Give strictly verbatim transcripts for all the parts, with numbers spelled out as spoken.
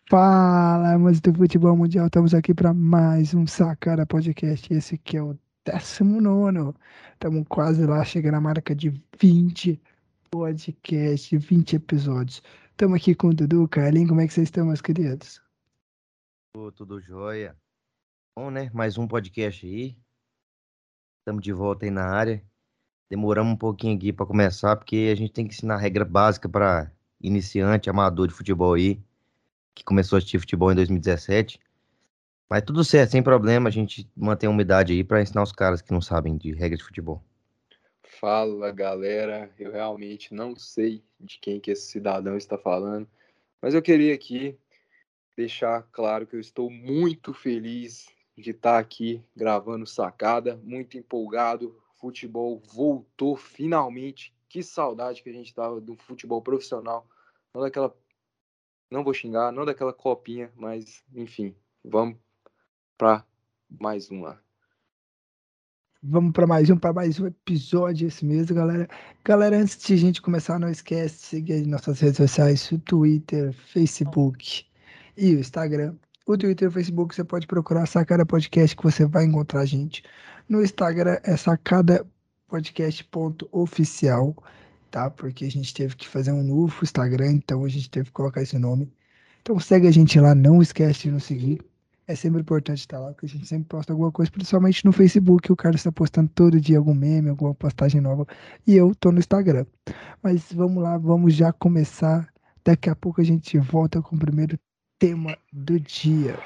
Fala, amantes do futebol mundial, estamos aqui para mais um Sacada Podcast. Esse que é o décimo nono. Estamos quase lá, chegando à marca de vinte podcasts, vinte episódios. Estamos aqui com o Dudu, Carlinhos, como é que vocês estão, meus queridos? Ô, tudo jóia? Bom, né? Mais um podcast aí. Estamos de volta aí na área. Demoramos um pouquinho aqui para começar, porque a gente tem que ensinar regra básica para iniciante, amador de futebol aí, que começou a assistir futebol em dois mil e dezessete. Mas tudo certo, sem problema, a gente mantém a umidade aí para ensinar os caras que não sabem de regra de futebol. Fala, galera. Eu realmente não sei de quem que esse cidadão está falando, mas eu queria aqui deixar claro que eu estou muito feliz de estar aqui gravando Sacada, muito empolgado. Futebol voltou finalmente. Que saudade que a gente estava do futebol profissional, não daquela, não vou xingar, não daquela copinha, mas enfim, vamos para mais uma. Vamos para mais um, para mais um episódio esse mesmo, galera. Galera, antes de a gente começar, não esquece de seguir as nossas redes sociais, o Twitter, Facebook e o Instagram. O Twitter e o Facebook você pode procurar Sacada Podcast que você vai encontrar a gente. No Instagram é sacada podcast ponto oficial, tá? Porque a gente teve que fazer um novo Instagram, então a gente teve que colocar esse nome. Então segue a gente lá, não esquece de nos seguir. É sempre importante estar lá, porque a gente sempre posta alguma coisa, principalmente no Facebook. O cara está postando todo dia algum meme, alguma postagem nova. E eu tô no Instagram. Mas vamos lá, vamos já começar. Daqui a pouco a gente volta com o primeiro tema do dia.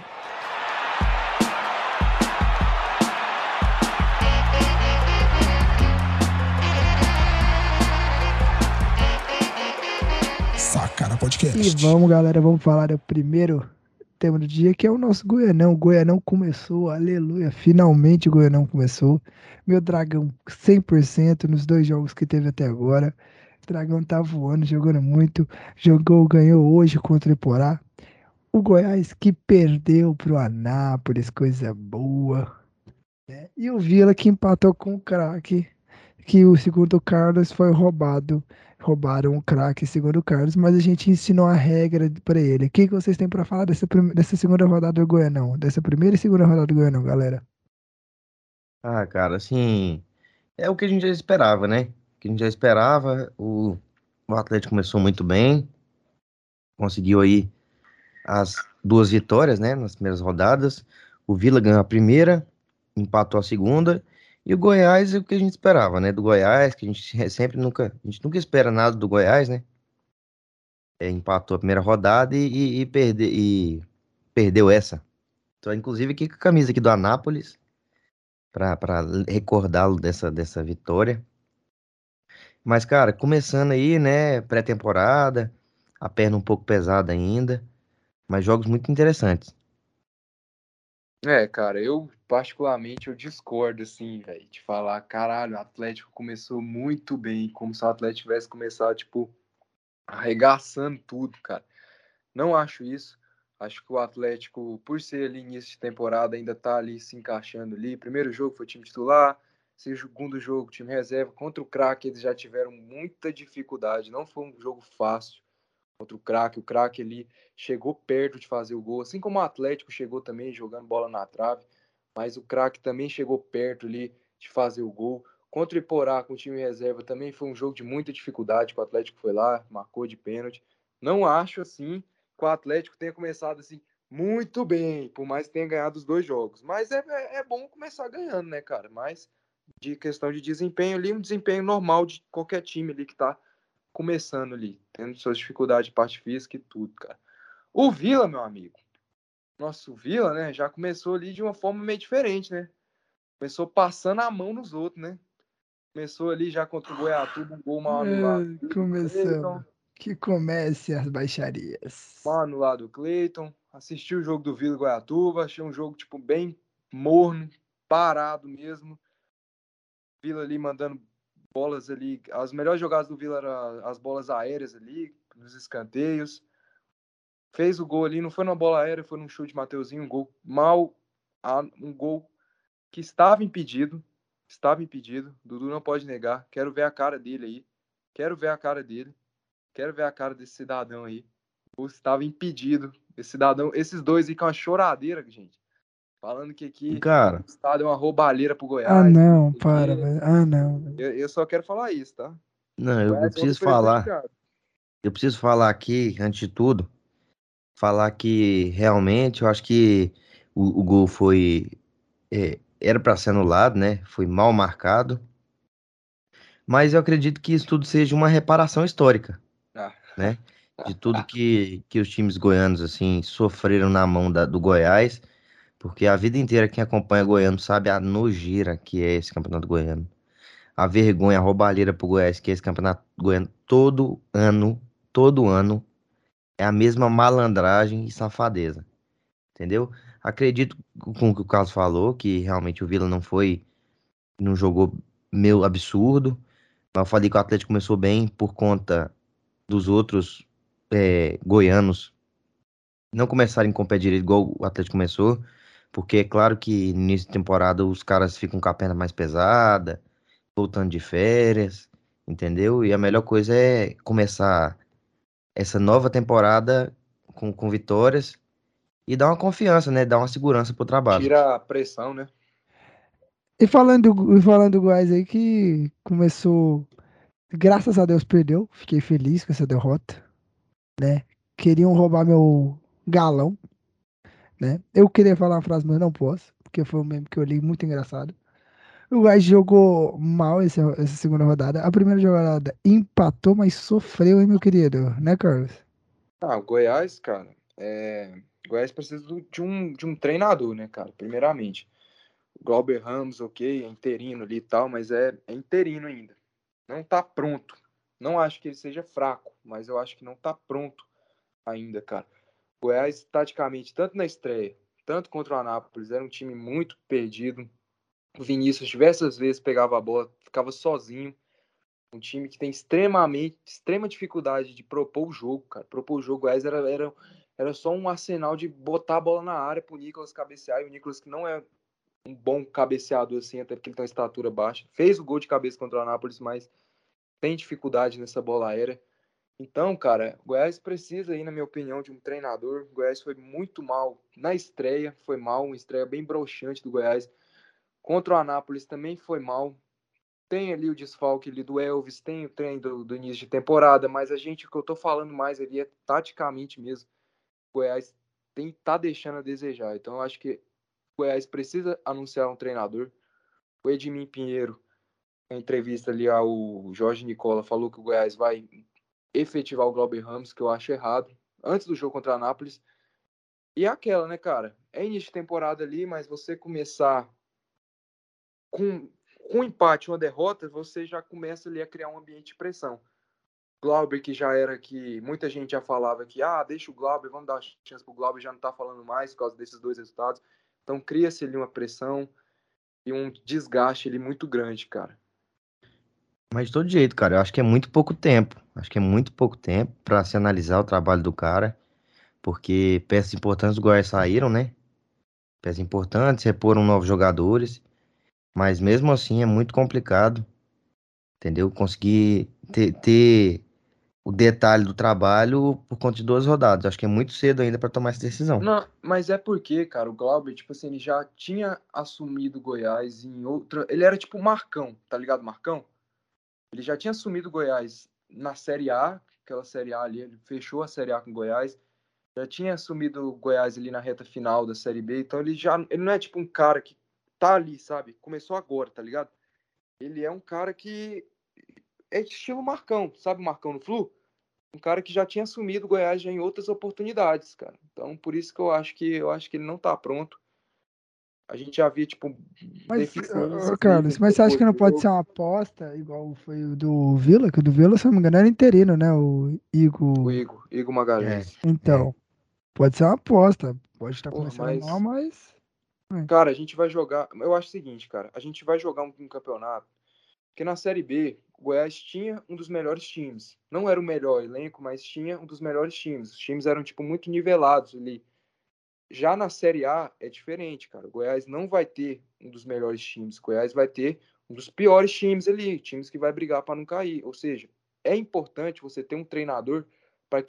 Sacada E Podcast. vamos, galera, vamos falar do primeiro tema do dia, que é o nosso Goianão. O Goianão começou, aleluia, finalmente o Goianão começou. Meu Dragão cem por cento nos dois jogos que teve até agora. O Dragão tá voando, jogando muito. Jogou, ganhou hoje contra o Iporá. O Goiás que perdeu pro Anápolis, coisa boa. E o Vila que empatou com o craque, que o segundo Carlos foi roubado. Roubaram o craque, segundo o Carlos, mas a gente ensinou a regra pra ele. O que que vocês têm pra falar dessa, prim- dessa segunda rodada do Goianão? Dessa primeira e segunda rodada do Goianão, galera? Ah, cara, assim, é o que a gente já esperava, né? O que a gente já esperava. O, o Atlético começou muito bem, conseguiu aí as duas vitórias, né, nas primeiras rodadas. O Vila ganhou a primeira, empatou a segunda. E o Goiás é o que a gente esperava, né? Do Goiás, que a gente sempre nunca, a gente nunca espera nada do Goiás, né? É, empatou a primeira rodada e, e, e perde, e perdeu essa. Tô inclusive aqui com a camisa aqui do Anápolis para para recordá-lo dessa, dessa vitória. Mas, cara, começando aí, né? Pré-temporada, a perna um pouco pesada ainda, mas jogos muito interessantes. É, cara, eu particularmente eu discordo, assim, velho, de falar, caralho, o Atlético começou muito bem, como se o Atlético tivesse começado, tipo, arregaçando tudo, cara. Não acho isso. Acho que o Atlético, por ser ali início de temporada, ainda tá ali se encaixando ali. Primeiro jogo foi time titular, segundo jogo, time reserva. Contra o Craque, eles já tiveram muita dificuldade. Não foi um jogo fácil contra o Craque. O Craque ali chegou perto de fazer o gol, assim como o Atlético chegou também jogando bola na trave, mas o Craque também chegou perto ali de fazer o gol. Contra o Iporá, com o time reserva, também foi um jogo de muita dificuldade, que o Atlético foi lá, marcou de pênalti. Não acho, assim, que o Atlético tenha começado, assim, muito bem, por mais que tenha ganhado os dois jogos. Mas é, é, é bom começar ganhando, né, cara? Mas de questão de desempenho ali, um desempenho normal de qualquer time ali que tá começando ali, tendo suas dificuldades de parte física e tudo, cara. O Vila, meu amigo, nosso Vila, né, já começou ali de uma forma meio diferente, né? Começou passando a mão nos outros, né? Começou ali já contra o Goiatuba, um gol mal anulado Ah, do começamos. Cleiton, Que comece as baixarias. mal anulado do Cleiton. Assisti o jogo do Vila e Goiatuba, achei um jogo, tipo, bem morno, parado mesmo. Vila ali mandando bolas ali, as melhores jogadas do Vila eram as bolas aéreas ali, nos escanteios. Fez o gol ali, não foi numa bola aérea, foi num chute de Mateuzinho, um gol mal, um gol que estava impedido, estava impedido, Dudu não pode negar, quero ver a cara dele aí, quero ver a cara dele, quero ver a cara desse cidadão aí, estava impedido. Esse cidadão, esses dois aí com uma choradeira, gente. Falando que aqui Cara, o estado é uma roubalheira pro Ah, Goiás. não, para, Porque velho. Ah, não, velho. eu, eu só quero falar isso, tá? não, O eu, eu Goiás é um dos preciso falar, prejudicado. eu preciso falar aqui, antes de tudo, falar que realmente eu acho que o, o gol foi, é, era para ser anulado, né? Foi mal marcado, mas eu acredito que isso tudo seja uma reparação histórica, Ah. né? De tudo que, que os times goianos, assim, sofreram na mão da- do Goiás, porque a vida inteira quem acompanha goiano sabe a nojeira que é esse campeonato goiano. A vergonha, a roubalheira pro Goiás, que é esse campeonato goiano, todo ano, todo ano, é a mesma malandragem e safadeza, entendeu? Acredito com o que o Carlos falou, que realmente o Vila não foi, não jogou meio absurdo, mas eu falei que o Atlético começou bem por conta dos outros é, goianos não começarem com o pé direito igual o Atlético começou, porque é claro que no início de temporada os caras ficam com a perna mais pesada, voltando de férias, entendeu? E a melhor coisa é começar essa nova temporada com, com vitórias e dar uma confiança, né? Dar uma segurança pro trabalho. Tira a pressão, né? E falando, do- e falando do Goiás aí que começou, graças a Deus perdeu, fiquei feliz com essa derrota, né? Queriam roubar meu galão, né? Eu queria falar uma frase, mas não posso, porque foi um meme que eu li muito engraçado. O Goiás jogou mal esse- essa segunda rodada. A primeira jogada empatou, mas sofreu, hein, meu querido? Né, Carlos? Ah, o Goiás, cara, é... o Goiás precisa do- de um, de um treinador, né, cara? Primeiramente. O Glauber Ramos, ok, é interino ali e tal, mas é, é interino ainda. Não tá pronto. Não acho que ele seja fraco, mas eu acho que não tá pronto ainda, cara. O Goiás, taticamente, tanto na estreia, tanto contra o Anápolis, era um time muito perdido. O Vinícius diversas vezes pegava a bola, ficava sozinho. Um time que tem extremamente, extrema dificuldade de propor o jogo, cara. Propor o jogo, o Goiás era, era, era só um arsenal de botar a bola na área pro Nicolas cabecear. E o Nicolas, que não é um bom cabeceador assim, até porque ele tem uma estatura baixa. Fez o gol de cabeça contra o Anápolis, mas tem dificuldade nessa bola aérea. Então, cara, o Goiás precisa aí, na minha opinião, de um treinador. O Goiás foi muito mal na estreia, foi mal, uma estreia bem broxante do Goiás. Contra o Anápolis também foi mal. Tem ali o desfalque ali do Elvis, tem o treino do, do início de temporada, mas a gente, o que eu tô falando mais ali é taticamente mesmo. O Goiás tem, tá deixando a desejar. Então, eu acho que o Goiás precisa anunciar um treinador. O Edmin Pinheiro, na entrevista ali ao Jorge Nicola, falou que o Goiás vai efetivar o Glauber Ramos, que eu acho errado, antes do jogo contra a Anápolis. E é aquela, né, cara? É início de temporada ali, mas você começar com, com um empate, uma derrota, você já começa ali a criar um ambiente de pressão. Glauber, que já era que muita gente já falava que, ah, deixa o Glauber, vamos dar chance pro Glauber, já não tá falando mais por causa desses dois resultados. Então cria-se ali uma pressão e um desgaste ali muito grande, cara. Mas de todo jeito, cara, eu acho que é muito pouco tempo. Acho que é muito pouco tempo pra se analisar o trabalho do cara, porque peças importantes do Goiás saíram, né? Peças importantes, reporam novos jogadores, mas mesmo assim é muito complicado, entendeu? Conseguir ter, ter o detalhe do trabalho por conta de duas rodadas. Acho que é muito cedo ainda pra tomar essa decisão. Não, mas é porque, cara, o Glauber, tipo assim, ele já tinha assumido o Goiás em outra. Ele era tipo Marcão, tá ligado, Marcão? Ele já tinha assumido o Goiás na Série A, aquela Série A ali, ele fechou a Série A com o Goiás. Já tinha assumido o Goiás ali na reta final da Série B, então ele já. Ele não é tipo um cara que tá ali, sabe? Começou agora, tá ligado? Ele é um cara que é estilo Marcão, sabe o Marcão no Flu? Um cara que já tinha assumido o Goiás já em outras oportunidades, cara. Então, por isso que eu acho que eu acho que ele não tá pronto. A gente já via, tipo, Mas, ô, ô, deficiências nele Carlos, no mas você acha que propor não pode ser jogo. uma aposta, igual foi o do Vila? Que o do Vila, se eu não me engano, era interino, né? O O Igor. Igor, Igor É, Magalhães. é. Então, pode ser uma aposta. Pode estar Porra, começando mal, mas, mas. É. cara, a gente vai jogar. Eu acho o seguinte, cara. A gente vai jogar um, um campeonato. Porque na Série B, o Goiás tinha um dos melhores times. Não era o melhor elenco, mas tinha um dos melhores times. Os times eram, tipo, muito nivelados ali. Já na Série A é diferente, cara. O Goiás não vai ter um dos melhores times. O Goiás vai ter um dos piores times ali, times que vai brigar para não cair. Ou seja, é importante você ter um treinador para que ele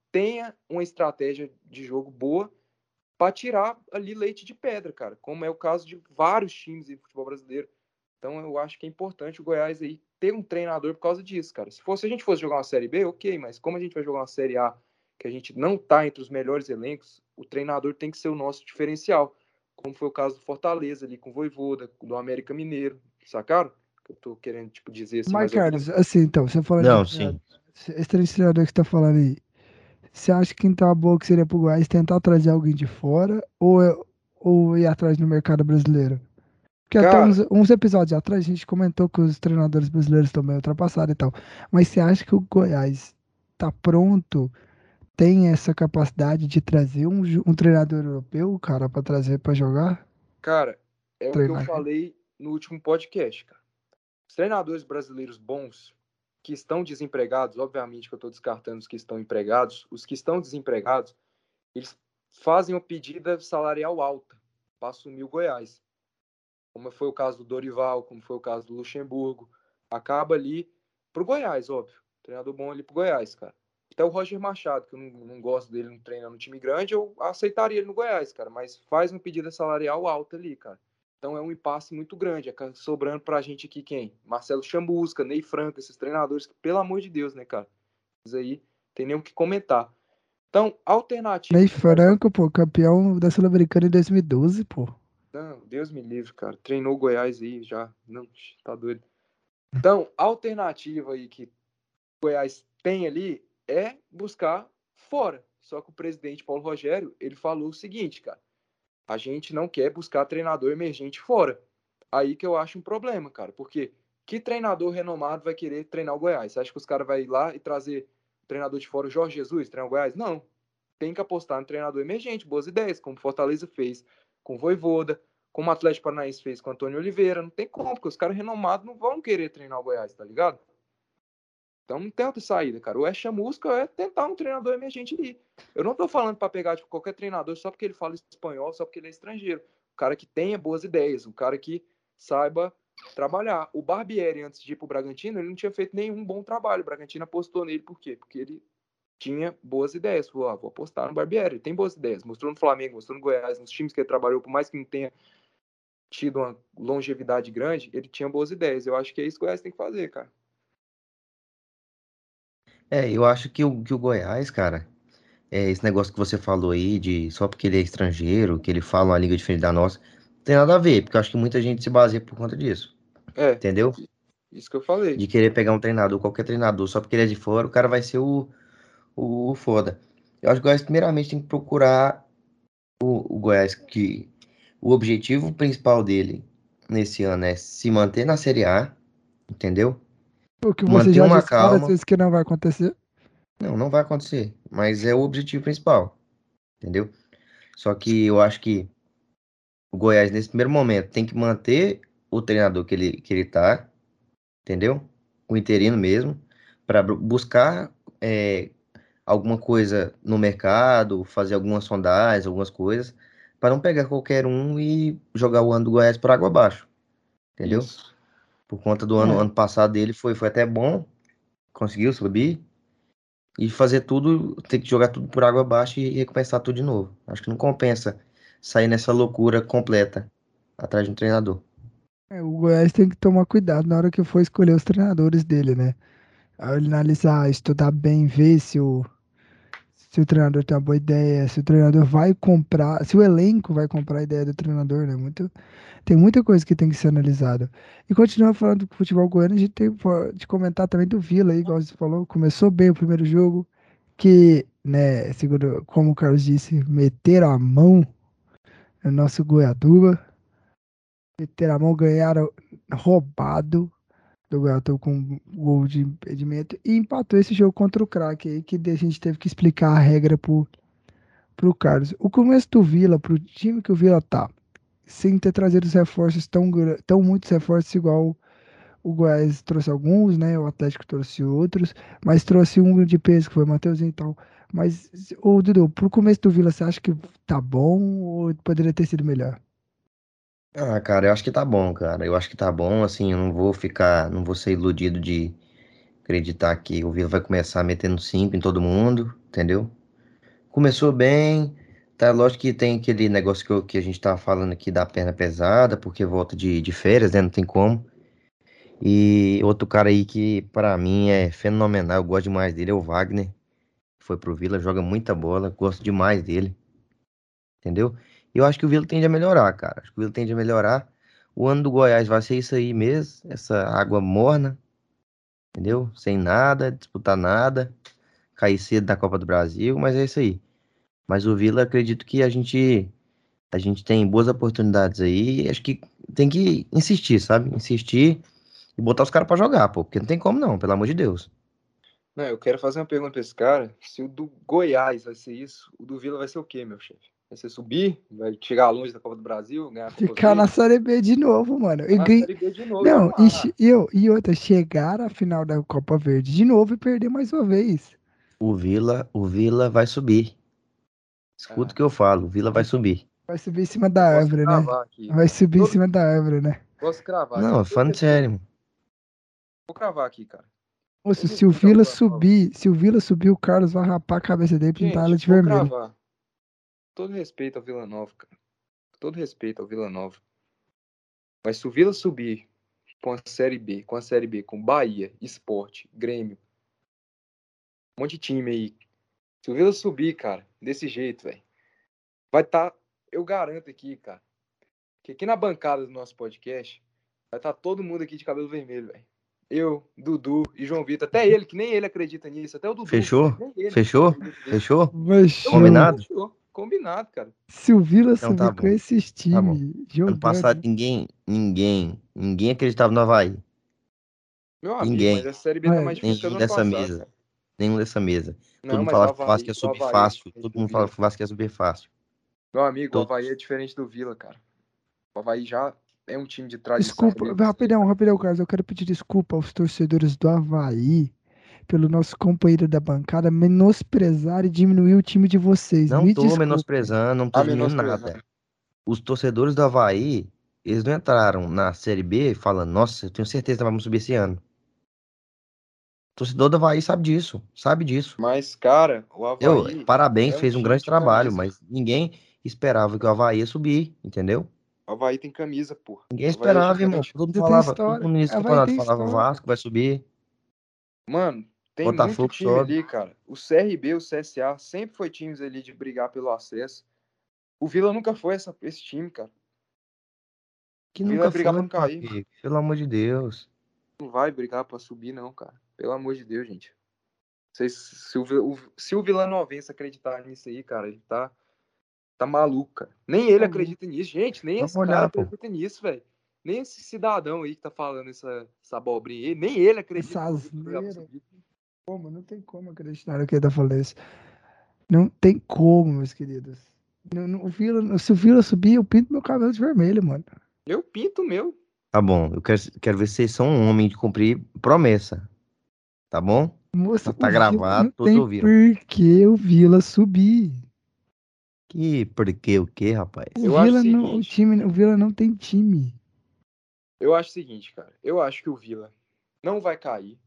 tenha uma estratégia de jogo boa para tirar ali leite de pedra, cara, como é o caso de vários times do futebol brasileiro. Então eu acho que é importante o Goiás aí ter um treinador por causa disso, cara. Se fosse, se a gente fosse jogar uma Série B, ok, mas como a gente vai jogar uma Série A, que a gente não tá entre os melhores elencos, o treinador tem que ser o nosso diferencial, como foi o caso do Fortaleza ali com o Vojvoda, do América Mineiro, sacaram? Eu tô querendo, tipo, dizer assim, Mas, mais ou menos. Carlos, assim, então, você falando de Não, treinador, sim. esse treinador que você tá falando aí, você acha que então a boa que seria pro Goiás tentar trazer alguém de fora ou, é- ou ir atrás no mercado brasileiro? Porque até uns, Cara, uns episódios atrás a gente comentou que os treinadores brasileiros estão meio ultrapassados e tal. Mas você acha que o Goiás tá pronto, tem essa capacidade de trazer um, ju- um treinador europeu, cara, pra trazer pra jogar? cara, é o que eu Treinar aqui? falei no último podcast, cara. Os treinadores brasileiros bons que estão desempregados, obviamente que eu estou descartando os que estão empregados, os que estão desempregados, eles fazem uma pedida salarial alta para assumir o Goiás, como foi o caso do Dorival, como foi o caso do Luxemburgo, acaba ali pro Goiás, óbvio, treinador bom ali pro Goiás, cara. Até o Roger Machado, que eu não, não gosto dele não treinando no time grande, eu aceitaria ele no Goiás, cara, mas faz uma pedida salarial alta ali, cara. Então é um impasse muito grande. É sobrando pra gente aqui quem? Marcelo Chamusca, Ney Franco, esses treinadores que, pelo amor de Deus, né, cara? Isso aí tem nem o que comentar. Então, alternativa Ney pro Goiás. Franco, pô, campeão da Sul-Americana em dois mil e doze, pô. Não, Deus me livre, cara. Treinou o Goiás aí já. Não, tá doido. Então, a alternativa aí que o Goiás tem ali é buscar fora. Só que o presidente Paulo Rogério, ele falou o seguinte, cara. A gente não quer buscar treinador emergente fora. Aí que eu acho um problema, cara. Porque que treinador renomado vai querer treinar o Goiás? Você acha que os caras vão ir lá e trazer o treinador de fora, o Jorge Jesus, treinar o Goiás? Não. Tem que apostar no treinador emergente, boas ideias, como o Fortaleza fez com o Vojvoda, como o Atlético Paranaense fez com o Antônio Oliveira. Não tem como, porque os caras renomados não vão querer treinar o Goiás, tá ligado? Então não tem outra saída, cara. Ou é chamusca ou é tentar um treinador emergente ali. Eu não tô falando para pegar tipo, qualquer treinador só porque ele fala espanhol, só porque ele é estrangeiro. O cara que tenha boas ideias, o cara que saiba trabalhar. O Barbieri, antes de ir pro Bragantino, ele não tinha feito nenhum bom trabalho. O Bragantino apostou nele, por quê? Porque ele tinha boas ideias. Falou, ah, vou apostar no Barbieri, ele tem boas ideias. Mostrou no Flamengo, mostrou no Goiás, nos times que ele trabalhou, por mais que não tenha tido uma longevidade grande, ele tinha boas ideias. Eu acho que é isso que o Goiás tem que fazer, cara. É, eu acho que o, que o Goiás, cara, é esse negócio que você falou aí, de só porque ele é estrangeiro, que ele fala uma língua diferente da nossa, não tem nada a ver, porque eu acho que muita gente se baseia por conta disso, É, entendeu? isso que eu falei. De querer pegar um treinador, qualquer treinador, só porque ele é de fora, o cara vai ser o, o, o foda. Eu acho que o Goiás, primeiramente, tem que procurar o, o Goiás, que o objetivo principal dele nesse ano é se manter na Série A, entendeu? O que você Manter já uma disse várias calma. vezes que não vai acontecer. Não, não vai acontecer, mas é o objetivo principal, entendeu? Só que eu acho que o Goiás, nesse primeiro momento, tem que manter o treinador que ele, que ele tá, entendeu? O interino mesmo, para buscar é, alguma coisa no mercado, fazer algumas sondagens, algumas coisas, para não pegar qualquer um e jogar o ano do Goiás por água abaixo, entendeu? Isso. Por conta do ano, É, ano passado dele foi, foi até bom, conseguiu subir, e fazer tudo, ter que jogar tudo por água abaixo e recomeçar tudo de novo. Acho que não compensa sair nessa loucura completa atrás de um treinador. é, o Goiás tem que tomar cuidado na hora que for escolher os treinadores dele, né? Aí ele analisar, estudar bem, ver se o, se o treinador tem uma boa ideia, se o treinador vai comprar, se o elenco vai comprar a ideia do treinador, né? Muito, tem muita coisa que tem que ser analisada. E continuar falando do futebol goiano, a gente tem pô, de comentar também do Vila, aí, igual você falou, começou bem o primeiro jogo, que, né, segundo, como o Carlos disse, meteram a mão no nosso Goiatuba, meteram a mão, ganharam roubado do Goiatuba com um gol de impedimento e empatou esse jogo contra o craque aí, que a gente teve que explicar a regra pro, pro Carlos. O começo do Vila, pro time que o Vila tá, sem ter trazido os reforços tão, gra- tão muitos reforços igual o Goiás trouxe alguns, né? O Atlético trouxe outros, mas trouxe um de peso que foi o Matheusinho e tal. Mas, ô Dudu, pro começo do Vila, você acha que tá bom ou poderia ter sido melhor? Ah, cara, eu acho que tá bom, cara. Eu acho que tá bom, assim, eu não vou ficar, não vou ser iludido de acreditar que o Vila vai começar metendo cinco em todo mundo, entendeu? Começou bem, tá? Lógico que tem aquele negócio que, eu- que a gente tava falando aqui da perna pesada, porque volta de, de férias, né? Não tem como. E outro cara aí que, pra mim, é fenomenal, eu gosto demais dele, é o Wagner. Foi pro Vila, joga muita bola, gosto demais dele, entendeu? E eu acho que o Vila tende a melhorar, cara. Acho que o Vila tende a melhorar. O ano do Goiás vai ser isso aí mesmo, essa água morna, entendeu? Sem nada, disputar nada, cair cedo da Copa do Brasil, mas é isso aí. Mas o Vila, acredito que a gente a gente tem boas oportunidades aí. Acho que tem que insistir, sabe? Insistir e botar os caras pra jogar, pô. Porque não tem como não, pelo amor de Deus. Não, eu quero fazer uma pergunta pra esse cara. Se o do Goiás vai ser isso, o do Vila vai ser o quê, meu chefe? Vai ser subir? Vai chegar longe da Copa do Brasil? Ganhar a Copa Ficar na Verde? Série B de novo, mano. Tá E, na ganhei- Série B de novo, e não, e, che- amarrar. e eu, e outra, chegar à final da Copa Verde de novo e perder mais uma vez. O Vila, o Vila vai subir. Escuta o Ah, que eu falo, o Vila vai subir. Vai subir em cima da eu posso árvore, né? cravar aqui, Vai cara. subir em Todo, cima da árvore, né? posso cravar aqui, Não, com todo falando respeito. sério. Vou cravar aqui, cara. Moço, Todo se o respeito ao Vila Vila Nova. subir, se o Vila subir, o Carlos vai rapar a cabeça dele e pintar ela Gente, de vou vermelho. cravar. Todo respeito ao Vila Nova, cara. Todo respeito ao Vila Nova. Mas se o Vila subir com a Série B, com a Série B, com Bahia, Sport, Grêmio, um monte de time aí. Se o Vila subir, cara, desse jeito, velho, vai estar, tá, eu garanto aqui, cara, que aqui na bancada do nosso podcast vai estar tá todo mundo aqui de cabelo vermelho, velho. Eu, Dudu e João Vitor, até ele, que nem ele acredita nisso, até o Dudu, Fechou? nem ele Fechou? acredita nisso. Fechou? Eu, Combinado? fechou, combinado, cara. Se o Vila Então tá subir com bom. esses Tá bom. times Ano passado jogando. ninguém, ninguém, ninguém acreditava no Havaí. Meu amigo, mas Ninguém. a Série B tá É, mais difícil que a Nenhum do ano dessa passado, mesa. cara. Nenhum dessa mesa. Todo Não, mundo mas o falava que o Vasco Havaí, ia o subir Havaí é fácil. diferente Todo do mundo falava Vila. que o Vasco ia subir fácil. Meu amigo, o Todo... Havaí é diferente do Vila, cara. O Havaí já é um time de tradição desculpa, mesmo. rapidão, rapidão, Carlos. Eu quero pedir desculpa aos torcedores do Havaí pelo nosso companheiro da bancada menosprezar e diminuir o time de vocês. Não Me tô desculpem. menosprezando, não tô Tá diminuindo menosprezando. nada. Os torcedores do Havaí, eles não entraram na Série B falando, nossa, eu tenho certeza que vamos subir esse ano. O torcedor do Havaí sabe disso, sabe disso. Mas, cara, o Eu, Havaí parabéns, é um fez um time grande de trabalho, camisa. mas ninguém esperava que o Havaí ia subir, entendeu? O Havaí tem camisa, pô. Ninguém O Havaí é esperava, irmão. gigante. Todo mundo Você tem falava, todo mundo história. no início do Havaí campeonato tem falava, história. Vasco vai subir, Mano, tem muito Botafogo time sobe. ali, cara. O C R B, o C S A sempre foi times ali de brigar pelo acesso. O Vila nunca foi essa, esse time, cara. Que O Vila é nunca brigar foi, pra não meu cair. amigo. Pelo amor de Deus. Não vai brigar pra subir, não, cara. Pelo amor de Deus, gente. Vocês, se, o, o, se o Vilanovense acreditar nisso aí, cara, ele tá, tá maluco, cara. Nem ele Tá louco. acredita nisso. Gente, nem Vamos esse cara olhar, pô. acredita nisso, velho. Nem esse cidadão aí que tá falando essa, essa abobrinha aí, nem ele acredita Essa no Vila vai asneira. subir. Como? Não tem como acreditar no que ele tá falando isso. Não tem como, meus queridos. Não, não- o Vila, se o Vila subir, eu pinto meu cabelo de vermelho, mano. Eu pinto meu. Tá bom, eu quero, quero ver se vocês são um homem de cumprir promessa. Tá bom? Moço, Tá, o tá Vila gravado, não todos tem ouviram. por que o Vila subir. Que, por quê, o quê, rapaz? O Eu acho o Vila não, o seguinte. time, o Vila não tem time. Eu acho o seguinte, cara. Eu acho que o Vila não vai cair.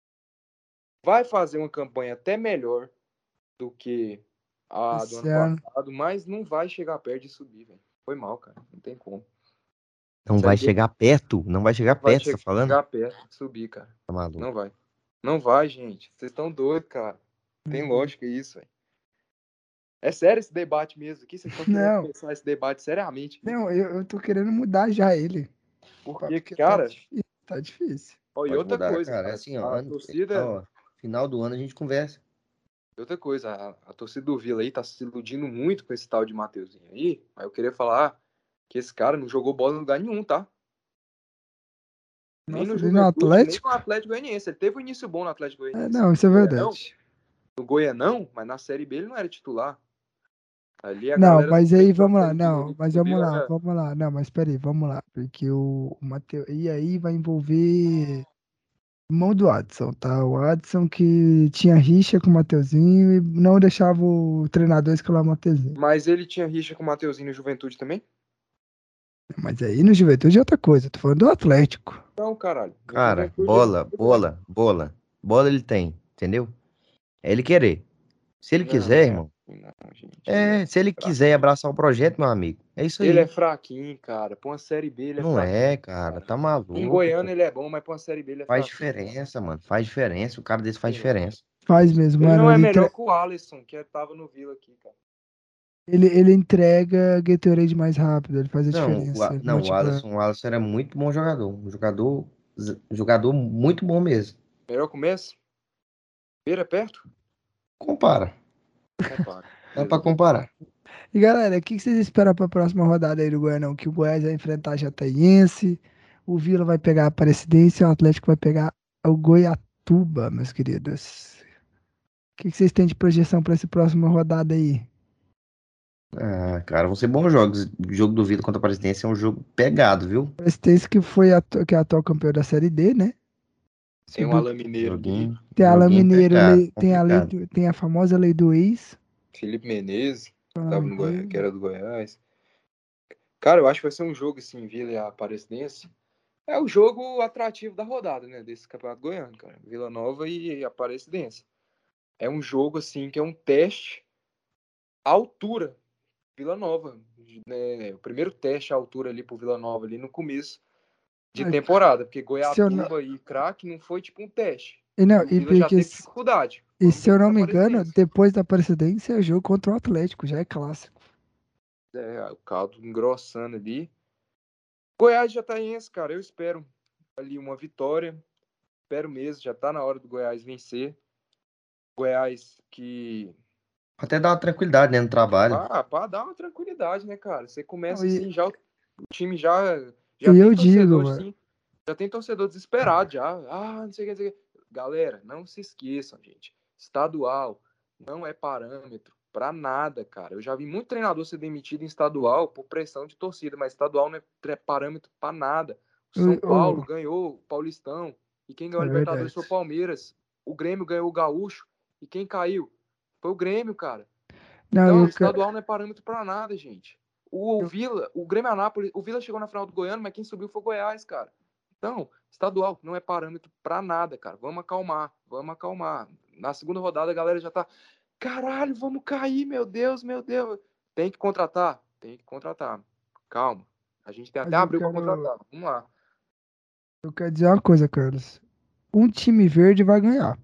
Vai fazer uma campanha até melhor do que a do ano Esse ano. passado, mas não vai chegar perto de subir, velho. Foi mal, cara. Não tem como. Não vai Série B chegar perto, não vai chegar não vai perto, você tá falando? chegar perto de subir, cara. Tá maluco. Não vai. Não vai, gente. Vocês estão doidos, cara. Tem lógica isso, velho. É sério esse debate mesmo aqui? Vocês estão querendo Não, começar esse debate seriamente? não, eu, eu tô querendo mudar já ele. Porque, Porque tá cara, difícil, tá difícil. ó, e Pode outra mudar, coisa, cara. É cara. assim, ó, A ano, torcida. ó, final do ano a gente conversa. Outra coisa, a, a torcida do Vila aí tá se iludindo muito com esse tal de Mateuzinho aí. Mas eu queria falar que esse cara não jogou bola em lugar nenhum, tá? Nem Nossa, no ali no Juventude, nem Atlético? no Atlético Goianiense. Ele teve um início bom no Atlético É, Goianiense. não, isso é No Goianão, verdade. no Goianão, mas na Série B ele não era titular. Ali a Não, galera mas do aí peito da vamos lá, Série B não, ali que mas vamos subiu lá, era. vamos lá, não, mas peraí, vamos lá, porque o, o Mateu, e aí vai envolver mão do Adson, tá? O Adson que tinha rixa com o Mateuzinho e não deixava o treinador escalar o Mateuzinho. Mas ele tinha rixa com o Mateuzinho no Juventude também? Mas aí no Juventude é outra coisa, tô falando do Atlético. Não, caralho. No Cara, Juventude ele bola, tudo bem. bola, bola. Bola ele tem, entendeu? É ele querer. Se ele Não, quiser, é. irmão, assim, não, gente. É, se ele quiser abraçar o projeto, meu amigo, é isso aí. Ele é fraquinho, cara. Pra uma Série B ele é Não fraquinho. é, cara, tá maluco. Em Goiânia ele é bom, mas pra uma Série B ele é Faz fraquinho. diferença, mano. Faz diferença. O cara desse faz Sim. diferença. Faz mesmo, Ele mano. não é Ele, melhor entre- que o Alisson, que tava no Vila aqui, cara. ele, ele entrega Gatorade mais rápido, ele faz a Não, o, diferença. A- Ele não, o motiva. Alisson, o Alisson era muito bom jogador. Um jogador, z- jogador muito bom mesmo. Melhor começo? Beira perto? Compara. Compara. Dá pra comparar. E galera, o que que vocês esperam pra próxima rodada aí do Goianão? Que o Goiás vai enfrentar a Jataiense, o Vila vai pegar a Aparecidense e o Atlético vai pegar o Goiatuba, meus queridos. O que que vocês têm de projeção pra essa próxima rodada aí? Ah, cara, vão ser bons jogos. O jogo do Vila contra a Presidência é um jogo pegado, viu? Aparecidense que foi atu- que é atual campeão da Série D, né? Tem o Subiu- Alan Mineiro ali. Joguinho, Tem a Alain joguinho Mineiro, pegado, lei- tem a, lei complicado. do- tem a famosa lei do ex. Felipe Menezes, que, Alain tava no Goiás, Mineiro. que era do Goiás. Cara, eu acho que vai ser um jogo assim, Vila e Aparecidense. É o jogo atrativo da rodada, né? Desse Campeonato Goiano, cara. Vila Nova e Aparecidense. É um jogo, assim, que é um teste à altura. Vila Nova. Né? O primeiro teste à altura ali pro Vila Nova, ali no começo de Mas, temporada. Porque se eu não, Goiatuba e Craque não foi tipo um teste. e não, O e Vila já porque, teve se- dificuldade. e Vamos se ver eu não contra a me engano, Aparecidense. depois da Aparecidense é o jogo contra o Atlético, já é clássico. É, o caldo engrossando ali. Goiás Jataiense, cara, eu espero ali uma vitória. Espero mesmo, já tá na hora do Goiás vencer. Goiás que. Até dá uma tranquilidade, né, no trabalho. Ah, pra dar uma tranquilidade, né, cara? Você começa Não, e, assim, já o o time já, já e tem eu digo, torcedor, mano, sim, já tem torcedor desesperado já. Ah, não sei o que, não sei o que. Galera, não se esqueçam, gente. Estadual não é parâmetro pra nada, cara. Eu já vi muito treinador ser demitido em estadual por pressão de torcida, mas estadual não é tre- parâmetro pra nada. O São o- o- Paulo ganhou o Paulistão e quem ganhou a é Libertadores verdade. foi o Palmeiras. O Grêmio ganhou o Gaúcho e quem caiu foi o Grêmio, cara. Não, Então, eu, o ca- estadual não é parâmetro pra nada, gente. O, o eu, Vila, o Grêmio Anápolis, o Vila chegou na final do Goiano, mas quem subiu foi o Goiás, cara. Então, estadual não é parâmetro pra nada, cara. Vamos acalmar, vamos acalmar. Na segunda rodada a galera já tá, caralho, vamos cair, meu Deus, meu Deus. Tem que contratar? Tem que contratar. Calma. A gente tem até mas eu abril pra quero, contratar. Vamos lá. eu quero dizer uma coisa, Carlos. Um time verde vai ganhar.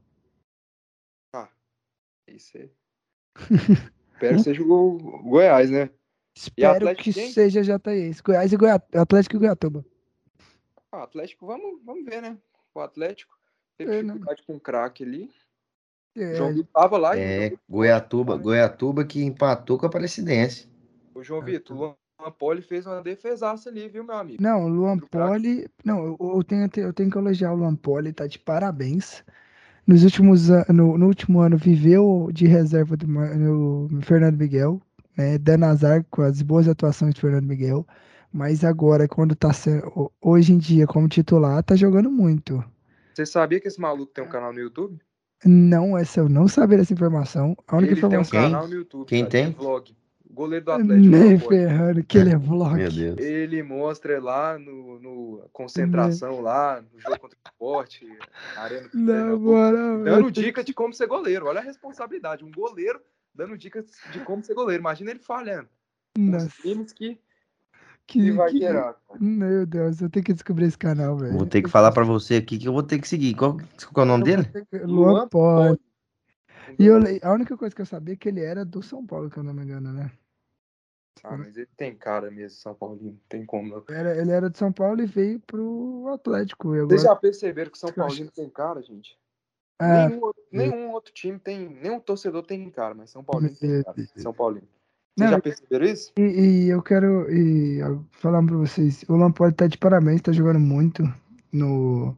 Ah, isso aí. Espero que seja o Goiás, né? E Espero Atlético que quem? seja Jataiense. Goiás e Goiá, Atlético e Goiatuba. Ah, Atlético, vamos, vamos ver, né? O Atlético teve É, né? dificuldade com o craque ali. O João É, Vitor tava lá e o João É, Vitor pode Goiatuba, falar, né? Goiatuba que empatou com a Aparecidense. O João Vitor, o Luan Poli fez uma defesaça ali, viu, meu amigo? não, o Luan Contra o craque. Poli. Não, eu, eu tenho, eu tenho que elogiar o Luan Poli, tá de parabéns. Nos últimos anos, no, no último ano, viveu de reserva do Ma- no Fernando Miguel, né? Dando azar com as boas atuações do Fernando Miguel. Mas agora, quando tá sendo. Hoje em dia, como titular, tá jogando muito. Você sabia que esse maluco tem um canal no YouTube? Não, essa eu não sabia dessa informação. A única Ele tem um informação. Quem? canal no YouTube, Quem cara, de tem? vlog. O goleiro do Atlético, o Luan Nem Poli. ferrando que ele é vlog. Meu Deus. Ele mostra lá no, no concentração lá, no jogo contra o Sport, na Arena do Na Treinador, moral, eu dando tenho dica de como ser goleiro. Olha a responsabilidade. Um goleiro dando dicas de como ser goleiro. Imagina ele falhando. Os Nossa, crimes que, que que, vai que... gerar. Meu Deus, eu tenho que descobrir esse canal, velho. Vou ter que falar pra você aqui que eu vou ter que seguir. Qual, qual é o nome Eu vou dele? ter que... Luan Luan Poli. Poli. E eu, le- a única coisa que eu sabia é que ele era do São Paulo, que eu não me engano, né? Ah, mas ele tem cara mesmo, São Paulino. Não tem como não. Era, ele era de São Paulo e veio pro Atlético. E Vocês agora. já perceberam que São Eu acho- Paulino tem cara, gente? Ah, Nenhum, outro- nenhum outro time tem. Nenhum torcedor tem cara, mas São Paulino tem meu cara. Deus. São Paulino. Vocês Não, já perceberam isso? e, e eu quero e, eu falar pra vocês. O Lampard tá de parabéns, tá jogando muito no,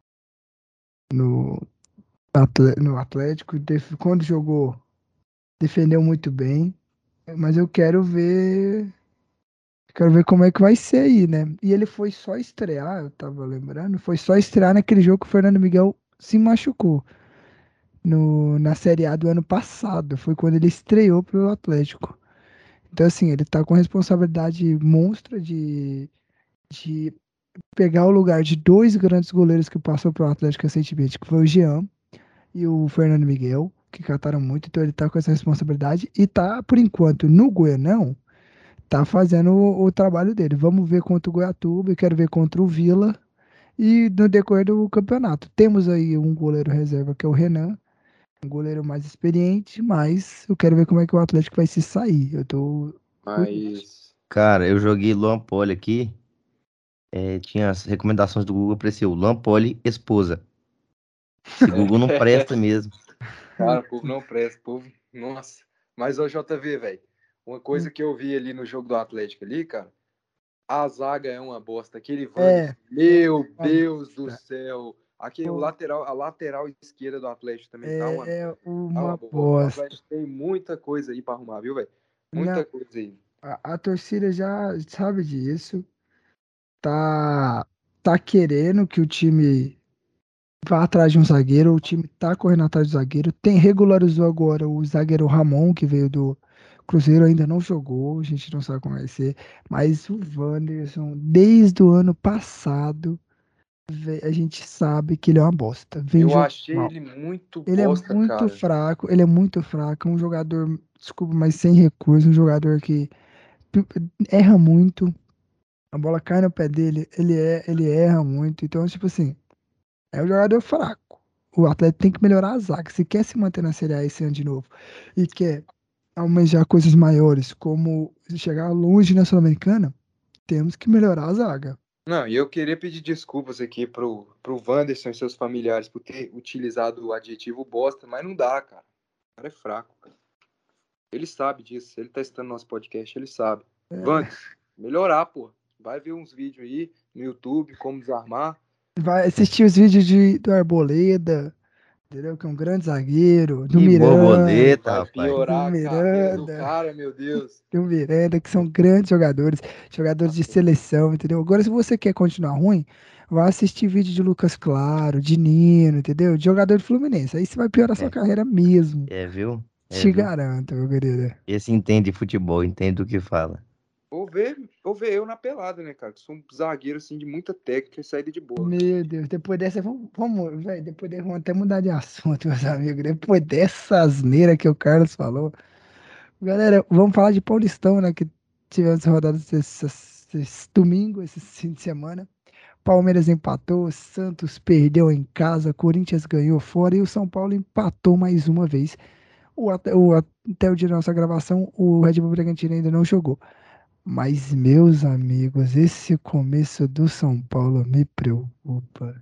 no, Atle- no Atlético. Def- Quando jogou, defendeu muito bem. Mas eu quero ver. Quero ver como é que vai ser aí, né? E ele foi só estrear, eu tava lembrando, foi só estrear naquele jogo que o Fernando Miguel se machucou. No, na Série A do ano passado. Foi quando ele estreou pro Atlético. Então, assim, ele tá com responsabilidade monstra de, de pegar o lugar de dois grandes goleiros que passou pro Atlético recentemente, que foi o Jean e o Fernando Miguel. que cataram muito, então ele tá com essa responsabilidade e tá, por enquanto, no Goianão, tá fazendo o, o trabalho dele. Vamos ver contra o Goiatuba, eu quero ver contra o Vila e no decorrer do campeonato. Temos aí um goleiro reserva que é o Renan, um goleiro mais experiente, mas eu quero ver como é que o Atlético vai se sair. Eu tô curioso. Mas. Cara, eu joguei Luan Poli aqui. É, tinha as recomendações do Google, apareceu Luan Poli, esposa. Esse Google não presta mesmo. Cara, o povo não presta, o povo. Nossa. Mas, ô J V, velho, uma coisa que eu vi ali no jogo do Atlético ali, cara, a zaga é uma bosta. Aquele É, Wanderson, meu uma Deus do bosta. céu. Aquele, o Pô, lateral, a lateral esquerda do Atlético também tá uma, é tá uma uma bosta. O bosta. Atlético tem muita coisa aí pra arrumar, viu, velho? Não, Muita coisa aí. a, a torcida já sabe disso. Tá, tá querendo que o time vá atrás de um zagueiro. O time tá correndo atrás do zagueiro. Tem regularizou agora o zagueiro Ramon, que veio do Cruzeiro, ainda não jogou. A gente não sabe como vai ser. Mas o Wanderson, desde o ano passado, ve- a gente sabe que ele é uma bosta. Vem Eu jogando achei mal. ele muito Ele é bosta, muito cara. fraco, ele é muito fraco, é um jogador, desculpa, mas sem recurso, um jogador que p- erra muito, a bola cai no pé dele, ele é, ele erra muito, então, tipo assim, é um jogador fraco. O Atlético tem que melhorar a zaga. Se quer se manter na Série A esse ano de novo e quer almejar coisas maiores, como chegar longe na Sul-Americana, temos que melhorar a zaga. Não, e eu queria pedir desculpas aqui pro, pro Wanderson e seus familiares por ter utilizado o adjetivo bosta, mas não dá, cara. O cara é fraco, cara. Ele sabe disso, ele tá assistindo nosso podcast, ele sabe. É, Wanderson, melhorar, pô. Vai ver uns vídeos aí no YouTube, como desarmar. vai assistir os vídeos de, do Arboleda, entendeu? Que é um grande zagueiro, do Que Miranda. borboleta, Vai rapaz. Do piorar a carreira do Miranda, cara, meu Deus. do Miranda, que são grandes jogadores, jogadores de seleção, entendeu? Agora, se você quer continuar ruim, vá assistir vídeo de Lucas Claro, de Nino, entendeu? De jogador de Fluminense. Aí você vai piorar sua É, carreira mesmo. é, viu? É, Te viu? garanto, meu querido. Esse entende futebol, entende do que fala. Ou ver, ou ver eu na pelada, né, cara? Que sou um zagueiro, assim, de muita técnica e saída de bola. Meu Deus, depois dessa, vamos, vamos, velho, depois dessa, vamos até mudar de assunto, meus amigos. Depois dessa asneira que o Carlos falou. Galera, vamos falar de Paulistão, né? Que tivemos rodadas esse, esse, esse domingo, esse fim de semana. Palmeiras empatou, Santos perdeu em casa, Corinthians ganhou fora e o São Paulo empatou mais uma vez. O, até, o, até o dia da nossa gravação, o Red Bull Bragantino ainda não jogou. Mas, meus amigos, esse começo do São Paulo me preocupa.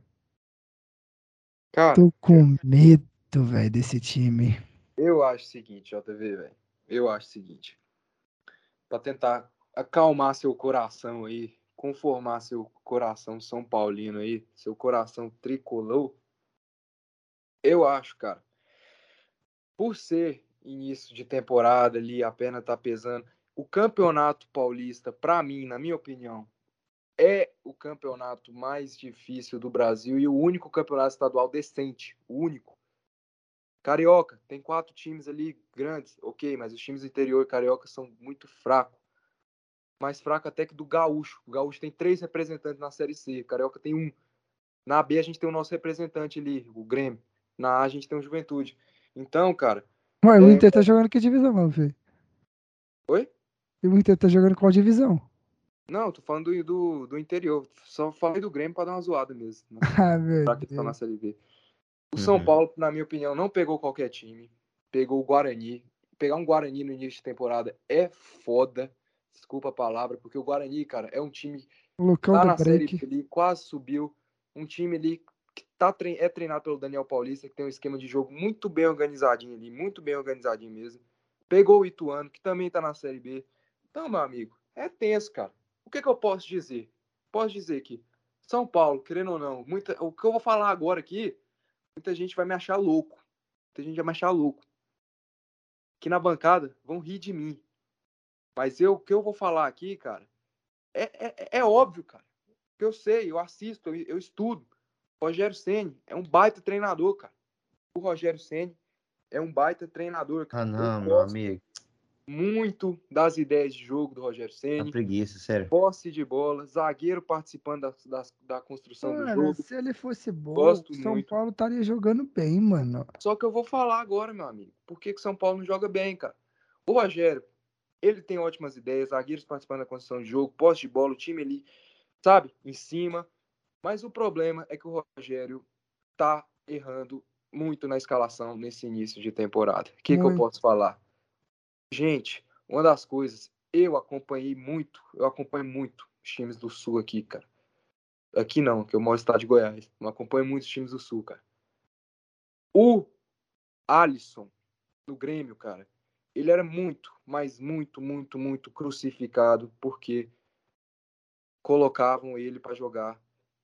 Cara, Tô com medo, velho, desse time. eu acho o seguinte, J V, velho. Eu acho o seguinte. Pra tentar acalmar seu coração aí, conformar seu coração São Paulino aí, seu coração tricolor, eu acho, cara, por ser início de temporada ali, a pena tá pesando, o Campeonato Paulista, pra mim, na minha opinião, é o campeonato mais difícil do Brasil e o único campeonato estadual decente, o único. Carioca, tem quatro times ali grandes, ok, mas os times do interior carioca são muito fracos. Mais fraco até que do Gaúcho. O Gaúcho tem três representantes na Série C, o Carioca tem um. Na B a gente tem o nosso representante ali, o Grêmio. Na A a gente tem o Juventude. Então, cara. Ué, o É... Inter tá jogando que divisão, meu filho? Oi? E o Inter tá jogando qual divisão? Não, tô falando do, do, do interior. Só falei do Grêmio pra dar uma zoada mesmo. Ah, meu Pra questão na Deus. Série B. O São Uhum. Paulo, na minha opinião, não pegou qualquer time. Pegou o Guarani. Pegar um Guarani no início de temporada é foda. Desculpa a palavra, porque o Guarani, cara, é um time O Lucão tá da na Série B Break. ali, quase subiu. Um time ali que tá, é treinado pelo Daniel Paulista, que tem um esquema de jogo muito bem organizadinho ali, muito bem organizadinho mesmo. Pegou o Ituano, que também tá na Série B. Então, meu amigo, é tenso, cara. O que, que eu posso dizer? Posso dizer que São Paulo, querendo ou não, muita, o que eu vou falar agora aqui, muita gente vai me achar louco. Muita gente vai me achar louco. Aqui na bancada vão rir de mim. Mas eu, o que eu vou falar aqui, cara, é, é, é óbvio, cara. Eu sei, eu assisto, eu, eu estudo. O Rogério Ceni é um baita treinador, cara. O Rogério Ceni é um baita treinador, Ah, cara. Eu não, meu gosto. amigo. muito das ideias de jogo do Rogério Uma Ceni. preguiça, sério. Posse de bola, zagueiro participando da, da, da construção do Mano, jogo. se ele fosse bom, Gosto o São muito. Paulo estaria jogando bem, mano. Só que eu vou falar agora, meu amigo, por que que São Paulo não joga bem, cara? O Rogério, ele tem ótimas ideias, zagueiros participando da construção de jogo, posse de bola, o time ali, sabe, em cima. Mas o problema é que o Rogério tá errando muito na escalação nesse início de temporada. O que que eu Muito. posso falar? Gente, uma das coisas, eu acompanhei muito, eu acompanho muito os times do Sul aqui, cara. Aqui não, que eu moro no estado de Goiás. Eu acompanho muitos times do Sul, cara. O Alisson, do Grêmio, cara, ele era muito, mas muito, muito, muito crucificado porque colocavam ele para jogar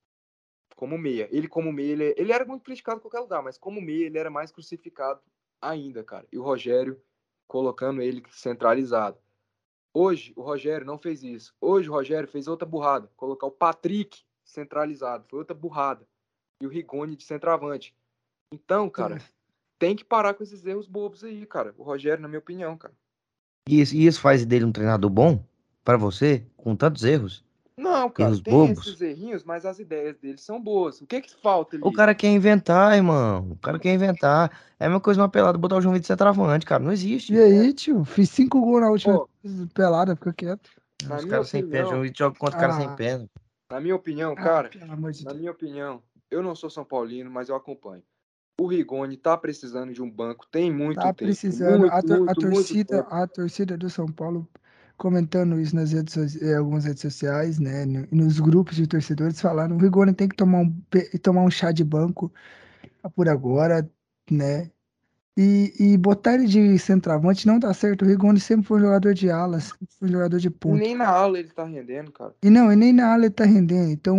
como meia. Ele como meia, ele, ele era muito criticado em qualquer lugar, mas como meia ele era mais crucificado ainda, cara. E o Rogério colocando ele centralizado. Hoje o Rogério não fez isso. Hoje o Rogério fez outra burrada, colocar o Patrick centralizado, foi outra burrada. E o Rigoni de centroavante. Então, cara, tem que parar com esses erros bobos aí, cara. O Rogério, na minha opinião, cara. E isso, e isso faz dele um treinador bom pra você, com tantos erros? Não, cara, Erros tem bobos? esses errinhos, mas as ideias dele são boas. O que que falta O ali? cara quer inventar, irmão. O cara quer inventar. É a mesma coisa uma pelada botar o João Vitor de centroavante, cara. Não E existe. aí, tio? Fiz cinco gols na última Ó, pelada, fica quieto. na Os minha caras sem perna. O João opinião, Vitor joga contra o cara sem Ah, perna. na minha opinião, ah, cara, pelo amor de na Deus. minha opinião, eu não sou São Paulino, mas eu acompanho. O Rigoni tá precisando de um banco tem muito Tá tempo. precisando. A, Muito, tor- a muito, muito torcida, tempo. a torcida do São Paulo comentando isso nas redes, soci- em algumas redes sociais, né? no- Nos grupos de torcedores falaram, o Rigoni tem que tomar um, pe- tomar um chá de banco por agora, né? E, e botar ele de centroavante não dá certo. O Rigoni sempre foi um jogador de alas, sempre foi um jogador de E ponta. nem na aula ele tá rendendo, cara. E não, e nem na ala ele tá rendendo. Então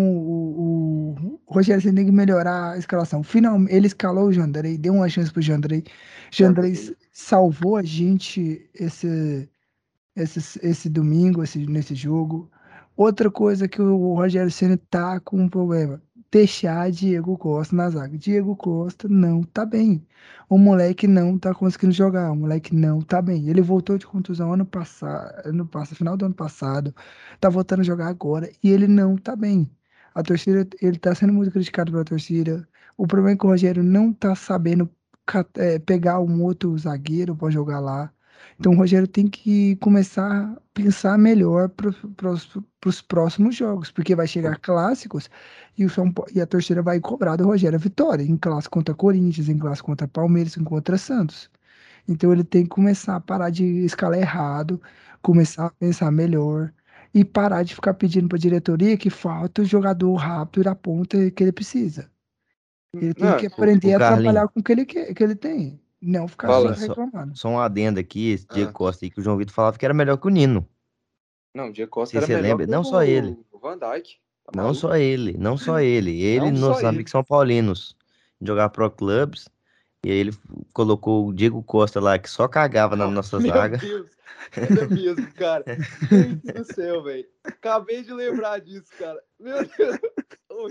o, o, o Rogério Ceni tem que melhorar a escalação. Finalmente, ele escalou o Jandrei, deu uma chance pro Jandrei. Jandrei s- salvou a gente esse, esse, esse domingo, esse, nesse jogo. Outra coisa que o Rogério Ceni tá com um problema. Deixar Diego Costa na zaga. Diego Costa não tá bem. O moleque não tá conseguindo jogar. O moleque não tá bem. Ele voltou de contusão ano passado, ano passado, final do ano passado. Tá voltando a jogar agora e ele não tá bem. A torcida, ele tá sendo muito criticado pela torcida. O problema é que o Rogério não tá sabendo ca- eh, pegar um outro zagueiro para jogar lá. Então o Rogério tem que começar a pensar melhor para os próximos jogos, porque vai chegar clássicos e, o São Paulo, e a torcida vai cobrar do Rogério a vitória, em clássico contra Corinthians, em clássico contra Palmeiras, em contra Santos. Então ele tem que começar a parar de escalar errado, começar a pensar melhor e parar de ficar pedindo para a diretoria que falta o jogador rápido da ponta que ele precisa. Ele tem Não, que O, o aprender a Carlinho, trabalhar com o que ele quer, que ele tem, não ficar só Carlinho, fala. só, reclamando. só um adendo aqui, esse Diego Ah, Costa aí, que o João Vitor falava que era melhor que o Nino. Não não, o Diego Costa sei era se você melhor lembra. que Não só ele. o Van Dijk. Tá Não maluco? só ele. Não só ele. Ele e Não só nossos ele. amigos são paulinos. Jogar Pro Clubs. E aí ele colocou o Diego Costa lá, que só cagava na nossa Meu zaga. Deus, era mesmo, cara. Gente do céu, velho. Acabei de lembrar disso, cara. Meu Deus. Ô,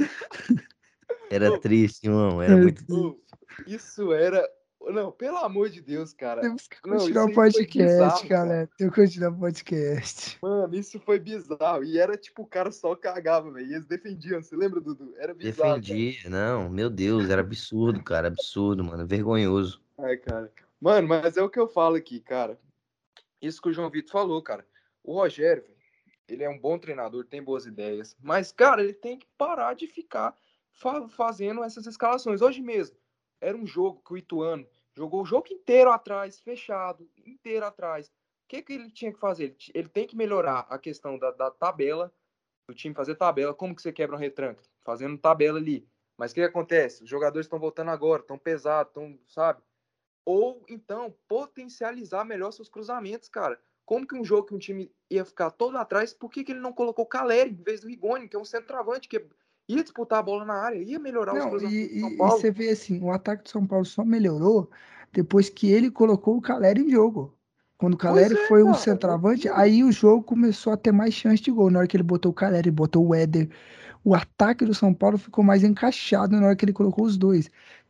Era ô, triste, irmão. Era É, muito. ô, isso era. Não, pelo amor de Deus, cara. temos que Não, continuar isso o aí foi podcast, bizarro, cara. galera. Temos que continuar o podcast. Mano, isso foi bizarro. E era tipo, o cara só cagava, velho. E eles defendiam. Você lembra, Dudu? Era bizarro, cara. Defendia. Não, meu Deus, era absurdo, cara. Absurdo, mano. Vergonhoso. Ai, cara. Mano, mas é o que eu falo aqui, cara. Isso que o João Vitor falou, cara. O Rogério, velho, ele é um bom treinador, tem boas ideias. Mas, cara, ele tem que parar de ficar fa fazendo essas escalações. Hoje mesmo, era um jogo que o Ituano jogou o jogo inteiro atrás, fechado, inteiro atrás. O que, que ele tinha que fazer? Ele, ele tem que melhorar a questão da, da tabela, do time fazer tabela. Como que você quebra um retranca? Fazendo tabela ali. Mas o que, que acontece? Os jogadores estão voltando agora, estão pesados, estão, sabe? Ou então potencializar melhor seus cruzamentos, cara. Como que um jogo que um time ia ficar todo atrás, por que, que ele não colocou o Caleri em vez do Rigoni, que é um centroavante que ia disputar a bola na área, ia melhorar os Não, cruzamentos do São e, e, e Paulo? você vê assim, o ataque do São Paulo só melhorou depois que ele colocou o Caleri em jogo. Quando o Pois Caleri é, foi um cara, centroavante, loucura. aí o jogo começou a ter mais chance de gol. Na hora que ele botou o Caleri, botou o Éder, o ataque do São Paulo ficou mais encaixado na hora que ele colocou os dois.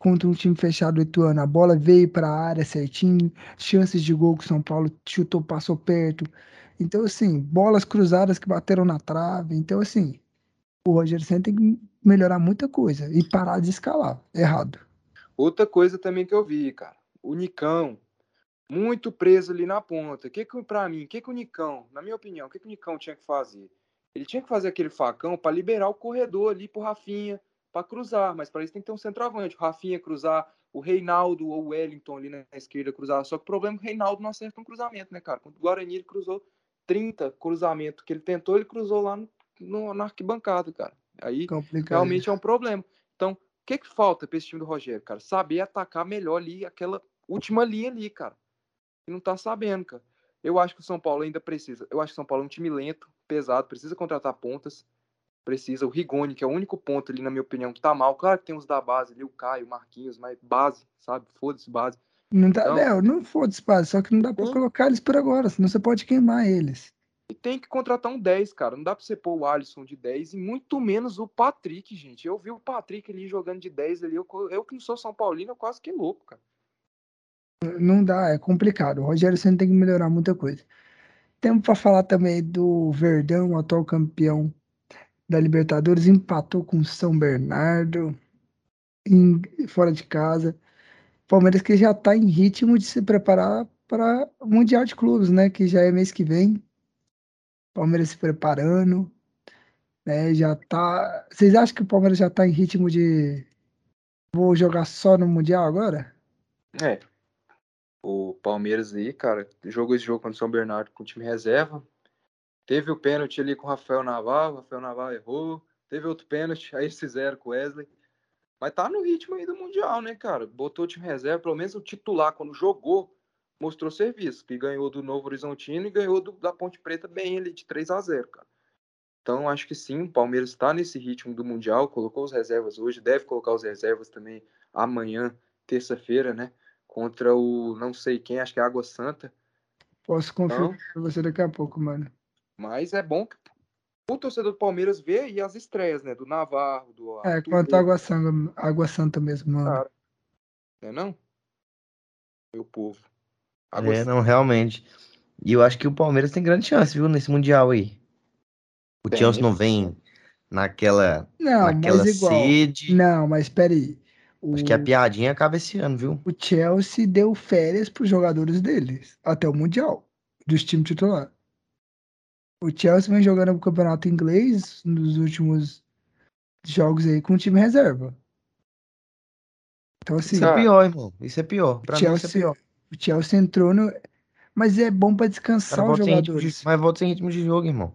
contra um time fechado do Ituano. A bola veio para a área certinho, chances de gol que o São Paulo chutou, passou perto. Então, assim, bolas cruzadas que bateram na trave. Então, assim, o Rogério Ceni tem que melhorar muita coisa e parar de escalar. Errado. Outra coisa também que eu vi, cara. O Nicão, muito preso ali na ponta. Que que, pra mim, o que, que o Nicão, na minha opinião, o que, que o Nicão tinha que fazer? Ele tinha que fazer aquele facão para liberar o corredor ali pro Rafinha, para cruzar. Mas para isso tem que ter um centroavante. O Rafinha cruzar, o Reinaldo ou o Wellington ali na esquerda cruzar. Só que o problema é que o Reinaldo não acerta um cruzamento, né, cara? Contra o Guarani ele cruzou trinta cruzamentos que ele tentou, ele cruzou lá no, no, na arquibancada, cara. Aí Complicado. realmente é um problema. Então, o que, que falta para esse time do Rogério, cara? Saber atacar melhor ali aquela última linha ali, cara. E não tá sabendo, cara. Eu acho que o São Paulo ainda precisa. Eu acho que o São Paulo é um time lento, pesado, precisa contratar pontas. Precisa. O Rigoni, que é o único ponto ali, na minha opinião, que tá mal. Claro que tem uns da base ali, o Caio, o Marquinhos, mas base, sabe? Foda-se, base. Não dá, Então, é, não foda espaço, só que não dá pra tem, colocar eles por agora, senão você pode queimar eles. e tem que contratar um dez, cara. Não dá pra você pôr o Alisson de dez e muito menos o Patrick, gente. Eu vi o Patrick ali jogando de dez ali. Eu, eu que não sou São Paulino, eu quase que louco, cara. Não dá, é complicado. O Rogério Ceni tem que melhorar muita coisa. Temos para falar também do Verdão, atual campeão da Libertadores, empatou com o São Bernardo em- fora de casa. Palmeiras que já está em ritmo de se preparar para o Mundial de Clubes, né? Que já é mês que vem. Palmeiras se preparando, né? Já tá. Vocês acham que o Palmeiras já está em ritmo de vou jogar só no Mundial agora? É. O Palmeiras aí, cara, jogou esse jogo contra o São Bernardo com o time reserva. Teve o pênalti ali com o Rafael Navarro, o Rafael Navarro errou. Teve outro pênalti, aí eles fizeram com o Wesley. Mas tá no ritmo aí do Mundial, né, cara? Botou o time reserva, pelo menos o titular, quando jogou, mostrou serviço. Que ganhou do Novo Horizontino e ganhou do, da Ponte Preta bem ali, de três a zero, cara. Então, acho que sim, o Palmeiras está nesse ritmo do Mundial, colocou os reservas hoje, deve colocar os reservas também amanhã, terça-feira, né? Contra o não sei quem, acho que é Água Santa. Posso Então, confirmar pra você daqui a pouco, mano. mas é bom que o torcedor do Palmeiras vê aí as estreias, né? Do Navarro, do É, Arthur, quanto à Água Santa, Água Santa mesmo, mano. cara, né não? Meu povo. Água É, Santa não, realmente. E eu acho que o Palmeiras tem grande chance, viu, nesse Mundial aí. O Chelsea tem. não vem naquela, Não, mas naquela igual. sede. Não, mas peraí. Acho que a O, piadinha acaba esse ano, viu? o Chelsea deu férias para os jogadores deles até o Mundial, dos times titulares. O Chelsea vem jogando o campeonato inglês nos últimos jogos aí com o time reserva. Então, Isso é assim, Cara, pior, irmão. Isso é pior. o Pra mim, isso é Chelsea, pior. o Chelsea entrou no. Mas é bom para O cara descansar os volta sem ritmo de... jogadores. Mas volta sem ritmo de jogo, irmão.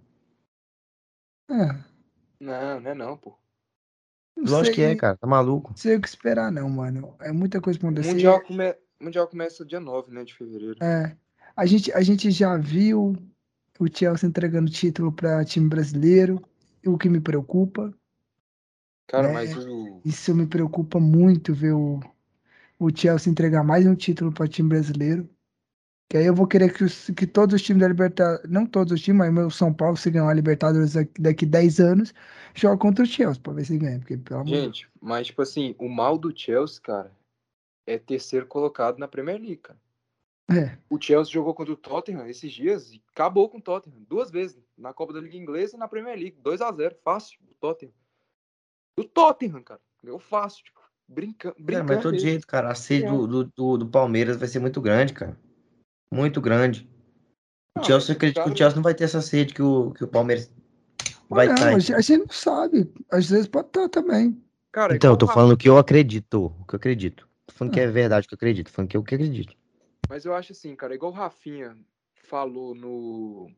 É, não, não é não, pô. não Lógico que é, sei, cara. Tá maluco. sei o que esperar, não, mano. É muita coisa pra O Mundial, acontecer. come... o Mundial começa dia nove, né, de fevereiro. É, a gente, a gente já viu o Chelsea entregando título para time brasileiro, o que me preocupa, Cara, mas né? o... Isso me preocupa muito ver o, o Chelsea entregar mais um título para time brasileiro. Que aí eu vou querer que, os, que todos os times da Libertadores, não todos os times, mas o meu São Paulo, se ganhar a Libertadores daqui, daqui dez anos, joga contra o Chelsea para ver se ganha. Porque, pelo amor de Deus. Gente, mas tipo assim, o mal do Chelsea, cara, é terceiro colocado na Premier League, cara. É, O Chelsea jogou contra o Tottenham esses dias e acabou com o Tottenham duas vezes, na Copa da Liga Inglesa e na Premier League, dois a zero, fácil, o Tottenham. O Tottenham, cara, eu fácil, tipo, brinca... É, mas de brincando todo mesmo. jeito, cara. A sede Ganhando. do, do, do, do Palmeiras vai ser muito grande, cara. Muito grande. O Não, Chelsea, mas eu os acredito que o caras Chelsea não. não vai ter essa sede que o, que o Palmeiras ou vai não, estar, a gente, a entendeu? gente não sabe. Às vezes pode estar também. Cara, Então, eu igual o tô Rafa. falando o que eu acredito. O que eu acredito. Tô falando que é Ah, verdade o que eu acredito. Tô falando que é o que eu acredito. Mas eu acho assim, cara, igual o Rafinha falou no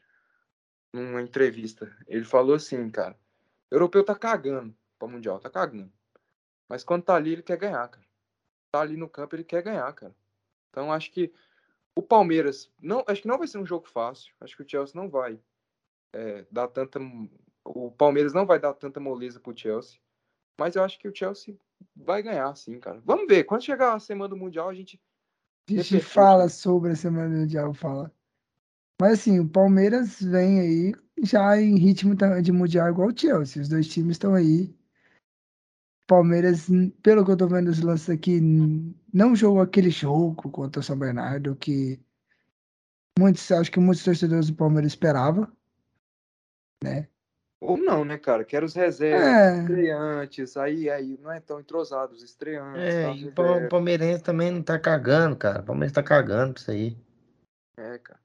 numa entrevista. Ele falou assim, cara, o europeu tá cagando pra Mundial, tá cagando. Mas quando tá ali, ele quer ganhar, cara. Tá ali no campo, ele quer ganhar, cara. Então acho que o Palmeiras, não, acho que não vai ser um jogo fácil. Acho que o Chelsea não vai é, dar tanta. O Palmeiras não vai dar tanta moleza pro Chelsea. Mas eu acho que o Chelsea vai ganhar, sim, cara. Vamos ver. Quando chegar a semana do Mundial, a gente a gente repercute. fala sobre a Semana Mundial, fala. Mas assim, o Palmeiras vem aí já em ritmo ta- de mundial igual o Chelsea. Os dois times estão aí Palmeiras, n- pelo que eu tô vendo os lances aqui, n- não jogou aquele jogo contra o São Bernardo que muitos, acho que muitos torcedores do Palmeiras esperavam, né? Ou não, né, cara? Quero os reservas, É, estreantes, aí, aí não é tão entrosado, os estreantes, É, tá? Os e o Pa- o reservas. Palmeirense também não tá cagando, cara. O Palmeiras tá cagando pra isso aí. É, cara.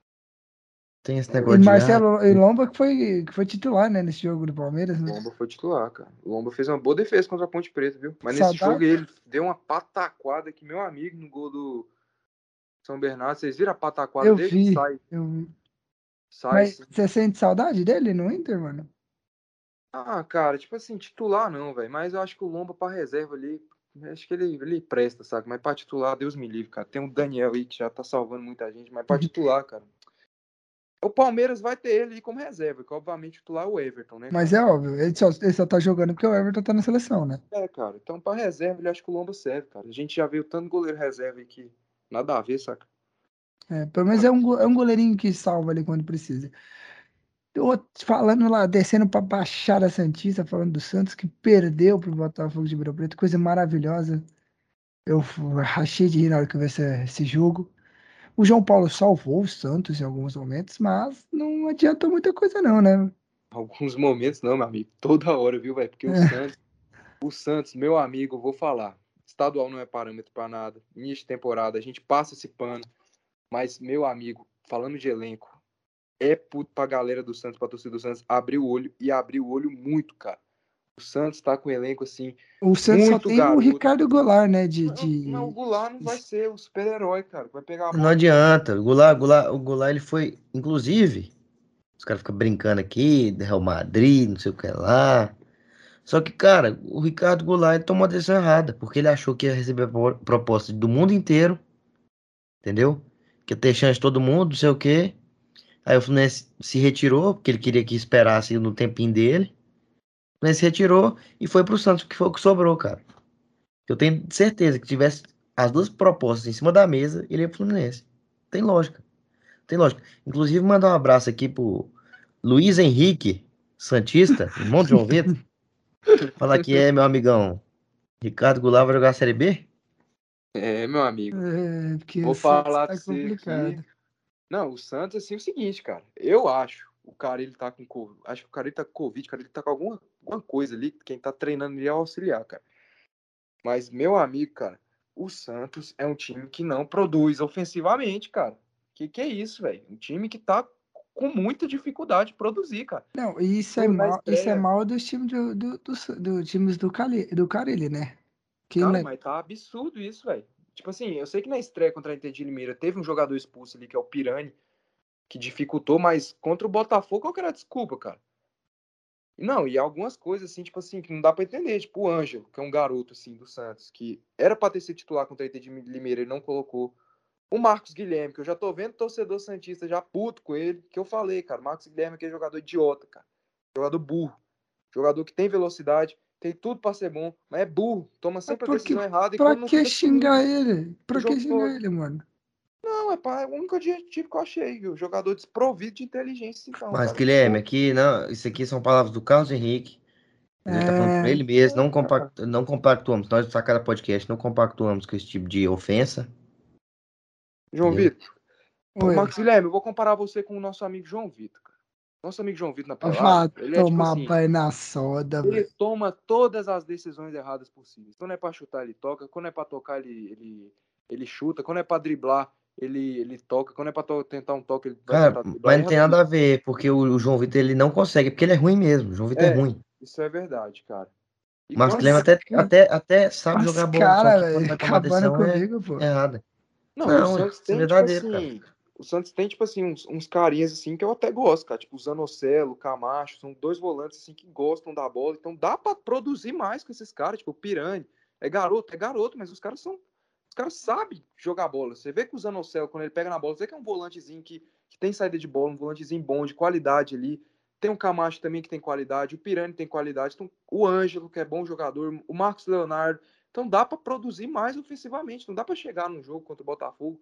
Tem esse É, e negócio de, ah, Marcelo e Lomba que foi, que foi titular, né, nesse jogo do Palmeiras, o né? Lomba foi titular, cara. O Lomba fez uma boa defesa contra a Ponte Preta, viu? Mas nesse jogo Saudade. ele deu uma pataquada que meu amigo no gol do São Bernardo, vocês viram a pataquada Eu dele que vi, sai, eu vi. sai Mas assim. você sente saudade dele no Inter, mano? Ah, cara, tipo assim, titular não, velho. Mas eu acho que o Lomba pra reserva ali, acho que ele, ele presta, sabe? Mas pra titular, Deus me livre, cara. Tem um Daniel aí que já tá salvando muita gente, mas pra titular, cara. O Palmeiras vai ter ele aí como reserva, que obviamente o titular é o Everton, né, Mas cara? é óbvio, ele só, ele só tá jogando porque o Everton tá na seleção, né? É, cara. Então pra reserva, ele acho que o Lomba serve, cara. A gente já viu tanto goleiro reserva aí que nada a ver, saca? É, pelo menos é um, go- é um goleirinho que salva ali quando precisa. Eu, falando lá, descendo pra Baixada Santista, falando do Santos, que perdeu pro Botafogo de Ribeirão Preto, coisa maravilhosa. Eu f- rachei de rir na hora que eu vi esse, esse jogo. O João Paulo salvou o Santos em alguns momentos, mas não adiantou muita coisa não, né? Alguns momentos não, meu amigo. Toda hora, viu, velho? Porque o Santos, o Santos, meu amigo, eu vou falar. Estadual não é parâmetro pra nada. Início de temporada, a gente passa esse pano. Mas, meu amigo, falando de elenco, é puto pra galera do Santos, pra torcida do Santos, abrir o olho e abrir o olho muito, cara. O Santos tá com um elenco, assim, O Santos só muito tem o garoto. Ricardo Goulart, né? De, Não, mas o de... Goulart não vai ser o super-herói, cara. Vai pegar a não bola e todo. adianta. O Goulart, Goulart, o Goulart, ele foi, inclusive, os caras ficam brincando aqui, do Real Madrid, não sei o que lá. Só que, cara, o Ricardo Goulart ele tomou a decisão errada, porque ele achou que ia receber pro- proposta do mundo inteiro, entendeu? Que ia ter chance de todo mundo, não sei o quê. Aí o Fluminense se retirou, porque ele queria que esperasse no tempinho dele. O Fluminense se retirou e foi pro Santos, que foi o que sobrou, cara. Eu tenho certeza que tivesse as duas propostas em cima da mesa, ele ia pro Fluminense. Tem lógica, tem lógica. Inclusive, mandar um abraço aqui pro Luiz Henrique, Santista, irmão de João Vitor. Falar que é, meu amigão. Ricardo Goulart vai jogar a Série B? É, meu amigo. É, porque o Vou Santos falar pra tá você aqui. complicado. Não, o Santos, assim, é o seguinte, cara. Eu acho, o cara, ele tá com Covid. Acho que o cara, ele tá com Covid, o cara, ele tá com alguma, alguma coisa ali. Quem tá treinando ele é o auxiliar, cara. Mas, meu amigo, cara, o Santos é um time que não produz ofensivamente, cara. Que que é isso, velho? Um time que tá com muita dificuldade de produzir, cara. Não, e isso é No- Na mal, isso é estreia, mal dos times do, do, do, do times do, Cali, do Carille, né? Que, cara, né? mas tá absurdo isso, velho. Tipo assim, eu sei que na estreia contra a Inter de Limeira teve um jogador expulso ali, que é o Pirani, que dificultou, mas contra o Botafogo, qual que era a desculpa, cara? Não, e algumas coisas assim, tipo assim, que não dá pra entender. Tipo o Ângelo, que é um garoto assim do Santos, que era pra ter sido titular contra a Inter de Limeira e não colocou. O Marcos Guilherme, que eu já tô vendo torcedor santista já puto com ele, que eu falei, cara, Marcos Guilherme é aquele jogador idiota, cara. Jogador burro. Jogador que tem velocidade, tem tudo pra ser bom, mas é burro. Toma Mas sempre a por que, decisão errada e pra quando não que fica xingar segundo ele? o Pra que jogo xingar todo. ele, mano? Não, é pá, é o único adjetivo que eu achei. O jogador desprovido de inteligência, então, Mas, cara. Guilherme, Pô, aqui, não, isso aqui são palavras do Carlos Henrique. Ele tá falando pra É, ele mesmo, não, cara. compact, não compactuamos. Nós do Sacada Podcast não compactuamos com esse tipo de ofensa, João entendeu? Vitor. Ô, oi. Marcos Guilherme, eu vou comparar você com o nosso amigo João Vitor, cara. Nosso amigo João Vitor na pelada, Vá ele é tipo tomar assim, banho na soda, ele velho. toma todas as decisões erradas possíveis. Quando é pra chutar, ele toca. Quando é pra tocar, ele, ele, ele chuta. Quando é pra driblar, ele, ele toca. Quando é pra to- tentar um toque, ele vai Cara, tentar driblar. mas não Erra tem nada tudo. a ver, porque o, o João Vitor ele não consegue, porque ele é ruim mesmo. O João Vitor é É, ruim. isso é verdade, cara. E O Marcos quando. Guilherme Os, até, até, até sabe os jogar bola, só caras, que quando velho, vai tomar acabando decisão é comigo, pô. errada. Não, e o Não, Santos isso é tem, tipo verdadeiro, cara. assim. O Santos tem, tipo assim, uns, uns carinhas assim que eu até gosto, cara. Tipo o Zanocelo, o Camacho, são dois volantes assim que gostam da bola. Então dá pra produzir mais com esses caras, tipo o Pirani. É garoto, é garoto, mas os caras são. Os caras sabem jogar bola. Você vê que o Zanocelo, quando ele pega na bola, você vê que é um volantezinho que, que tem saída de bola, um volantezinho bom, de qualidade ali. Tem o Camacho também que tem qualidade, o Pirani tem qualidade, então, o Ângelo, que é bom jogador, o Marcos Leonardo. Então dá para produzir mais ofensivamente. Não dá para chegar num jogo contra o Botafogo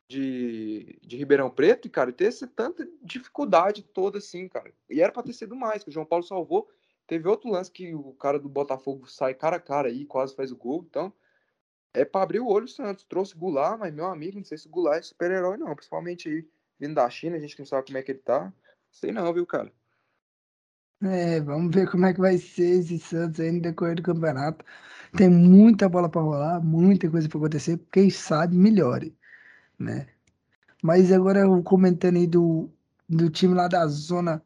de, de Ribeirão Preto e, cara, ter essa tanta dificuldade toda assim, cara. E era para ter sido mais, que o João Paulo salvou Teve outro lance que o cara do Botafogo sai cara a cara aí, quase faz o gol. Então, é pra abrir o olho o Santos. Trouxe o Goulart, mas meu amigo, não sei se o Goulart é super-herói, não. Principalmente aí, vindo da China, a gente não sabe como é que ele tá. Sei não, viu, cara? É, vamos ver como é que vai ser esse Santos aí no decorrer do campeonato. Tem muita bola para rolar, muita coisa para acontecer. Quem sabe melhore, né? Mas agora eu comentando aí do, do time lá da zona.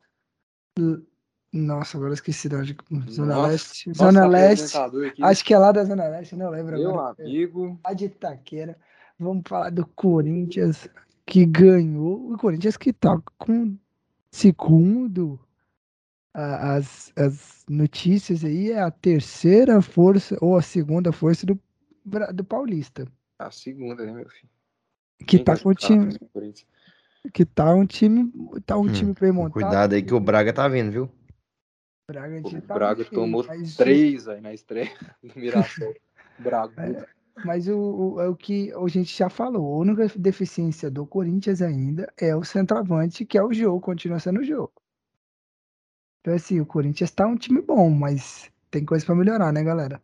Nossa, agora eu esqueci da onde. Zona Nossa, Leste. nosso Zona Leste. apresentador aqui, Acho que é lá da Zona Leste, não lembro meu agora. amigo. A de Itaquera. Vamos falar do Corinthians que ganhou. O Corinthians que tá com segundo a- as, as notícias aí, é a terceira força ou a segunda força do, Bra- do Paulista. A segunda, né, meu filho? Que Quem que tá é com o esse cara time. do Corinthians? Que tá um time. Tá um Hum, time bem montado. cuidado aí que o Braga tá vindo, viu? O O Bragantino tá vindo Braga aí, tomou mas o, três aí na estreia do Mirassol. Braguca. mas o, o, é o que a gente já falou. A única deficiência do Corinthians ainda é o centroavante, que é o jogo, continua sendo o jogo. Então, assim, o Corinthians tá um time bom, mas tem coisa pra melhorar, né, galera?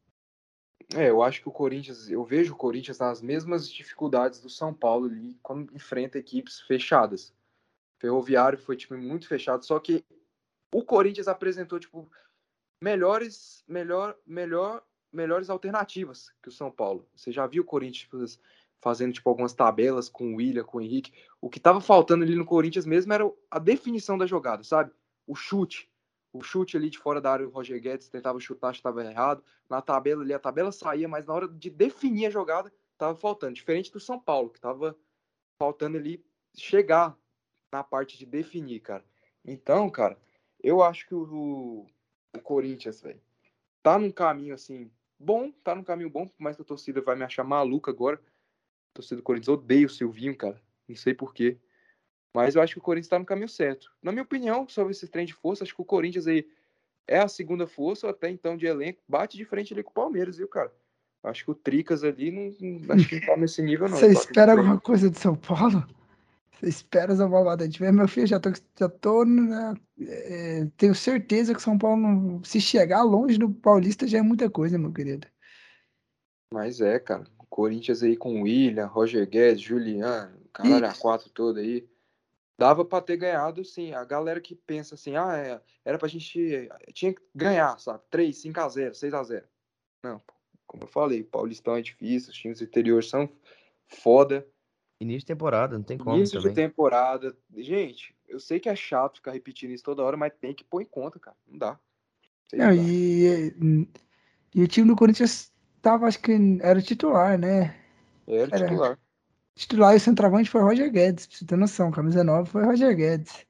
É, eu acho que o Corinthians, eu vejo o Corinthians nas mesmas dificuldades do São Paulo ali, quando enfrenta equipes fechadas. Ferroviário foi time muito fechado, só que o Corinthians apresentou tipo melhores, melhor, melhor, melhores alternativas que o São Paulo. Você já viu o Corinthians tipo, fazendo tipo algumas tabelas com o William, com o Henrique? O que estava faltando ali no Corinthians mesmo era a definição da jogada, sabe? O chute. O chute ali de fora da área, o Roger Guedes tentava chutar, estava errado. Na tabela ali, a tabela saía, mas na hora de definir a jogada, estava faltando. Diferente do São Paulo, que estava faltando ali chegar na parte de definir, cara. Então, cara, eu acho que o, o Corinthians, velho, tá num caminho assim bom, tá num caminho bom, por mais que a torcida vai me achar maluca agora. A torcida do Corinthians odeia o Silvinho, cara. Não sei porquê. Mas eu acho que o Corinthians tá no caminho certo. Na minha opinião, sobre esse trem de força, acho que o Corinthians aí é a segunda força, até então, de elenco. Bate de frente ali com o Palmeiras, viu, cara? Acho que o Tricas ali não, não acho que não tá nesse nível, não. Você Ele toca de espera frente. alguma coisa do São Paulo? Você espera o São Paulo bater de frente? Meu filho, já tô, já tô né, é, tenho certeza que o São Paulo, não- se chegar longe do Paulista, já é muita coisa, meu querido. Mas é, cara. O Corinthians aí com o William, Roger Guedes, Juliano, caralho, E a quatro todo aí. Dava pra ter ganhado, sim. A galera que pensa assim, ah, é, era pra gente. Tinha que ganhar, sabe? Três, cinco a zero, seis a zero. Não, pô. Como eu falei, Paulistão é difícil, os times interiores são foda. Início de temporada, não tem como Início de também. temporada. Gente, eu sei que é chato ficar repetindo isso toda hora, mas tem que pôr em conta, cara. Não dá. Sei não, lá. e, e o time do Corinthians tava, acho que era o titular, né? Era o Era titular. titular e o centroavante foi o Roger Guedes, pra você ter noção. Camisa nove foi o Roger Guedes.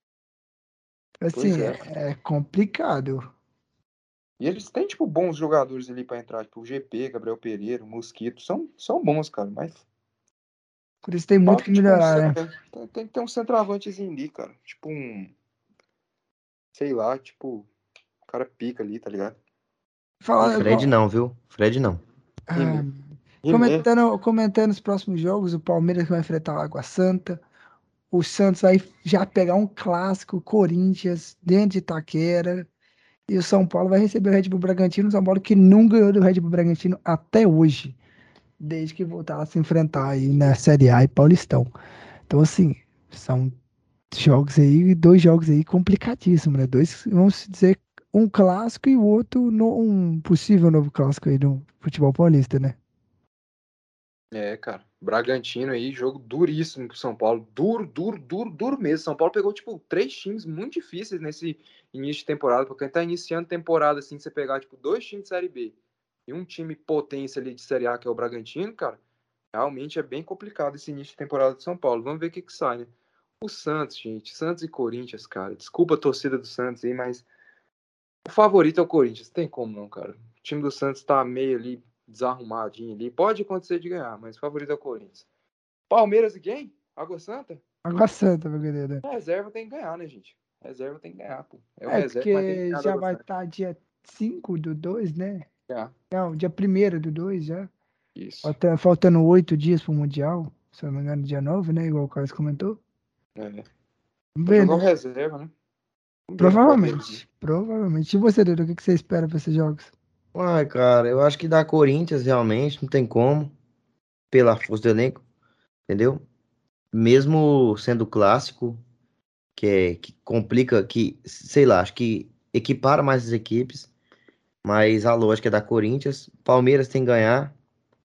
Pois Assim, é. é, é complicado. E eles têm, tipo, bons jogadores ali pra entrar. Tipo, o G P, Gabriel Pereira, o Mosquito. São, são bons, cara. Mas Por isso tem muito que falta, tipo, um, melhorar, cen- né? tem, tem que ter um centroavantezinho ali, cara. Tipo, um, sei lá, tipo, o cara pica ali, tá ligado? Falar, Enfim, Fred não, viu? Fred não. ah, Rimei. Rimei. comentando, comentando os próximos jogos, o Palmeiras vai enfrentar o Água Santa. O Santos vai já pegar um clássico, Corinthians, dentro de Itaquera. E o São Paulo vai receber o Red Bull Bragantino. O São Paulo que não ganhou do Red Bull Bragantino até hoje. Desde que voltaram a se enfrentar aí na Série A e Paulistão. Então, assim, são jogos aí, dois jogos aí complicadíssimos, né? Dois, vamos dizer, um clássico e o outro no, um possível novo clássico aí no futebol paulista, né? É, cara. Bragantino aí, jogo duríssimo pro São Paulo. Duro, duro, duro, duro mesmo. São Paulo pegou, tipo, três times muito difíceis nesse início de temporada. Pra quem tá iniciando temporada, assim, você pegar, tipo, dois times de Série B e um time potência ali de Série A, que é o Bragantino, cara, realmente é bem complicado esse início de temporada do São Paulo. Vamos ver o que que sai, né? O Santos, gente. Santos e Corinthians, cara. Desculpa a torcida do Santos aí, mas o favorito é o Corinthians. Tem como não, cara. O time do Santos tá meio ali desarrumadinho ali. Pode acontecer de ganhar, mas o favorito é o Corinthians. Palmeiras e quem? Água Santa? Água Santa, meu querido. Reserva tem que ganhar, né, gente? Reserva tem que ganhar, pô. É o É, reserva, mas tem que porque ganhar da já Água vai Santa. estar dia cinco do dois, né? Ganhar. Não, dia primeiro do dois já. Isso. Falta- Faltando oito dias pro Mundial. Se eu não me engano, dia nove, né? Igual o Carlos comentou. É. Vamos Pra ver, jogar o né? reserva, né? Provavelmente. Provavelmente. E você, Dudu, o que que você espera pra esses jogos? Ai, cara, eu acho que dá Corinthians realmente, não tem como, pela força do elenco, entendeu? Mesmo sendo clássico, que é que complica, que, sei lá, acho que equipara mais as equipes, mas a lógica é da Corinthians. Palmeiras tem que ganhar.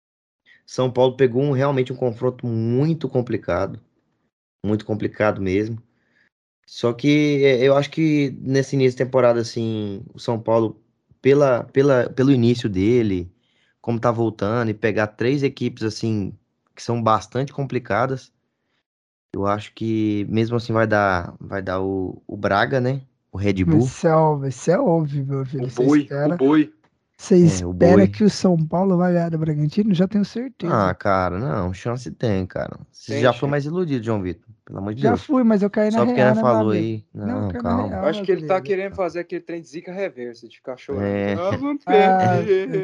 São Paulo pegou um, realmente um confronto muito complicado, muito complicado mesmo. Só que é, eu acho que nesse início de temporada, assim, o São Paulo, pela, pela, pelo início dele, como tá voltando, e pegar três equipes, assim, que são bastante complicadas, eu acho que mesmo assim vai dar, vai dar o, o Braga, né? O Red Vai Bull, ser, ó- vai ser óbvio, meu O filho. Você boi, o espera, boi. você é, o espera Boi. que o São Paulo vai ganhar do Bragantino? Já tenho Ah, certeza. cara, não, chance tem, cara. Você Tem já foi chance. mais iludido, João Vitor, pelo amor de Já Deus. fui, mas eu caí na Só porque né, real, né, meu falou amigo? aí, Não, eu não, caí na calma. Eu real, acho meu que ele tá querido. querendo fazer aquele trem de zica reversa, de ficar chorando. É, Ah, vamos Ah,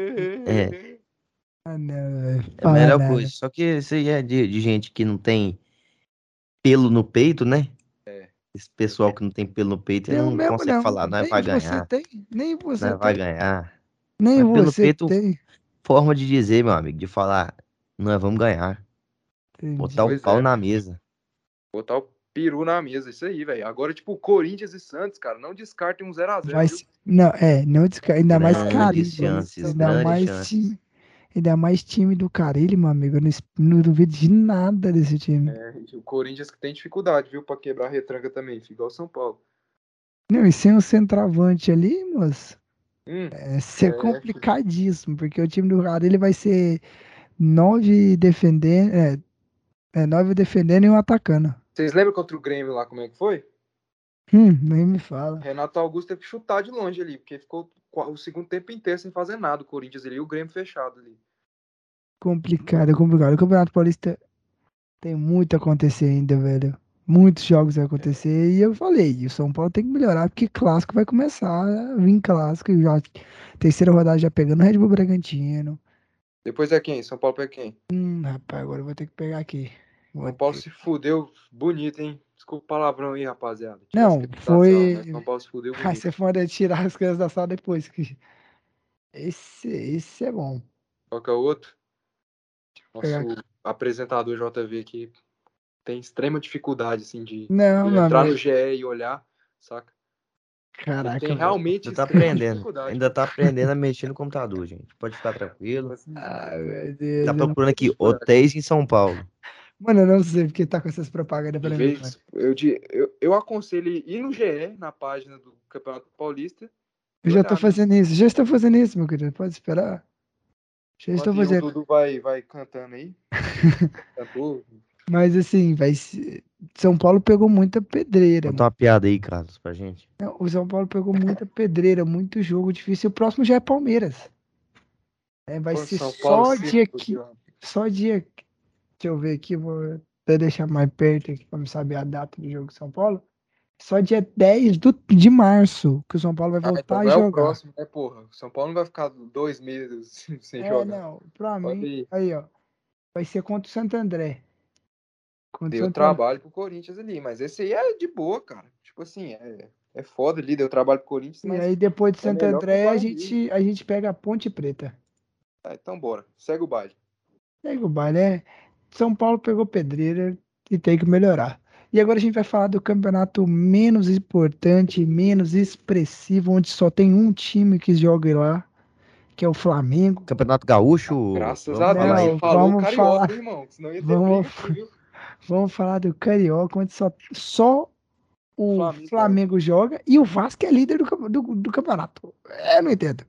é, perder. ah, não, velho. é a Fala melhor nada. coisa. Só que isso aí é de, de gente que não tem pelo no peito, né? É. Esse pessoal que não tem pelo no peito, ele Eu não mesmo consegue não. falar, nós Nem vai você ganhar, tem, nem você nós vai tem, ganhar. nem Mas pelo no você peito, tem. forma de dizer, meu amigo, de falar, nós vamos ganhar. Botar o Entendi. Pois pau é, na mesa. botar o peru na mesa, isso aí, velho. Agora, tipo, Corinthians e Santos, cara, não descartem um zero a zero, Vai viu? ser. Não, é, não desca... ainda mais Grandes Carilho, hein? chances, Eita, Ainda grandes mais chances. time, ainda mais time do Carilho, meu amigo. Eu não, es- não duvido de nada desse time. é, o Corinthians que tem dificuldade, viu, pra quebrar a retranca também, fica igual o São Paulo. Não, e sem o centroavante ali, moço, Hum, é ser é, complicadíssimo, porque o time do Carilho vai ser nove defendendo, é, é nove defendendo e um atacando. vocês lembram contra o Grêmio lá como é que foi? Hum, nem me fala. Renato Augusto teve que chutar de longe ali, porque ficou o segundo tempo inteiro sem fazer nada o Corinthians ali e o Grêmio fechado ali. Complicado, é complicado. O Campeonato Paulista tem muito a acontecer ainda, velho. Muitos jogos a acontecer. E eu falei, o São Paulo tem que melhorar, porque clássico vai começar a vir clássico. e Já, terceira rodada já pegando o Red Bull Bragantino. Depois é quem? São Paulo é quem? Hum, rapaz, agora eu vou ter que pegar aqui. Vou São Paulo ter- se fudeu bonito, hein? Desculpa o palavrão aí, rapaziada. Tivesse Não, que editar essa hora, mas foi. São Paulo se fudeu Aí bonito. você pode tirar as coisas da sala depois. Que... Esse, esse é bom. Qual que é o outro? Vou pegar Nosso aqui. apresentador J V aqui tem extrema dificuldade, assim, de, Não, de meu entrar amigo. no G E e olhar, saca? Ele tem Caraca, velho. realmente Ainda tá extrema aprendendo. dificuldade. Ainda tá aprendendo a mexer no computador, gente. Pode ficar Tipo tranquilo. assim, Ai, meu Tá Deus. eu não- procurando aqui dificuldade. hotéis em São Paulo. Mano, eu não sei porque tá com essas propagandas De pra mim, mano. vez, eu, de, eu, eu aconselho ele ir no G E, na página do Campeonato Paulista, Eu e já tô olhar, né? fazendo isso. Já estou fazendo isso, meu querido. Pode esperar. Já estou Enquanto o fazendo. Dudu vai, vai cantando aí. Cantor. Mas assim, vai ser... São Paulo pegou muita pedreira, Conta mano. uma piada aí, Carlos, pra gente. Não, o São Paulo pegou muita pedreira, muito jogo difícil. E o próximo já é Palmeiras. É, vai Pô, ser São Paulo só se dia que. fudeu. Só dia. Deixa eu ver aqui, vou até deixar mais perto aqui pra me saber a data do jogo de São Paulo. Só dia dez do, de março que o São Paulo vai Ah, então voltar a não é o jogar. próximo, né, porra? O São Paulo não vai ficar dois meses sem É, jogar. não, pra Pode mim, ir. aí, ó. Vai ser contra o Santo André. Contra o Deu Santo André. trabalho pro Corinthians ali, mas esse aí é de boa, cara. Tipo assim, é, é foda ali, deu trabalho pro Corinthians, E mas aí depois de é Santo melhor que o André a Guarani. gente, a gente pega a Ponte Preta. Tá, então bora. Segue o baile. Segue o baile, é. São Paulo pegou pedreira e tem que melhorar. E agora a gente vai falar do campeonato menos importante, menos expressivo, onde só tem um time que joga lá, que é o Flamengo. Campeonato Gaúcho, Graças vamos a Deus. falar Você aí, Não, pô. falou vamos carioca, falar, hein, irmão? Senão ia ter briga vamos, aqui, viu? vamos falar do Carioca, onde só, só O o Flamengo joga. Flamengo joga e o Vasco é líder do, cam- do, do campeonato. Eu não entendo.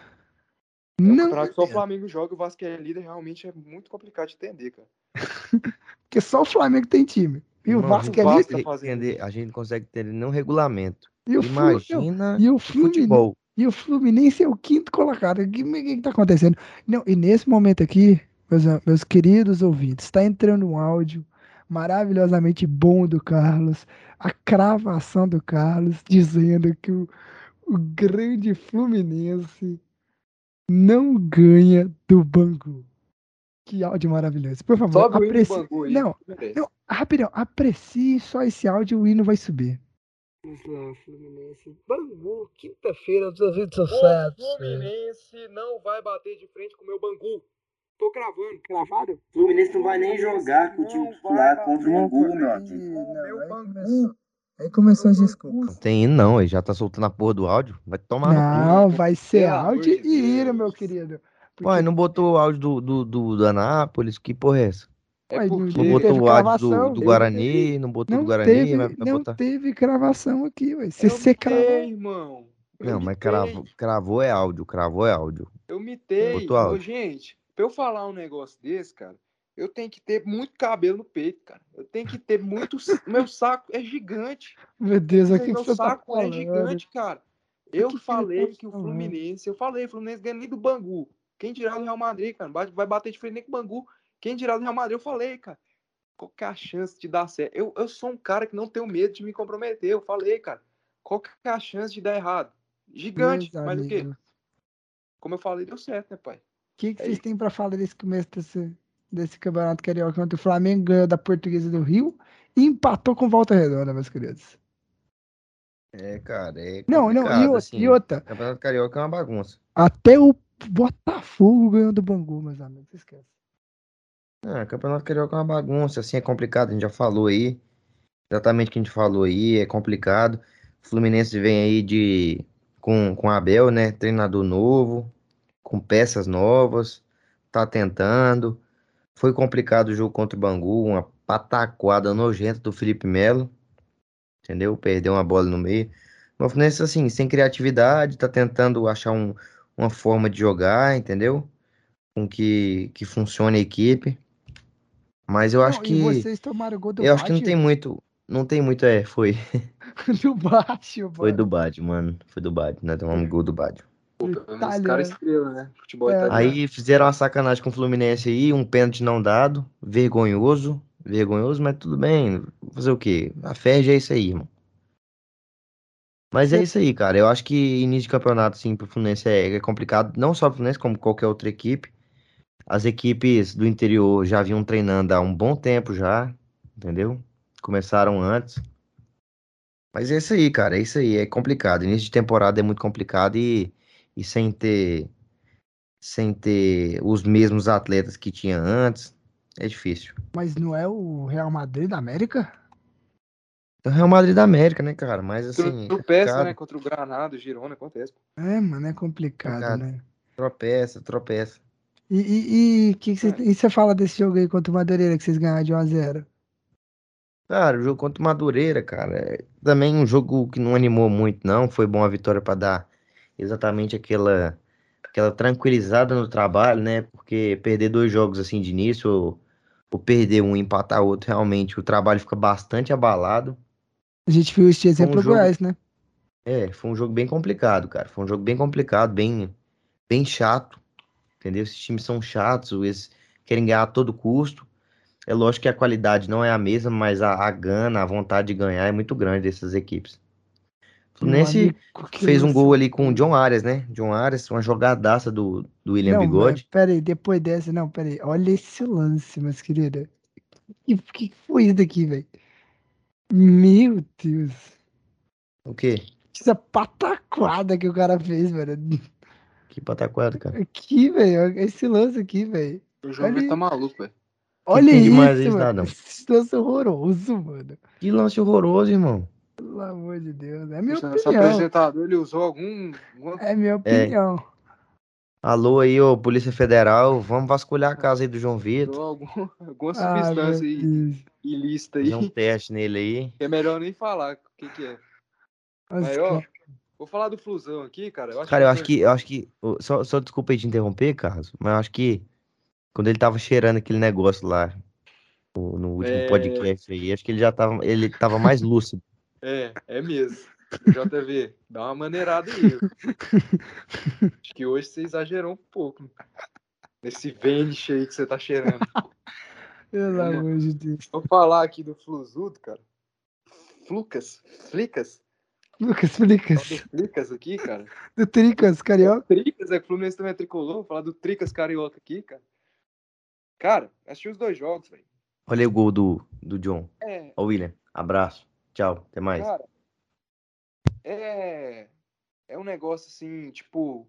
É um Não campeonato que só o entendo. Flamengo joga e o Vasco é líder, realmente é muito complicado de entender, cara. Porque só o Flamengo tem time. E o Irmão, a O que o gente Vasco é não Vasco tá líder. consegue fazendo? entender, a gente não consegue entender nenhum regulamento. E o, Flu, não, Imagina e o o Fluminense. futebol. E o Fluminense é o quinto colocado. O que, que, que tá acontecendo? Não, e nesse momento aqui, meus, meus queridos ouvintes, está entrando um áudio maravilhosamente bom do Carlos, a cravação do Carlos, dizendo que o, o grande Fluminense não ganha do Bangu. Que áudio maravilhoso. Por favor, Sobe o hino do aprecie. Bangu aí, Não, que merece. não, rapidão, aprecie só esse áudio e o hino vai subir. Vamos lá, Fluminense. Bangu, quinta-feira, os ouvidos são O certos. Fluminense não vai bater de frente com o meu Bangu. Tô cravando. Cravado? O Fluminense não vai nem jogar com o time titular contra o Bangu, meu amigo. Ih, não, meu aí Bangu. começou. Aí começou as desculpas. Não tem hino, não. Ele já tá soltando a porra do áudio. Vai tomar no cu. Não, vai ser Pelo amor áudio de e ira, Deus. meu querido. Porque, Ué, não botou o áudio do, do, do, do Anápolis? Que porra é essa? É ué, não, porque Não não botou teve o áudio do, cravação. do Não Guarani? teve, Não botou do não Guarani? Vai, teve, vai não botar. teve cravação aqui, ué. Se eu você cravar. mitei, irmão. Eu Não, mas mitei. cravou, cravou é áudio. Cravou é áudio. Eu mitei. Botou Ô, áudio. gente, pra eu falar um negócio desse, cara, eu tenho que ter muito cabelo no peito, cara. Eu tenho que ter muito. Meu saco é gigante. Meu Deus, o que, que Meu você tá saco é falando? gigante, cara. O Eu que que ele falei tá que o falando? Fluminense, eu falei, o Fluminense ganha nem do Bangu. Quem dirá do Real Madrid, cara? Vai vai bater de frente nem com o Bangu. Quem dirá do Real Madrid, eu falei, cara. Qual que é a chance de dar certo? Eu, eu sou um cara que não tenho medo de me comprometer. Eu falei, cara. Qual que é a chance de dar errado? Gigante. Meus Mas o quê? amigos. Como eu falei, deu certo, né, pai? O que, que É vocês isso. têm pra falar desse começo desse, desse campeonato carioca? Onde o Flamengo ganhou da Portuguesa do Rio e empatou com Volta Redonda, meus queridos. É, cara, é Não, não, e, complicado, outra, e assim. outra. Campeonato Carioca é uma bagunça. Até o Botafogo ganhou do Bangu, meus amigos. Esquece. Ah, Campeonato Carioca é uma bagunça, assim, é complicado, a gente já falou aí. Exatamente o que a gente falou aí, é complicado. O Fluminense vem aí de com, com Abel, né? Treinador novo, com peças novas, tá tentando. Foi complicado o jogo contra o Bangu, uma pataquada nojenta do Felipe Melo, entendeu? Perdeu uma bola no meio. O Fluminense, assim, sem criatividade, tá tentando achar um, uma forma de jogar, entendeu? Com que, que funcione a equipe. Mas eu acho Não, e que. vocês tomaram o gol do Eu acho que não tem Bate? muito. Não tem muito, é, foi. Do Bate, Foi do mano. Bad, mano. Foi do Bad, né? Tomamos gol do Bad. Pô, Do pelo menos os caras italiano. estrelam, né? Futebol É, italiano. Aí fizeram uma sacanagem com o Fluminense aí, um pênalti não dado, vergonhoso, vergonhoso, mas tudo bem. Fazer o quê? A Ferj é isso aí, irmão. Mas é cê- isso aí, cara. Eu acho que início de campeonato, sim, pro Fluminense é, é complicado. Não só pro Fluminense, como qualquer outra equipe. As equipes do interior já vinham treinando há um bom tempo já, entendeu? Começaram antes. Mas é isso aí, cara. É isso aí. É complicado. Início de temporada é muito complicado e, e sem ter. sem ter os mesmos atletas que tinha antes, é difícil. mas não é o Real Madrid da América? É o Real Madrid da América, né, cara? Mas Tro- assim, é Tropeça, né? complicado. Contra o Granada, o Girona, acontece. É, mano, é complicado, Complicado. né? Tropeça, tropeça. E, e, e, que que cê, É. e você fala desse jogo aí contra o Madureira que vocês ganharam de um a zero? Cara, o jogo contra o Madureira, cara, é também um jogo que não animou muito, não. Foi bom a vitória para dar exatamente aquela, aquela tranquilizada no trabalho, né? Porque perder dois jogos assim de início, ou, ou perder um e empatar outro, realmente o trabalho fica bastante abalado. A gente viu este Foi um exemplo do jogo, Goiás, né? é, foi um jogo bem complicado, cara. Foi um jogo bem complicado, bem, bem chato, entendeu? Esses times são chatos, eles querem ganhar a todo custo. É lógico que a qualidade não é a mesma, mas a, a gana, a vontade de ganhar é muito grande dessas equipes. O Meu Fluminense amigo, que fez um lance gol ali com o horroroso. John Arias, né? John Arias, uma jogadaça do, do William Não, mas Bigode. pera aí, depois dessa, não, pera aí. Olha esse lance, meus queridos. Que que foi isso daqui, velho? Meu Deus. O quê? Essa pataquada que o cara fez, velho. Que pataquada, cara. Aqui, velho. Esse lance aqui, velho. O João Vitor tá Olha, maluco, velho. O que, que olha tem de mais aí, isso, mano. cidadão? Esse lance é horroroso, mano. Que lance horroroso, irmão. Pelo amor de Deus. É minha Esse opinião. apresentador, ele usou algum... alguma- É minha É, opinião. alô aí, ô Polícia Federal, vamos vasculhar a casa aí do João Vitor. usou algum, alguma Ah, meu substância aí, Deus. ilícita Fazer um aí. teste nele aí. É melhor nem falar o que que é. Os Mas, ó, caras. vou falar do Flusão aqui, cara. Eu acho que Cara, eu os acho dois que, eu jogos... acho que, ô, só, só desculpa aí te interromper, Carlos, mas eu acho que quando ele tava cheirando aquele negócio lá no, no último É, podcast aí, acho que ele já tava, ele tava mais lúcido. é, é mesmo. O J V, dá uma maneirada aí. Acho que hoje você exagerou um pouco nesse Vanish aí que você tá cheirando. Pelo Vamos, amor de Deus. vou falar aqui do Fluzudo, cara. Flucas, Flicas, Lucas Fala do Flicas. Flicas aqui, cara. Do Tricas, carioca. Tricas, é que o Fluminense também é tricolor. Vou falar do Tricas Carioca aqui, cara. Cara, assisti os dois jogos, velho. Olha aí o gol do, do John. É, Ó, William, abraço. Tchau, até mais. cara, é, é um negócio assim, tipo,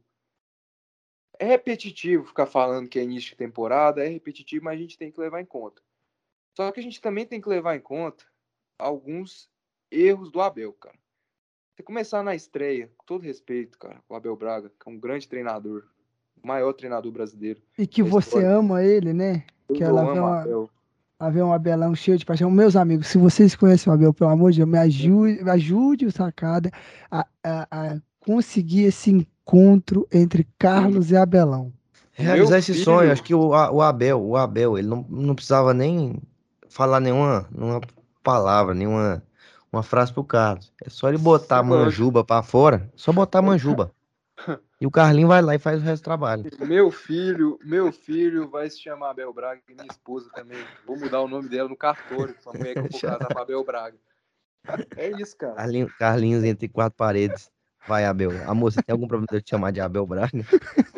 é repetitivo ficar falando que é início de temporada, é repetitivo, mas a gente tem que levar em conta. Só que a gente também tem que levar em conta alguns erros do Abel, cara. Você começar na estreia, com todo respeito, cara, o Abel Braga, que é um grande treinador, o maior treinador brasileiro E que da você história. ama ele, né? Que Eu ela vê amo o uma, Abel. ela vê um Abelão cheio de paixão. Meus amigos, se vocês conhecem o Abel, pelo amor de Deus, me ajude, me ajude o Sacada a, a, a conseguir esse encontro entre Carlos e Abelão. O meu Realizar esse sonho, filho, acho que o, A- o Abel, o Abel, ele não, não precisava nem falar nenhuma, nenhuma palavra, nenhuma uma frase pro Carlos. É só ele botar se a manca. manjuba pra fora, só botar a manjuba. E o Carlinho vai lá e faz o resto do trabalho. Meu filho, meu filho vai se chamar Abel Braga e minha esposa também. Vou mudar o nome dela no cartório, pra mulher que eu for casar pra Abel Braga. É isso, cara. Carlinhos, Carlinhos entre quatro paredes. Vai, Abel. Amor, você tem algum problema de eu te chamar de Abel Braga?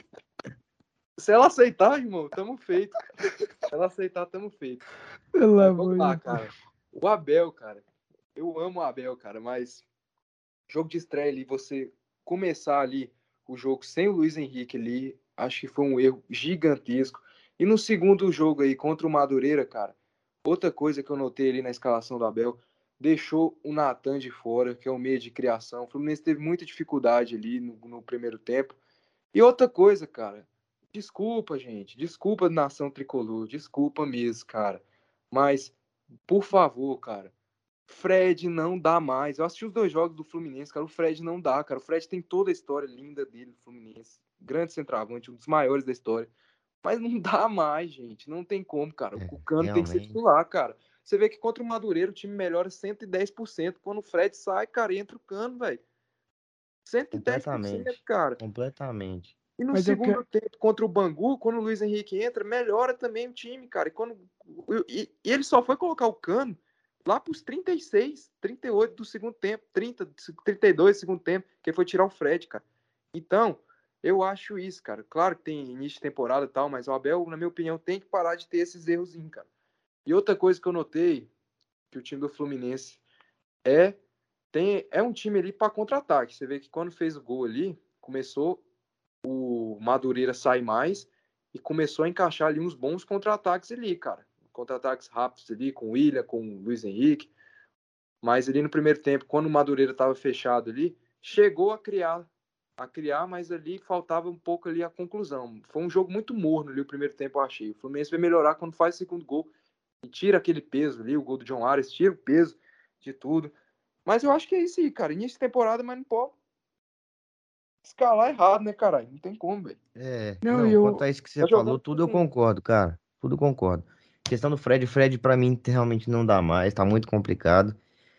Se ela aceitar, irmão, tamo feito. Se ela aceitar, tamo feito. Pelo Mas amor vamos lá, de cara. O Abel, cara. Eu amo o Abel, cara, mas jogo de estreia ali, você começar ali o jogo sem o Luiz Henrique ali, acho que foi um erro gigantesco. E no segundo jogo aí, contra o Madureira, cara, outra coisa que eu notei ali na escalação do Abel, deixou o Natan de fora, que é o meio de criação. O Fluminense teve muita dificuldade ali no, no primeiro tempo. E outra coisa, cara, desculpa, gente, desculpa, nação tricolor, desculpa mesmo, cara. Mas, por favor, cara, Fred não dá mais. Eu assisti os dois jogos do Fluminense, cara. O Fred não dá, cara. O Fred tem toda a história linda dele do Fluminense. Grande centroavante, um dos maiores da história. Mas não dá mais, gente. Não tem como, cara. É, O Cano tem que ser realmente. titular, cara. Você vê que contra o Madureira o time melhora cento e dez por cento. Quando o Fred sai, cara, entra o Cano, velho. cento e dez por cento, Completamente. cara. Completamente. E no Mas eu segundo quero. tempo, contra o Bangu, quando o Luiz Henrique entra, melhora também o time, cara. E, quando, e, e ele só foi colocar o Cano lá para os trinta e seis, trinta e oito do segundo tempo, trinta, trinta e dois do segundo tempo, que foi tirar o Fred, cara. Então, eu acho isso, cara. Claro que tem início de temporada e tal, mas o Abel, na minha opinião, tem que parar de ter esses erros, cara. E outra coisa que eu notei, que o time do Fluminense é, tem, é um time ali para contra-ataque. Você vê que quando fez o gol ali, começou o Madureira sai mais e começou a encaixar ali uns bons contra-ataques ali, cara. Contra-ataques rápidos ali com o William, com o Luiz Henrique. Mas ali no primeiro tempo, quando o Madureira estava fechado ali, chegou a criar, a criar, mas ali faltava um pouco ali a conclusão. Foi um jogo muito morno ali o primeiro tempo, eu achei. O Fluminense vai melhorar quando faz o segundo gol e tira aquele peso ali, o gol do John Arias, tira o peso de tudo. Mas eu acho que é isso aí, cara. Início de temporada, mas não pode escalar errado, né, caralho? Não tem como, velho. É, Não, e não, quanto eu. a isso que você Tá falou, jogando tudo eu com concordo, cara. Tudo eu concordo. Questão do Fred, Fred pra mim realmente não dá mais, tá muito complicado.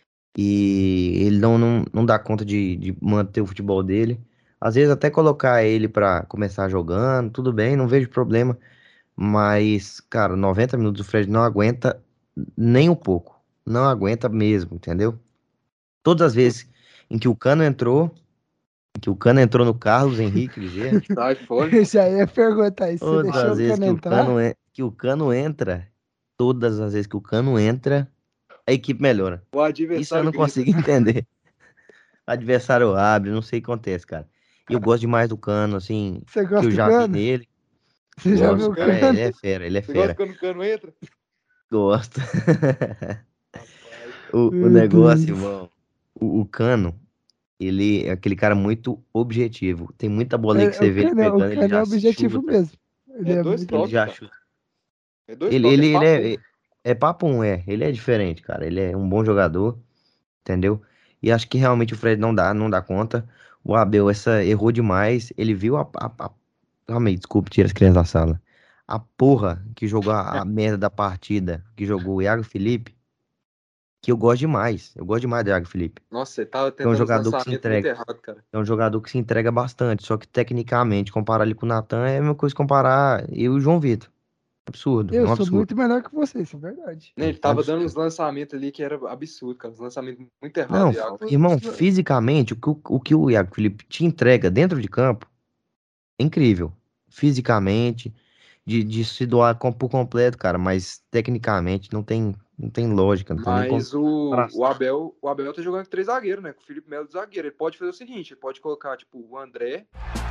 E ele não, não, não dá conta de, de manter o futebol dele. Às vezes até colocar ele pra começar jogando, tudo bem, não vejo problema. Mas, cara, noventa minutos o Fred não aguenta nem um pouco. Não aguenta mesmo, entendeu? Todas as vezes em que o Cano entrou, em que o Cano entrou no Carlos Henrique Bezerra, Sai fora. Eu já ia perguntar isso. Você todas deixou as o vezes Cano que o entrar? Cano, en- que o Cano entra, todas as vezes que o Cano entra, a equipe melhora. O Isso eu adversário não grita. consigo entender. Adversário abre, não sei o que acontece, cara. E eu gosto demais do Cano, assim, Você que eu gosta do já vi Cano? nele. Você Você já gosta viu do Gosto, o cara, Cano? é, ele Cano? é fera, ele é Você gosta fera. quando o Cano entra? Gosto. Rapaz. O, o Meu negócio, Deus. irmão, o, o Cano, ele é aquele cara muito objetivo. Tem muita bola aí que É, você o vê ele Cano, é- o pegando, ele Cano é já objetivo chuta. mesmo. Ele É é dois muito. Ele toques, já cara. chuta. É dois Ele, toques, é ele, ele papo. é, é papo um, é. Ele é diferente, cara. Ele é um bom jogador, entendeu? E acho que realmente o Fred não dá, não dá conta. O Abel essa, errou demais. Ele viu a, a, a... Calma aí, desculpe, tira as crianças da sala. A porra que jogou a, a merda da partida, que jogou o Iago Felipe, que eu gosto demais. Eu gosto demais do Iago Felipe. Nossa, você tava É um tentando os jogador que se lançamentos muito entrega. errado, cara. É um jogador que se entrega bastante. Só que tecnicamente, comparar ele com o Natan é a mesma coisa que comparar eu e o João Vitor. Absurdo, é Eu um sou absurdo. muito melhor que você, isso é verdade. Né, ele É um tava dando uns absurdo. lançamentos ali que era absurdo, cara. Os lançamentos muito errados, Não, Iago. irmão, fisicamente, o que o, o que o Iago Felipe te entrega dentro de campo é incrível. Fisicamente, de, de se doar com- por completo, cara, mas tecnicamente não tem, Não tem lógica, não tem nem Mas o, comparação. o Abel, o Abel tá jogando com três zagueiros, né? Com o Felipe Melo de zagueiro. Ele pode fazer o seguinte, ele pode colocar, tipo, o André.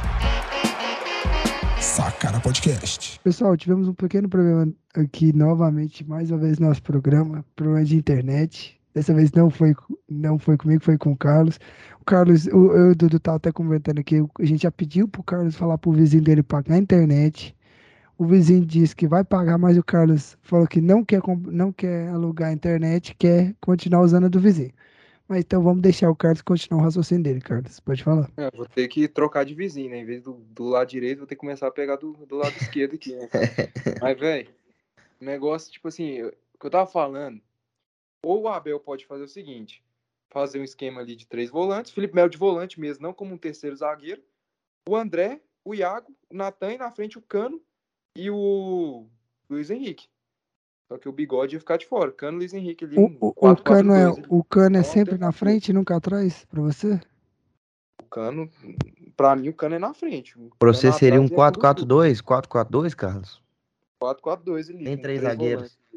Sacana Podcast. Pessoal, tivemos um pequeno problema aqui novamente, mais uma vez no nosso programa, problema de internet. Dessa vez não foi, co- não foi comigo, foi com o Carlos. O Carlos, o, eu e o Dudu tava até comentando aqui, a gente já pediu pro Carlos falar pro vizinho dele pagar a internet. O vizinho disse que vai pagar, mas o Carlos falou que não quer, comp- não quer alugar a internet, quer continuar usando a do vizinho. Mas então vamos deixar o Carlos continuar o raciocínio dele, Carlos. Pode falar. É, vou ter que trocar de vizinho, né? Em vez do, do lado direito, vou ter que começar a pegar do, do lado esquerdo aqui, né, cara? Mas, velho, o negócio, tipo assim, eu- o que eu tava falando, ou o Abel pode fazer o seguinte, fazer um esquema ali de três volantes, Felipe Melo de volante mesmo, não como um terceiro zagueiro, o André, o Iago, o Natan e na frente o Cano e o Luiz Henrique. Só que o Bigode ia ficar de fora. Cano, Luiz Henrique ali, O, um o, o Cano é, quatro quatro dois ali. o Cano é É uma sempre na alternativa. frente e nunca atrás pra você? O Cano, pra mim, o Cano é na frente. O Pra Cano você seria um atrás é quatro quatro Curuzu. dois, quatro quatro dois, Carlos? quatro quatro dois ali, Tem com três três zagueiros. volantes.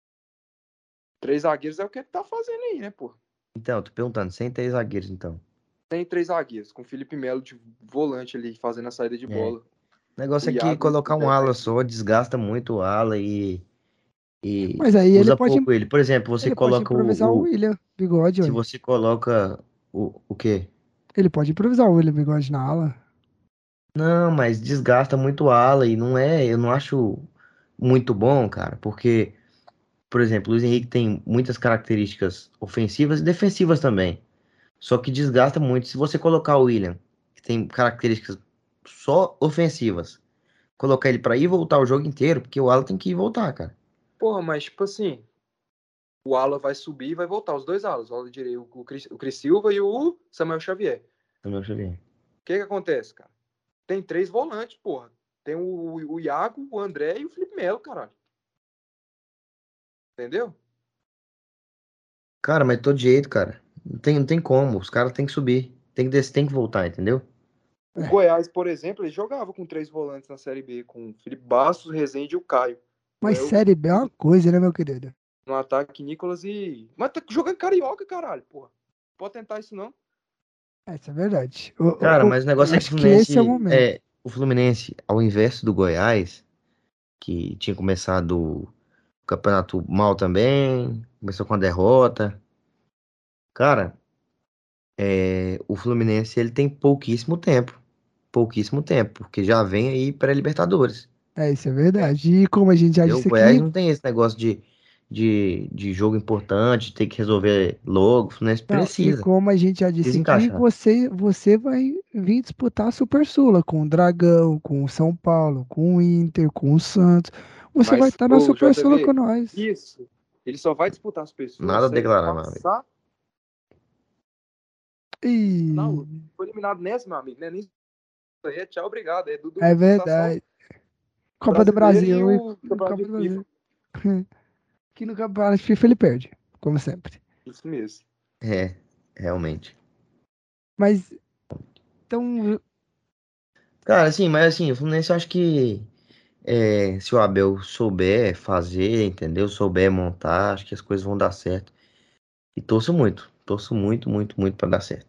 Três zagueiros é o que ele tá fazendo aí, né, pô? Então, tô perguntando, sem três zagueiros, então. Tem três zagueiros, com o Felipe Melo de volante ali, fazendo a saída de É. bola. O negócio O é que Iago colocar um André ala mais só desgasta muito o ala e, e Mas aí ele usa pode, pouco ele. Por exemplo, você ele pode coloca improvisar o o, o- William Bigode, se ué. você coloca o, o quê? Ele pode improvisar o William Bigode na ala. Não, mas desgasta muito o ala e não é, eu não acho muito bom, cara, porque, por exemplo, o Luiz Henrique tem muitas características ofensivas e defensivas também. Só que desgasta muito. Se você colocar o William, que tem características só ofensivas, colocar ele pra ir e voltar o jogo inteiro, porque o ala tem que ir e voltar, cara. Porra, mas tipo assim, o ala vai subir e vai voltar, os dois alas, o ala direito, o Cris, o Cris Silva e o Samuel Xavier. Então, deixa eu ver. O que que acontece, cara? Tem três volantes, porra. Tem o, o Iago, o André e o Felipe Melo, caralho. Entendeu? Cara, mas de todo jeito, cara. Não tem, não tem como. Os caras têm que subir. Tem que descer, tem que voltar, entendeu? O É. Goiás, por exemplo, ele jogava com três volantes na Série B, com o Felipe Bastos, Rezende e o Caio. Mas É, o- Série B é uma coisa, né, meu querido? No ataque, Nicolas e. Mas tá jogando carioca, caralho, porra. Pode tentar isso não. É, isso é verdade. O- o- Cara, o- mas o eu negócio é que o acho que esse é o Fluminense momento. é o Fluminense, ao invés do Goiás, que tinha começado o campeonato mal também, começou com a derrota. Cara, é, o Fluminense ele tem pouquíssimo tempo, pouquíssimo tempo, porque já vem aí pré-Libertadores. É, isso é verdade. E como a gente já Entendeu? O disse Goiás aqui, não tem esse negócio de, de, de jogo importante, ter que resolver logo. O Fluminense não, e precisa como a gente já disse aqui, desencaixar. você, você vai vir disputar a Super Sula com o Dragão, com o São Paulo, com o Inter, com o Santos. Você vai Mas, estar na o Super Sula com J V, nós. isso. Ele só vai disputar as pessoas Nada a se ele declarar, meu amigo. passar. Não, Ih, foi eliminado nessa, meu amigo, né? Nem isso aí é tchau, obrigado. É Dudu é vai disputar só verdade. o Copa do brasileiro e Brasil, e o campeonato Copa de do FIFA. Brasil. Que no campeonato de FIFA ele perde, como sempre. Isso mesmo. É, realmente. Mas, então, Cara, assim, mas assim, o Fluminense eu acho que é, se o Abel souber fazer, entendeu? Souber montar, acho que as coisas vão dar certo. E torço muito, torço muito, muito, muito pra dar certo.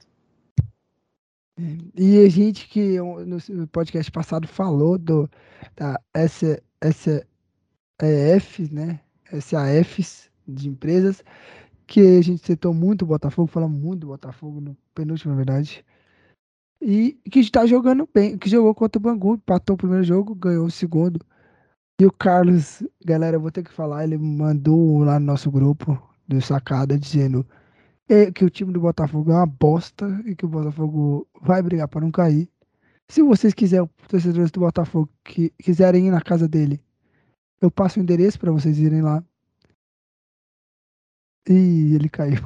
e a gente que no podcast passado falou do da S, S, S né? S A Fs de empresas, que a gente citou muito o Botafogo, falamos muito do Botafogo no penúltimo, na verdade. E que está jogando bem, que jogou contra o Bangu, empatou o primeiro jogo, ganhou o segundo. E o Carlos, galera, eu vou ter que falar, ele mandou lá no nosso grupo do Sacada dizendo é, que o time do Botafogo é uma bosta e que o Botafogo vai brigar para não cair. Se vocês quiserem, torcedores do Botafogo, que quiserem ir na casa dele, eu passo o endereço para vocês irem lá. E ele caiu.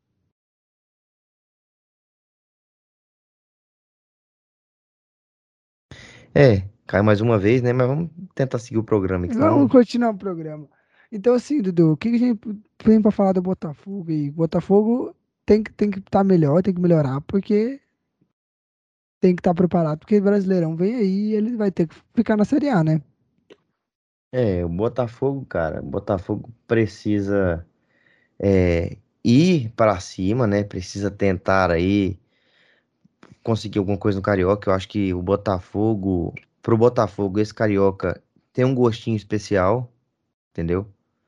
É, cai mais uma vez, né? Mas vamos tentar seguir o programa, que Vamos senão. continuar o programa. Então, assim, Dudu, o que que a gente tem para falar do Botafogo? E Botafogo tem que tem que estar melhor, tem que melhorar, porque tem que estar preparado, porque o Brasileirão vem aí e ele vai ter que ficar na Série A, né? É, o Botafogo, cara, o Botafogo precisa. é, ir para cima, né? Precisa tentar aí conseguir alguma coisa no Carioca. Eu acho que o Botafogo, pro Botafogo, esse Carioca tem um gostinho especial, entendeu?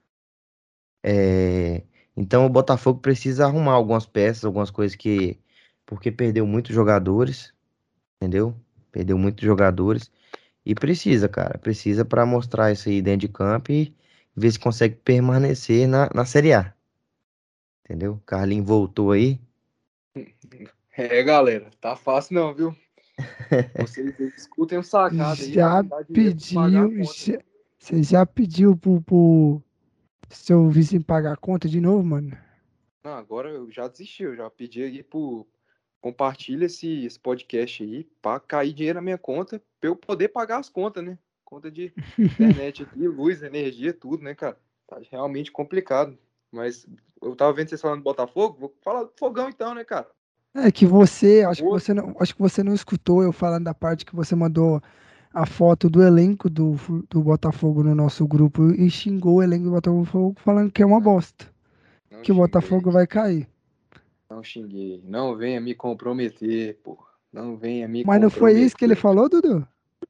É, então o Botafogo precisa arrumar algumas peças, algumas coisas que. Porque perdeu muitos jogadores, entendeu? Perdeu muitos jogadores. E precisa, cara. Precisa para mostrar isso aí dentro de campo e ver se consegue permanecer na, na Série A. Entendeu? Carlinhos voltou aí. É, galera, tá fácil não, viu? Vocês escutem o sacado aí pra Já me dar dinheiro pra pagar a pediu, conta. já- você já pediu pro, pro seu vizinho pagar a conta de novo, mano? Não, agora eu já desisti, eu já pedi aí pro. Compartilha esse, esse podcast aí pra cair dinheiro na minha conta pra eu poder pagar as contas, né? Conta de internet aqui, luz, energia, tudo, né, cara? Tá realmente complicado. Mas eu tava vendo vocês falando do Botafogo, vou falar do Fogão então, né, cara? É que você, acho que Pô, você não, acho que você não escutou eu falando da parte que você mandou a foto do elenco do, do Botafogo no nosso grupo e xingou o elenco do Botafogo falando que é uma não, bosta, não que o xinguei, Botafogo vai cair. não xinguei. Não venha me comprometer, pô. Não venha me Mas não foi isso que ele comprometer. falou, Dudu?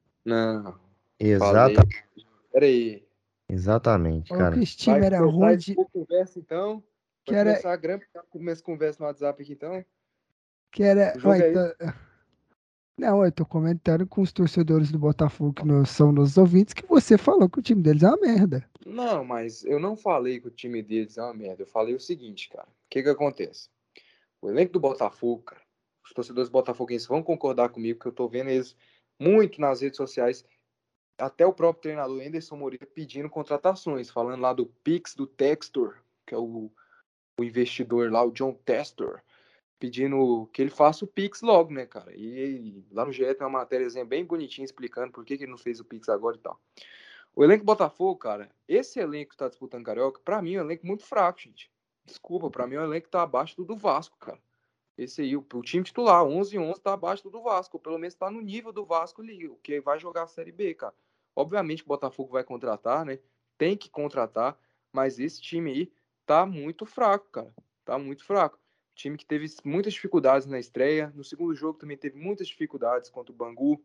Não, falei. Exata, Pera aí. exatamente, Falou que cara. esse Vai time era começar ruim, esse de, pouco conversa então? que Vai era, começar a grampo, começa a conversa no WhatsApp aqui então? que era, O ué, jogo é esse. tá- não, eu tô comentando com os torcedores do Botafogo, que nós, são nossos ouvintes, que você falou que o time deles é uma merda. Não, mas eu não falei que o time deles é uma merda. Eu falei o seguinte, cara. O que que acontece? O elenco do Botafogo, cara, os torcedores botafoguenses vão concordar comigo que eu tô vendo eles muito nas redes sociais, até o próprio treinador Anderson Moreira pedindo contratações, falando lá do Pix do Textor, que é o, o investidor lá, o John Textor, pedindo que ele faça o Pix logo, né, cara? E, e lá no G E tem uma matéria bem bonitinha explicando por que, que ele não fez o Pix agora e tal. O elenco do Botafogo, cara, esse elenco que tá disputando Carioca, pra mim é um elenco muito fraco, gente. Desculpa, pra mim é um elenco que tá abaixo do do Vasco, cara. Esse aí, o, o time titular, onze e onze, tá abaixo do do Vasco. Ou pelo menos tá no nível do Vasco ali, o que vai jogar a Série B, cara. Obviamente que o Botafogo vai contratar, né? Tem que contratar, mas esse time aí tá muito fraco, cara. Tá muito fraco. Time que teve muitas dificuldades na estreia. No segundo jogo também teve muitas dificuldades contra o Bangu.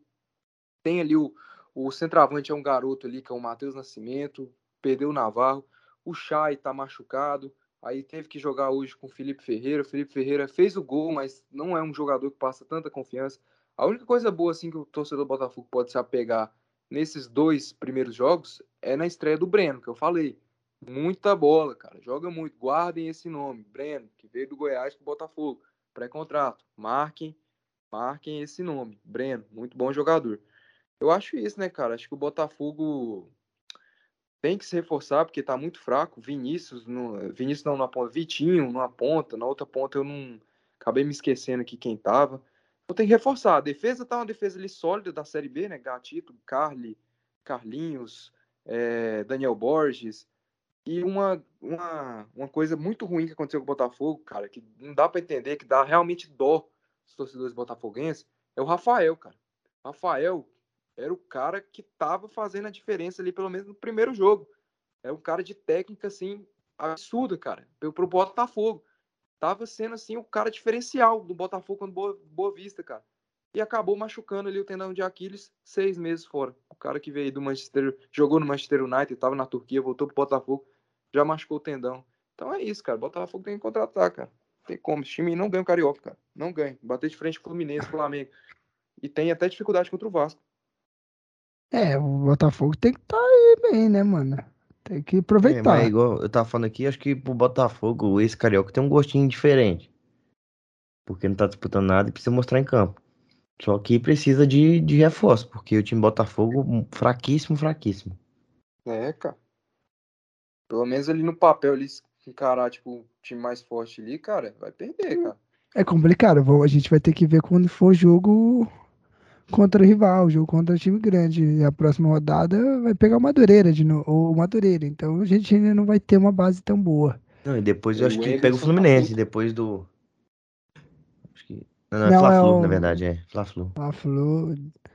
Tem ali o, o centroavante é um garoto ali, que é o Matheus Nascimento, perdeu o Navarro. O Chay tá machucado. Aí teve que jogar hoje com o Felipe Ferreira. O Felipe Ferreira fez o gol, mas não é um jogador que passa tanta confiança. A única coisa boa assim que o torcedor do Botafogo pode se apegar nesses dois primeiros jogos é na estreia do Breno, que eu falei. Muita bola, cara. Joga muito. Guardem esse nome, Breno, que veio do Goiás pro Botafogo. Pré-contrato. Marquem, marquem esse nome, Breno. Muito bom jogador. Eu acho isso, né, cara? Acho que o Botafogo tem que se reforçar porque tá muito fraco. Vinícius, no... Vinícius não na ponta, Vitinho numa ponta, na outra ponta eu não acabei me esquecendo aqui quem tava. Então tem que reforçar. A defesa tá uma defesa ali sólida da Série B, né? Gatito, Carli, Carlinhos, é... Daniel Borges. E uma, uma, uma coisa muito ruim que aconteceu com o Botafogo, cara, que não dá para entender, que dá realmente dó dos torcedores botafoguenses, é o Rafael, cara. Rafael era o cara que tava fazendo a diferença ali, pelo menos no primeiro jogo. É um cara de técnica, assim, absurda, cara, pro Botafogo. Tava sendo, assim, o cara diferencial do Botafogo quando Boa, Boa Vista, cara. E acabou machucando ali o tendão de Aquiles, seis meses fora. O cara que veio do Manchester, jogou no Manchester United, tava na Turquia, voltou pro Botafogo, já machucou o tendão. Então é isso, cara. O Botafogo tem que contratar, cara. Tem como. Esse time não ganha o Carioca, cara. Não ganha. Bater de frente com o Fluminense, Flamengo. E tem até dificuldade contra o Vasco. É, o Botafogo tem que estar aí bem, né, mano? Tem que É, mas aproveitar. igual eu tava falando aqui, acho que pro Botafogo esse Carioca tem um gostinho diferente. Porque não tá disputando nada e precisa mostrar em campo. Só que precisa de, de reforço, porque o time Botafogo fraquíssimo, fraquíssimo. É, cara. Pelo menos ali no papel, ali, encarar, tipo, o time mais forte ali, cara, vai perder, cara. É complicado, vou- a gente vai ter que ver quando for jogo contra o rival, jogo contra o time grande. E a próxima rodada vai pegar o Madureira de novo, ou o Madureira. Então a gente ainda não vai ter uma base tão boa. Não, e depois eu E acho o que pega o Enderson tá Fluminense, puto. depois do. Acho que. Não, não, é Não é Fla-Flu, na o verdade, é. Fla-Flu. Fla-Flu.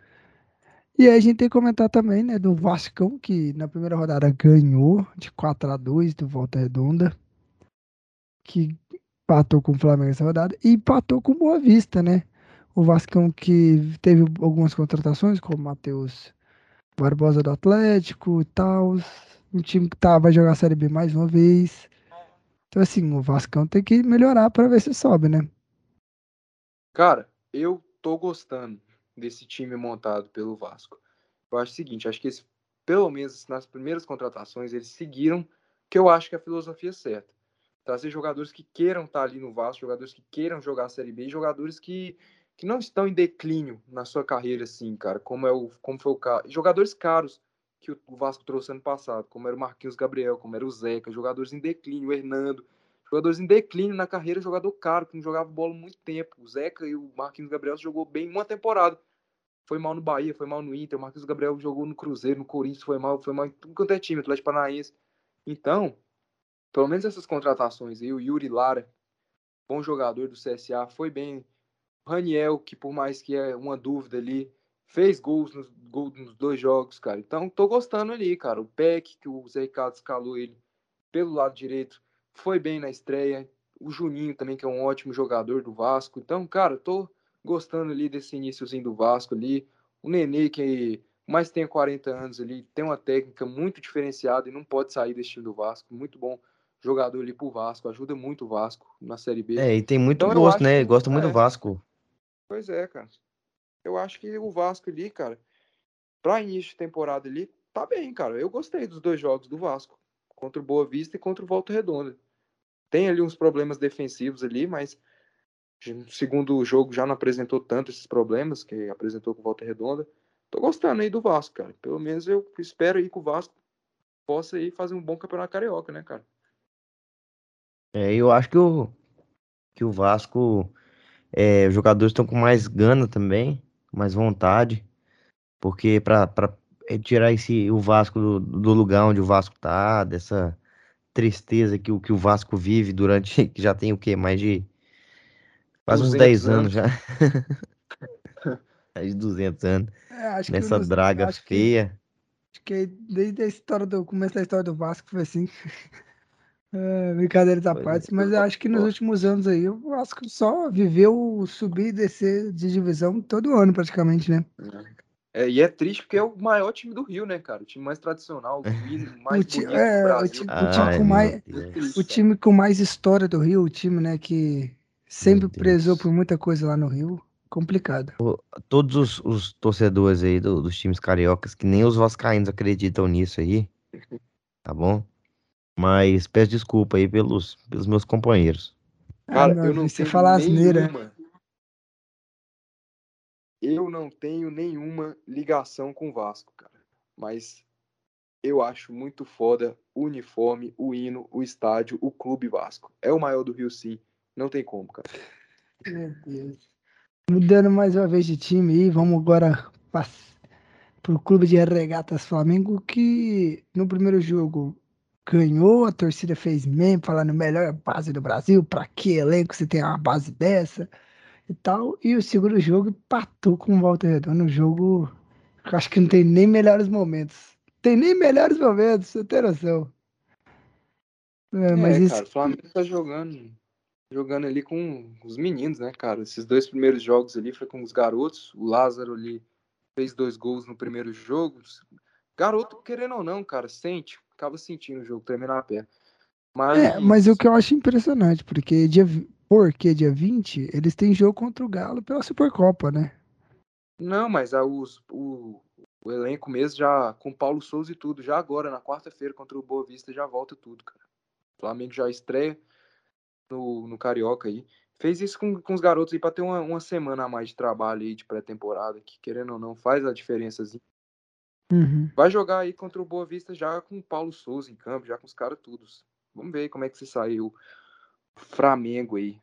E aí a gente tem que comentar também, né, do Vascão, que na primeira rodada ganhou de quatro a dois do Volta Redonda. que empatou com o Flamengo essa rodada e empatou com o Boa Vista, né? O Vascão que teve algumas contratações, como o Matheus Barbosa do Atlético e tal. Um time que tá, vai jogar a Série B mais uma vez. Então, assim, o Vascão tem que melhorar para ver se sobe, né? Cara, eu tô gostando desse time montado pelo Vasco. Eu acho o seguinte, acho que esse, pelo menos nas primeiras contratações, eles seguiram que eu acho que é a filosofia certa. Trazer jogadores que queiram estar ali no Vasco, jogadores que queiram jogar a Série B, e jogadores que, que não estão em declínio na sua carreira, assim, cara, como, é o, como foi o caso. Jogadores caros que o Vasco trouxe ano passado, como era o Marquinhos Gabriel, como era o Zeca, jogadores em declínio, o Hernando, jogadores em declínio na carreira, jogador caro, que não jogava bola há muito tempo. O Zeca e o Marquinhos Gabriel jogou bem uma temporada. Foi mal no Bahia, foi mal no Inter, o Marquinhos Gabriel jogou no Cruzeiro, no Corinthians, foi mal, foi mal em tudo quanto é time, Atlético Paranaense. Então, pelo menos essas contratações aí, o Yuri Lara, bom jogador do C S A, foi bem. O Raniel, que por mais que é uma dúvida ali, fez gols nos, gols nos dois jogos, cara. Então, tô gostando ali, cara. O Peck, que o Zé Ricardo escalou ele pelo lado direito, foi bem na estreia. O Juninho também, que é um ótimo jogador do Vasco. Então, cara, tô gostando ali desse iníciozinho do Vasco ali. O Nenê, que mais tem quarenta anos ali, tem uma técnica muito diferenciada e não pode sair desse time do Vasco. Muito bom jogador ali pro Vasco, ajuda muito o Vasco na Série B. É, e tem muito Então eu gosto, acho que né? o. Gosta muito do É, Vasco. pois é, cara. Eu acho que o Vasco ali, cara, pra início de temporada ali, tá bem, cara. Eu gostei dos dois jogos do Vasco, contra o Boa Vista e contra o Volta Redonda. Tem ali uns problemas defensivos ali, mas no segundo jogo já não apresentou tanto esses problemas que apresentou com o Volta Redonda. Tô gostando aí do Vasco, cara. Pelo menos eu espero aí que o Vasco possa aí fazer um bom campeonato carioca, né, cara? É, eu acho que o, que o Vasco, é, os jogadores estão com mais gana também, mais vontade, porque para tirar esse, o Vasco do, do lugar onde o Vasco tá, dessa tristeza que o, que o Vasco vive durante, que já tem o quê? Mais de quase uns duzentos dez anos anos. já, mais de duzentos anos, É, acho que nessa nos, draga acho que feia. acho que desde a história do começo da história do Vasco foi assim. É, brincadeiras à Pois é. parte, mas eu acho que nos últimos anos aí o Vasco só viveu subir e descer de divisão todo ano praticamente, né? É, e é triste porque é o maior time do Rio, né, cara? O time mais tradicional, o hino O, mais ti, bonito do é, o, Brasil. ti, o time Ai, com meu mais É Deus. o triste, cara. time com mais história do Rio, o time, né, que Meu sempre prezou por Deus. muita coisa lá no Rio, complicado. Todos os, os torcedores aí do- dos times cariocas, que nem os vascaínos acreditam nisso aí, tá bom? Mas peço desculpa aí pelos, pelos meus companheiros. Ah, Cara, meu eu filho, não você tenho fala asneira. nenhuma, eu não tenho nenhuma ligação com o Vasco, cara. Mas eu acho muito foda o uniforme, o hino, o estádio, o Clube Vasco. É o maior do Rio, sim. Não tem como, cara. Meu Deus. Mudando mais uma vez de time aí, vamos agora para o Clube de Regatas Flamengo, que no primeiro jogo ganhou, a torcida fez meme, falando melhor base do Brasil, pra que elenco você tem uma base dessa e tal. E o segundo jogo empatou com o Volta Redonda, um jogo que eu acho que não tem nem melhores momentos. Tem nem melhores momentos, você tem noção. É, mas É, isso, cara, o Flamengo tá jogando, jogando ali com os meninos, né, cara? Esses dois primeiros jogos ali foi com os garotos. O Lázaro ali fez dois gols no primeiro jogo. Garoto, querendo ou não, cara, sente, acaba sentindo o jogo, tremendo a perna. é, mas o Mas que eu acho impressionante, porque dia, vi- porque dia vinte eles têm jogo contra o Galo pela Supercopa, né? não, mas a, os, o, o elenco mesmo já com Paulo Souza e tudo, já agora, na quarta-feira, contra o Boa Vista, já volta tudo, cara. O Flamengo já estreia no, no Carioca aí. Fez isso com, com os garotos aí pra ter uma, uma semana a mais de trabalho aí de pré-temporada, que querendo ou não, faz a diferença. Uhum. Vai jogar aí contra o Boa Vista já com o Paulo Souza em campo, já com os caras todos. Vamos ver como é que se saiu o Flamengo aí.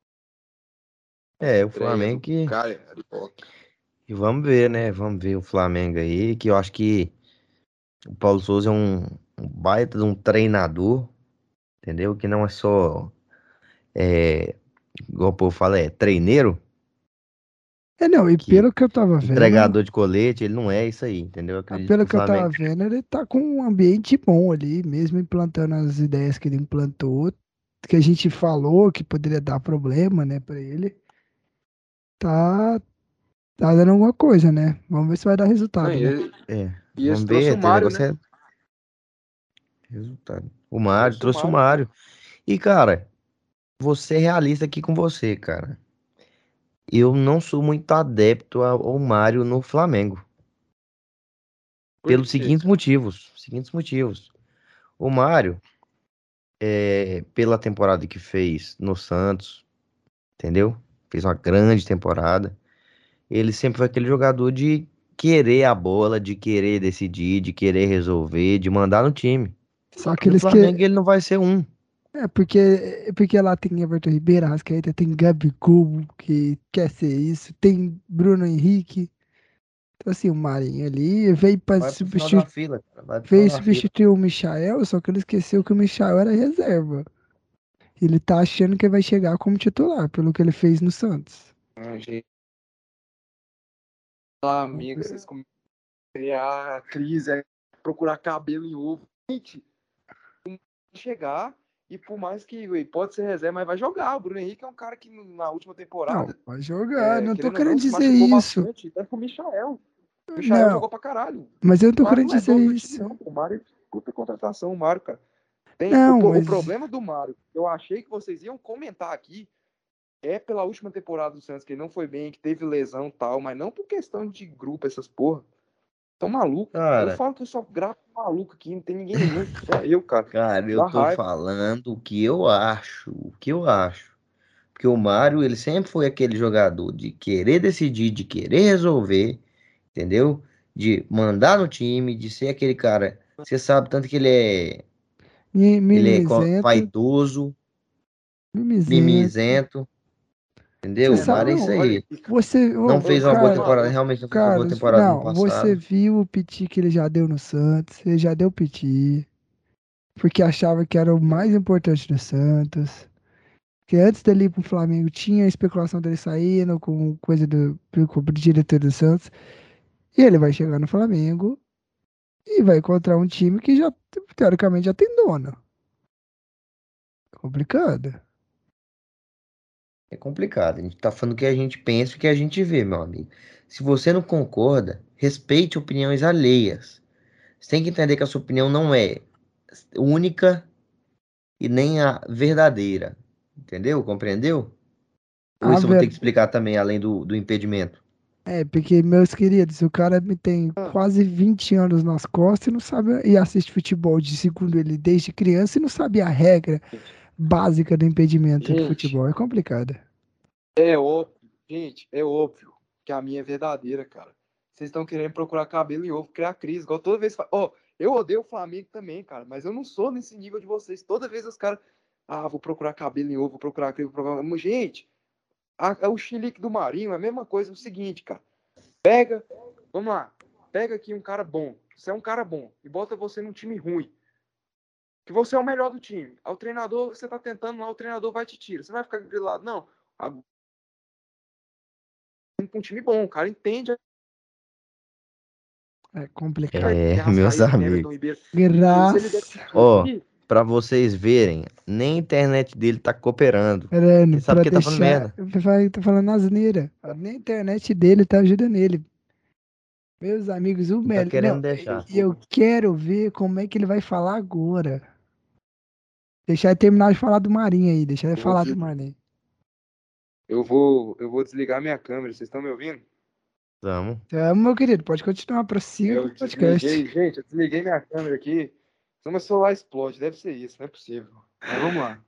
A É, o estreia do Flamengo que, Carioca. que vamos ver, né? Vamos ver o Flamengo aí, que eu acho que o Paulo Souza é um, um baita de um treinador, entendeu? Que não é só, é, igual o povo fala, é treineiro, É, não, e que pelo que eu tava vendo, entregador de colete, ele não é isso aí, entendeu? Eu ah, acredito que pelo o que eu tava Flamengo. vendo, ele tá com um ambiente bom ali, mesmo implantando as ideias que ele implantou, que a gente falou que poderia dar problema, né, pra ele, tá, tá dando alguma coisa, né? Vamos ver se vai dar Não, resultado, e, né? ele- É, e eles vamos trouxeram ver, o tem Mário, negócio né? é resultado. O Mário, Trouxe o trouxe o Mário. Mário. E, cara, vou ser realista aqui com você, cara. Eu não sou muito adepto ao ao Mário no Flamengo. Por Pelos quê? seguintes motivos. Seguintes motivos. O Mário, é, pela temporada que fez no Santos, entendeu? Fez uma grande temporada. Ele sempre foi aquele jogador de querer a bola, de querer decidir, de querer resolver, de mandar no time. Só que No eles Flamengo que ele não vai ser um. é porque é porque lá tem Everton Ribeiro, Arrascaeta, tem Gabigol que quer ser isso, tem Bruno Henrique. Então assim, o Marinho ali veio para Vai pro final da substituir, fila, cara. Vai pro final veio da fila. substituir o Michael, só que ele esqueceu que o Michael era reserva. Ele tá achando que vai chegar como titular, pelo que ele fez no Santos. Ah, gente, lá, amigo, vocês começam a criar crise, é procurar cabelo em ovo. Gente, chegar e por mais que ué, pode ser reserva, mas vai jogar. O Bruno Henrique é um cara que na última Não, temporada, vai jogar, é, não tô querendo ou querendo não, se dizer machucou isso. bastante. Tanto que o Michael. O Michael Não, jogou pra caralho. mas eu não tô O Mário querendo não é dizer dono do time, isso. não. O Mário é puta contratação, o Mário, cara. Tem, o, Não, o mas problema do Mário, eu achei que vocês iam comentar aqui, é pela última temporada do Santos, que ele não foi bem, que teve lesão e tal, mas não por questão de grupo, essas porra. Tão maluco. Eu Cara, falo que eu só gravo maluco aqui, não tem ninguém junto, só eu, cara. cara, eu Dá tô raiva. falando o que eu acho, o que eu acho. Porque o Mário, ele sempre foi aquele jogador de querer decidir, de querer resolver, entendeu? De mandar no time, de ser aquele cara. Você sabe tanto que ele é, mi- ele é co- mimizento, vaidoso, mimizento. mimizento, Você entendeu? O sabe, Mário é Mano, isso não. olha aí. aqui, cara. Você, Não ô, Eu fez uma sou boa muito cara, temporada, maluco. realmente não fez uma boa Carlos, temporada no não, você passado. viu o piti que ele já deu no Santos, ele já deu piti, porque achava que era o mais importante do Santos. Que antes dele ir pro Flamengo tinha a especulação dele saindo com coisa do, com o diretor do Santos. E ele vai chegar no Flamengo e vai encontrar um time que já, teoricamente, já tem dono. Complicado. É complicado. A gente tá falando o que a gente pensa e o que a gente vê, meu amigo. Se você não concorda, respeite opiniões alheias. Você tem que entender que a sua opinião não é única e nem a verdadeira. Entendeu? Compreendeu? Ou A isso eu vou ter ver... que explicar também, além do, do impedimento? É, porque, meus queridos, o cara me tem quase vinte anos nas costas e não sabe, e assiste futebol de segundo ele desde criança e não sabe a regra básica do impedimento do Gente, futebol. É complicado. é óbvio, gente, é óbvio que a minha é verdadeira, cara. Vocês estão querendo procurar cabelo em ovo, criar crise, igual toda vez. Ó, oh, eu odeio o Flamengo também, cara, mas eu não sou nesse nível de vocês. Toda vez os caras, ah, vou procurar cabelo em ovo, vou procurar crise, vou procurar. Gente, a, a, o chilique do Marinho é a mesma coisa, é o seguinte, cara. Pega, vamos lá, pega aqui um cara bom. Você é um cara bom e bota você num time ruim. Que você é o melhor do time. Ao treinador, você tá tentando lá, o treinador vai te tirar. Você não vai ficar grilado, não. Com um time bom, o cara entende. É complicado. É, Tem meus Arrascaeta, tem amigos. Everton Ribeiro. E se ele der Graças. piti Ó, aqui, pra vocês verem, nem a internet dele tá cooperando. Mano, Ele sabe pra que ele tá falando deixar. merda. Vai, tá falando asneira. Nem a internet dele tá ajudando ele. Meus amigos, o Não tá melhor. Não, querendo deixar. e eu quero ver como é que ele vai falar agora. Deixar ele terminar de falar do Marinho aí. Deixar ele eu vou, falar do des- Marinho. eu vou, eu vou desligar minha câmera. Vocês estão me ouvindo? Vamos. Então, meu querido, pode continuar, prossiga com Eu o podcast. desliguei, gente, eu desliguei minha câmera aqui. Senão meu celular explode. Deve ser isso, não é possível. Mas vamos lá.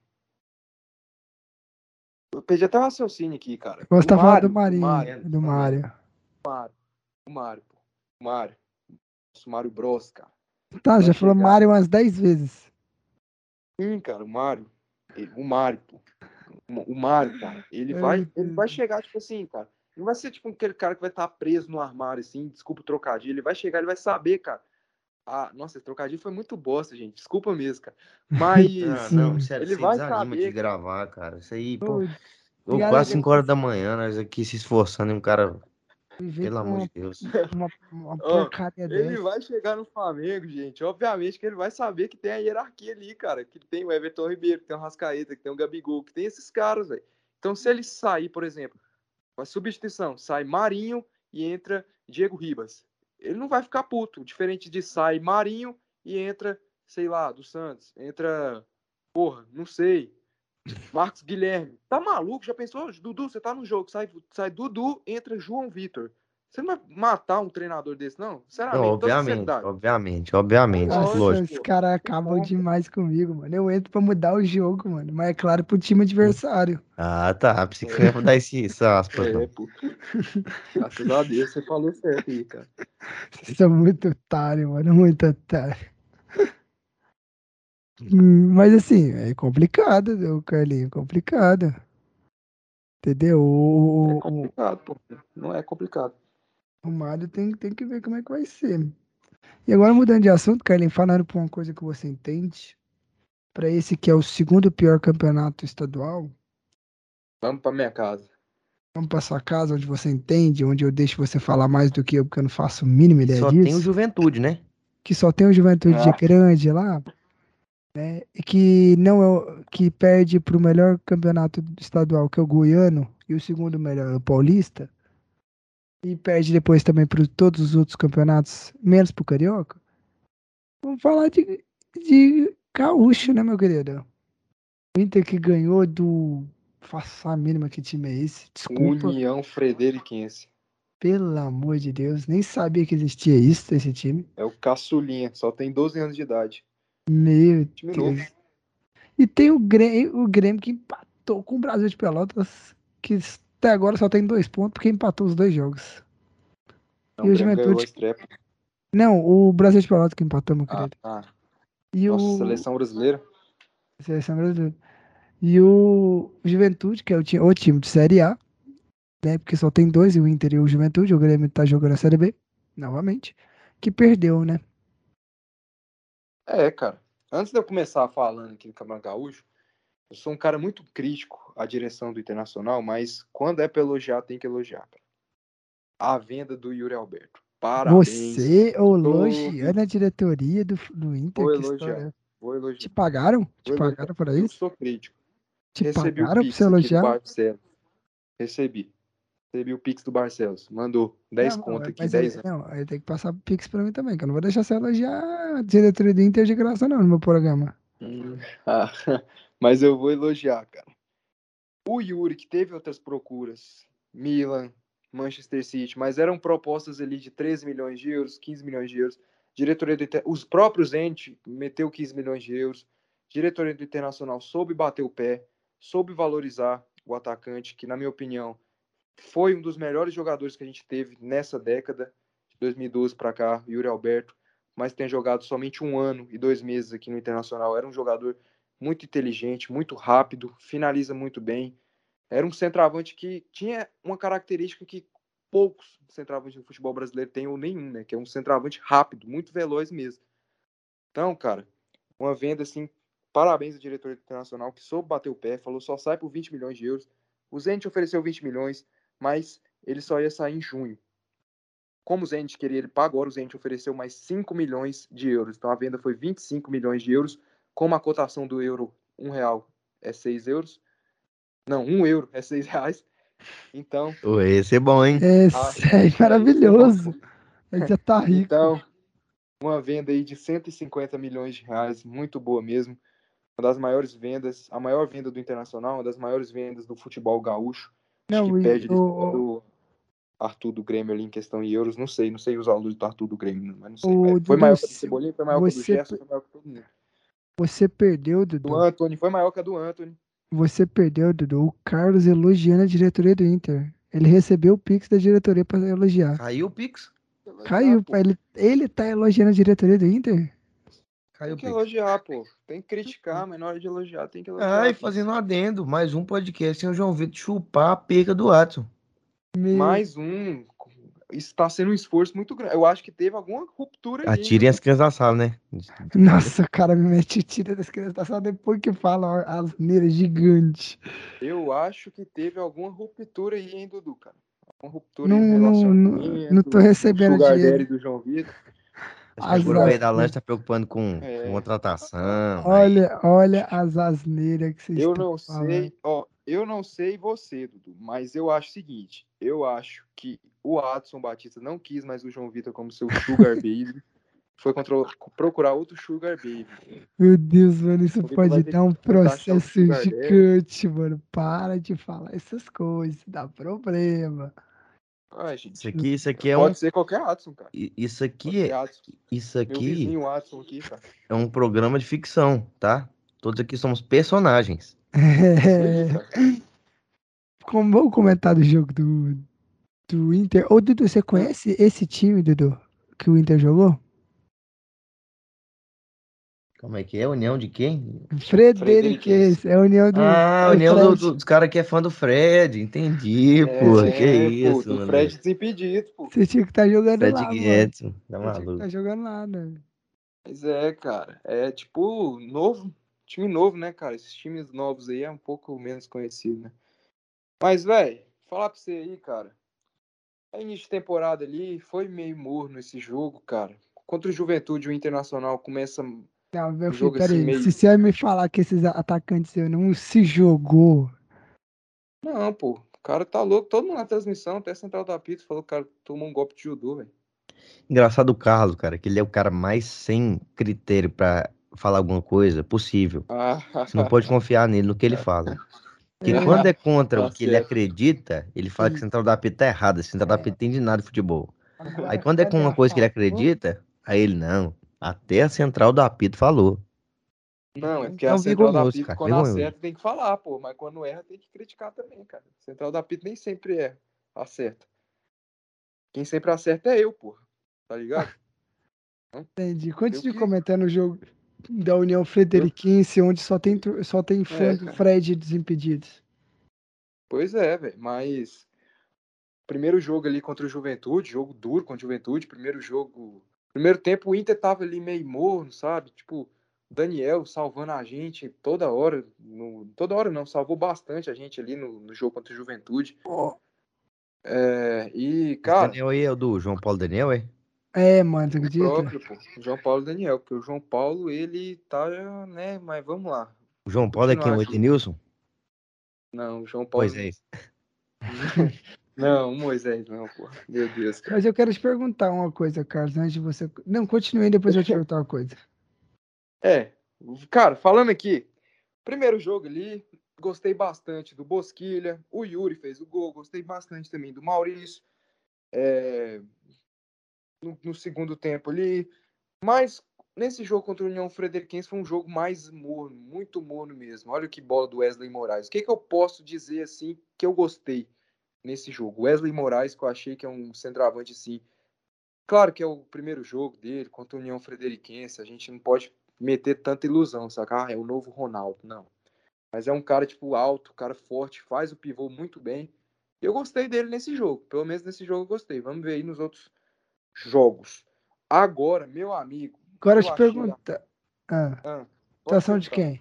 Eu perdi até o raciocínio aqui, cara. Você Do tá falando do Mário, do Marinho, Mário, do Mário. do Mário, pô. O Mário. O Mário Bros, cara. Tá, Ele vai já falou chegar. Mário umas dez vezes. Sim, cara, o Mário. Ele- O Mário, pô. O Mário, cara, ele vai, Ai, ele Deus. vai chegar, tipo assim, cara. Não vai ser tipo aquele cara que vai estar preso no armário, assim, desculpa o trocadilho. Ele vai chegar, ele vai saber, cara. Ah, nossa, esse trocadilho foi muito bosta, gente. Desculpa mesmo, cara. Ah, Mas não, Sim. sério, ele você vai desanima de saber, cara. gravar, cara. Isso aí, pô. Ô, Ô, galera, quase cinco horas da manhã, nós aqui se esforçando e um cara. Inventa Pelo amor uma, de Deus. uma, uma Ó, porcaria ele dessa. vai chegar no Flamengo, gente. Obviamente que ele vai saber que tem a hierarquia ali, cara. Que tem o Everton Ribeiro, que tem o Rascaeta, que tem o Gabigol, que tem esses caras, velho. Então, se ele sair, por exemplo, com a substituição, sai Marinho e entra Diego Ribas. Ele não vai ficar puto. Diferente de sai Marinho e entra, sei lá, do Santos. Entra, porra, não sei. Marcos Guilherme. Tá maluco? Já pensou? Dudu, você tá no jogo, sai, sai Dudu, entra João Vitor. Você não vai matar um treinador desse, não? Não, Sinceramente, toda obviamente, sinceridade. obviamente, obviamente, Nossa, lógico. os caras acabam demais comigo, mano. Eu entro pra mudar o jogo, mano. Mas é claro pro time adversário. Ah, tá. Pensei que você ia dar esse, essa aspas, É, não. pô. Graças a Deus você falou certo aí, cara. Vocês são muito otário, mano. Muito otário. Hum, Mas assim, é complicado, o Carlinho, complicado. Entendeu? É O, o, complicado, pô. Não é complicado. o Mário tem, tem que ver como é que vai ser. E agora mudando de assunto, Carlinho, falando por uma coisa que você entende, pra esse que é o segundo pior campeonato estadual, Vamos pra minha casa. vamos pra sua casa, onde você entende, onde eu deixo você falar mais do que eu, porque eu não faço a mínima E ideia só tem o disso, Juventude, né? que só tem o Juventude de Ah, Grande lá, e que não é o- que perde pro melhor campeonato estadual, que é o Goiano, e o segundo melhor é o Paulista, e perde depois também para todos os outros campeonatos, menos pro Carioca. Vamos falar de, de Gaúcho, né, meu querido? O Inter que ganhou do. Faça a mínima que time é esse. Desculpa. União Frederiquense. Pelo amor de Deus. Nem sabia que existia isso, esse time. É o caçulinha. Só tem doze anos de idade. Meu Time novo. Deus. E tem o Grêmio, o Grêmio que empatou com o Brasil de Pelotas, que até agora só tem dois pontos, porque empatou os dois jogos. Não, E o o Grêmio ganhou a Juventude. estreia. Não, o Brasil de Pelotas que empatou, meu Ah, querido. tá. E Nossa, o. seleção brasileira. Seleção brasileira. E o Juventude, que é o, ti- o time de Série A, né? Porque só tem dois, o Inter e o Juventude. O Grêmio tá jogando a Série B, novamente. Que perdeu, né? É, cara. Antes de eu começar falando aqui do Campeonato Gaúcho, eu sou um cara muito crítico à direção do Internacional, mas quando é pra elogiar, tem que elogiar, cara. A venda do Yuri Alberto. Parabéns. Você elogiando a diretoria do, do Inter, Vou que elogiar. história. Vou Te elogiar. pagaram? Te Vou elogiar. pagaram para Eu isso? sou crítico. Te Recebi o pagaram pra você Pix aqui do elogiar? Barcelos. Recebi. Recebi o Pix do Barcelos. Mandou dez Não, conto não, aqui, mas dez ele, anos. não, ele tem que passar o Pix pra mim também, que eu não vou deixar você elogiar a diretoria do Inter de graça, não, no meu programa. Hum, ah, mas eu vou elogiar, cara. O Yuri, que teve outras procuras, Milan, Manchester City, mas eram propostas ali de treze milhões de euros, quinze milhões de euros. Diretoria do Inter... Os próprios entes meteu quinze milhões de euros. Diretoria do Internacional soube bater o pé, soube valorizar o atacante, que, na minha opinião, foi um dos melhores jogadores que a gente teve nessa década, de dois mil e doze para cá, Yuri Alberto, mas tem jogado somente um ano e dois meses aqui no Internacional. Era um jogador muito inteligente, muito rápido, finaliza muito bem. Era um centroavante que tinha uma característica que poucos centroavantes no futebol brasileiro têm, ou nenhum, né? Que é um centroavante rápido, muito veloz mesmo. Então, cara, uma venda assim, parabéns ao diretor internacional que soube bater o pé, falou só sai por vinte milhões de euros. O Zenit ofereceu vinte milhões, mas ele só ia sair em junho. Como o Zenit queria ele para agora, o Zenit ofereceu mais cinco milhões de euros. Então a venda foi vinte e cinco milhões de euros, como a cotação do euro, um real é seis euros. Não, um euro é seis reais. Então, Ô, esse é bom, hein? É, ah, sério, é, isso é bom. maravilhoso. Ele já tá rico. Então, uma venda aí de cento e cinquenta milhões de reais, muito boa mesmo. Uma das maiores vendas, a maior venda do Internacional, uma das maiores vendas do futebol gaúcho. Acho que Não, e, pede o, só o, do Arthur do Grêmio ali em questão em euros. Não sei, não sei os valores do Arthur do Grêmio, mas não sei. o Mas foi Dudu, maior que a do se Cebolinha, foi maior que a do você, Gerson, pe- foi maior que todo mundo. você perdeu, Do Dudu. Antony, foi maior que a do Antony. Você perdeu, Dudu. O Carlos elogiando a diretoria do Inter. Ele recebeu o Pix da diretoria pra elogiar. Caiu o Pix? Caiu, Pô. ele, ele tá elogiando a diretoria do Inter? Caiu Tem o que Pix. elogiar, pô. Tem que criticar, mas na hora de elogiar tem que elogiar. Ah, e fazendo um adendo, mais um podcast sem o João Vitor chupar a perca do Watson. Meu, Mais um. Isso está sendo um esforço muito grande. Eu acho que teve alguma ruptura aí, hein, Atirem as Dudu? crianças da sala, né? nossa, o cara me mete o tiro das crianças só depois que fala as neiras gigantes. Eu acho que teve alguma ruptura aí, hein, Dudu, cara. uma ruptura Não, aí no não, não, relacionamento, não tô o recebendo Sugar dinheiro. Daddy do João Vitor. Acho que agora o Azar. velho da lanche tá preocupando com, com É, contratação. Aí, Olha, olha as asneiras que vocês eu estão não falando. sei, ó, eu não sei você, Dudu, mas eu acho o seguinte, eu acho que o Adson Batista não quis mais o João Vitor como seu Sugar Baby, foi contra, procurar outro Sugar Baby. Meu Deus, mano, isso O Vitor vai pode ter dar um que tentar achar o processo Sugar Daddy. gigante, mano. Para de falar essas coisas, dá problema. Ai, isso gente, aqui, isso aqui é pode um. ser qualquer Adson, cara. i- Isso Pode aqui, ser é- Adson. isso Meu aqui vizinho Adson aqui, cara. é um programa de ficção, tá? Todos aqui somos personagens. Isso aí, É, cara. como vamos comentar do jogo do, do Inter. Ô, Dudu, você conhece esse time, Dudu, que o Inter jogou? Como é que é? União de quem? Frederiquense, é a união do Ah, a é, união do- Fred. do- dos caras que é fã do Fred. Entendi, pô. Que É, pô, isso, do mano. Fred Desimpedido, pô. Você tinha que estar jogando Fred lá, mano. Guedes, tá Você tinha que maluco. estar jogando lá, né? Mas é, cara. É tipo, novo. Time novo, né, cara? Esses times novos aí é um pouco menos conhecido, né? Mas, velho, falar pra você aí, cara. É início de temporada ali, foi meio morno esse jogo, cara. Contra o Juventude, o Internacional começa Não, meu o filho, jogo assim peraí. meio. Se você me falar que esses atacantes eu não se jogou. Não, pô. O cara tá louco. Todo mundo na transmissão, até a Central da Pizza, falou que o cara tomou um golpe de judô, velho. Engraçado o Carlos, cara, que ele é o cara mais sem critério pra falar alguma coisa possível. Ah, Você não pode confiar nele, no que ele fala. Porque É, quando é contra o tá que ele certo. acredita, ele fala que isso. Central da Pita tá errada. Central da Pita não entende nada de futebol. Aí Agora, quando é com cadê uma a coisa que ele falta? acredita, aí ele não. Até a Central do Apito falou. Não, é porque É a um Central da vergonhoso, Pizza, cara. quando Vergonhoso. acerta, tem que falar, pô. Mas quando erra, tem que criticar também, cara. Central da Pizza nem sempre erra. Acerta. Quem sempre acerta é eu, pô. Tá ligado? Entendi. Eu Continue que. comentando o jogo da União Eu... Frederiquense, onde só tem, tro- só tem fã É, do cara. Fred Desimpedidos. Pois é, velho. Mas. Primeiro jogo ali contra o Juventude, jogo duro contra o Juventude. Primeiro jogo. Primeiro tempo o Inter tava ali meio morno, sabe? Tipo, Daniel salvando a gente toda hora. No... Toda hora não, salvou bastante a gente ali no, no jogo contra o Juventude. Ó, É, e, Esse cara, Daniel aí é o do João Paulo Daniel, é? é, mano, você o acredita? próprio, pô, o João Paulo Daniel, porque o João Paulo, ele tá, né, mas vamos lá. O Vou João Paulo é quem? continuar O aqui. Edenilson? Não, o João Paulo. Moisés. Não, o Moisés, não, pô. Meu Deus, cara. Mas eu quero te perguntar uma coisa, Carlos, antes de você. Não, continue, depois eu te perguntar uma coisa. É, cara, falando aqui, primeiro jogo ali, gostei bastante do Bosquilha, o Yuri fez o gol, gostei bastante também do Maurício. É, no, no segundo tempo ali, mas nesse jogo contra o União Frederiquense foi um jogo mais morno, muito morno mesmo. Olha que bola do Wesley Moraes. O que, que eu posso dizer assim que eu gostei nesse jogo? Wesley Moraes, que eu achei que é um centroavante assim. Claro que é o primeiro jogo dele contra o União Frederiquense. A gente não pode meter tanta ilusão, saca? Ah, é o novo Ronaldo. Não. Mas é um cara, tipo, alto, cara forte, faz o pivô muito bem. E eu gostei dele nesse jogo. Pelo menos nesse jogo eu gostei. Vamos ver aí nos outros jogos. Agora, meu amigo, Agora eu eu te achei. A... pergunto. Ah, Ah, pode atuação de perguntar. quem?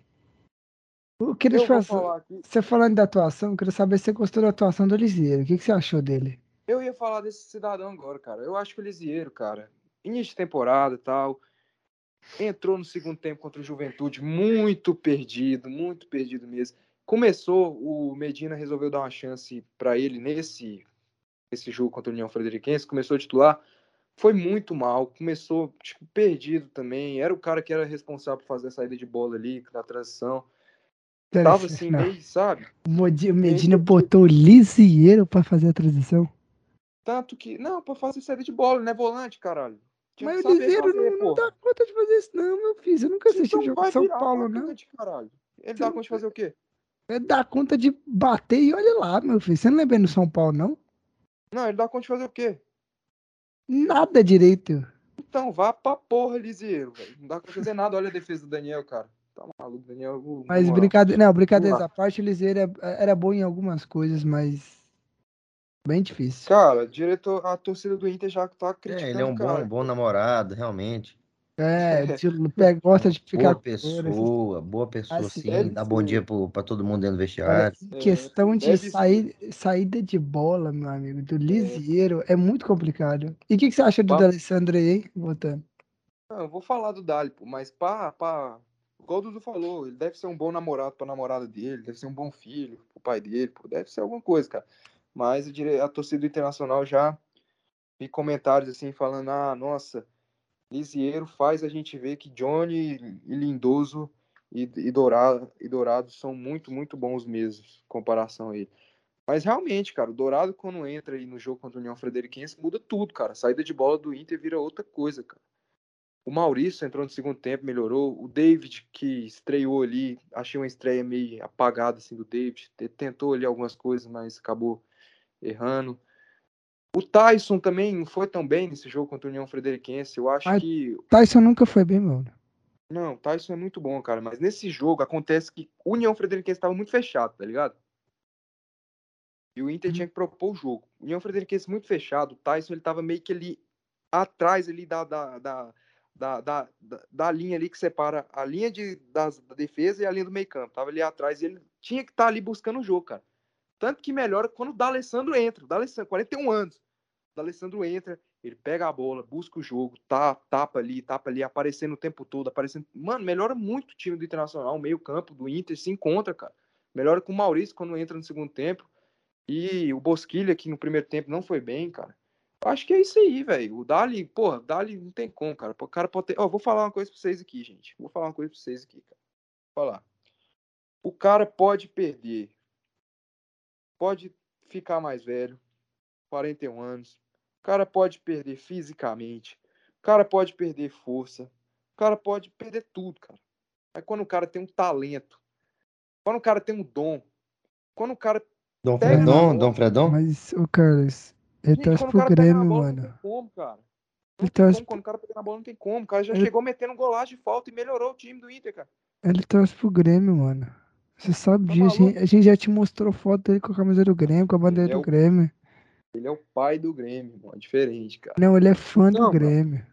Eu queria te Eu vou fazer. falar aqui. Você falando da atuação, eu queria saber se você gostou da atuação do Liseiro. O que, que você achou dele? Eu ia falar desse cidadão agora, cara. Eu acho que o Lisieiro, cara, início de temporada e tal, entrou no segundo tempo contra o Juventude muito perdido, muito perdido mesmo. Começou, o Medina resolveu dar uma chance para ele nesse, nesse jogo contra o União Frederiquense, começou a titular, foi muito mal, começou tipo, perdido também, era o cara que era responsável por fazer a saída de bola ali, na transição. Tava assim, Não. meio, sabe? O Modi- o Meio Medina perdido. botou o Lisieiro pra fazer a transição. Tanto que, não, pra fazer saída de bola, né? Volante, caralho. Tinha Mas que o saber Lisieiro fazer, não, não porra. dá conta de fazer isso, não, meu filho. Você nunca assistiu o Então jogo de vai São virar Paulo, não. atacante, caralho. Ele Você dá não conta de fazer o quê? é dar conta de bater e olha lá, meu filho. Você não lembra no São Paulo, não? Não, ele dá conta de fazer o quê? Nada direito. Então, vá pra porra, Lisieiro, velho. Não dá pra fazer nada. Olha a defesa do Daniel, cara. Tá maluco, Daniel, uh, na Mas moral. brincadeira, não, Vamos brincadeiras lá. à parte, o Lisieiro era, era bom em algumas coisas, mas bem difícil. Cara, diretor, a torcida do Inter já tá É, ele é criticando o um bom, cara. bom namorado, realmente. É, de, pega- gosta de ficar Boa com flor, essas- pessoa, boa pessoa, assim. sim. Deve Dá bom dia ser. pro, pra todo mundo dentro do Olha, vestiário. em É, questão de deve ser. sair, saída de bola, meu amigo, do É, Lisieiro, é muito complicado. E o que, que você acha do pá- D'Alessandro aí, hein? Voltando. Não, eu vou falar do Dali, pô, mas pá, pá. Igual o Dudu falou, ele deve ser um bom namorado pra namorada dele, deve ser um bom filho pro pai dele, pô, deve ser alguma coisa, cara. Mas eu diria- a torcida do Internacional já vi comentários assim falando: ah, nossa, Lisieiro faz a gente ver que Johnny e Lindoso e, e, Dourado, e Dourado são muito, muito bons mesmo, em comparação a ele. Mas realmente, cara, o Dourado quando entra aí no jogo contra o União Frederiquense muda tudo, cara. A saída de bola do Inter vira outra coisa, cara. O Maurício entrou no segundo tempo, melhorou. O David, que estreou ali, achei uma estreia meio apagada assim, do David. Tentou ali algumas coisas, mas acabou errando. O Tyson também não foi tão bem nesse jogo contra o União Frederiquense. Eu acho Mas que. Tyson nunca foi bem, mano. Não, o Tyson é muito bom, cara. Mas nesse jogo acontece que o União Frederiquense estava muito fechado, tá ligado? E o Inter tinha que propor o jogo. O União Frederiquense muito fechado. O Tyson ele tava meio que ali atrás ali da, da, da, da, da, da, da linha ali que separa a linha de, das, da defesa e a linha do meio campo. Tava ali atrás e ele tinha que estar tá ali buscando o jogo, cara. Tanto que melhora quando o D'Alessandro entra. O D'Alessandro, quarenta e um anos. O D'Alessandro entra, ele pega a bola, busca o jogo, tá, tapa ali, tapa ali, aparecendo o tempo todo, aparecendo. Mano, melhora muito o time do Internacional, o meio campo do Inter se encontra, cara. Melhora com o Maurício quando entra no segundo tempo. E o Bosquilha, que no primeiro tempo não foi bem, cara. Eu acho que é isso aí, velho. O Dali, porra, o Dali não tem como, cara. O cara pode ter. Ó, vou falar uma coisa pra vocês aqui, gente. Vou falar uma coisa pra vocês aqui, cara. Vou falar. O cara pode perder. Pode ficar mais velho, quarenta e um anos. O cara pode perder fisicamente. O cara pode perder força. O cara pode perder tudo, cara. Mas quando o cara tem um talento, quando o cara tem um dom, quando o cara Dom pega na Fredon, Dom bola. Fredon? Mas, ô Carlos, ele Gente, torce quando o pro cara pega na Grêmio, bola, não tem mano. como, cara. Ele Não tem torce, como. Quando o cara pega na bola, não tem como. O cara já ele, chegou metendo um golaço de falta e melhorou o time do Inter, cara. ele torce pro Grêmio, mano. Você sabe Tá disso. A gente, maluco? a gente já te mostrou foto dele com a camisa do Grêmio, com a bandeira Ele é do o, Grêmio. ele é o pai do Grêmio, mano. É diferente, cara. Não, ele é fã do Então, mano, Grêmio.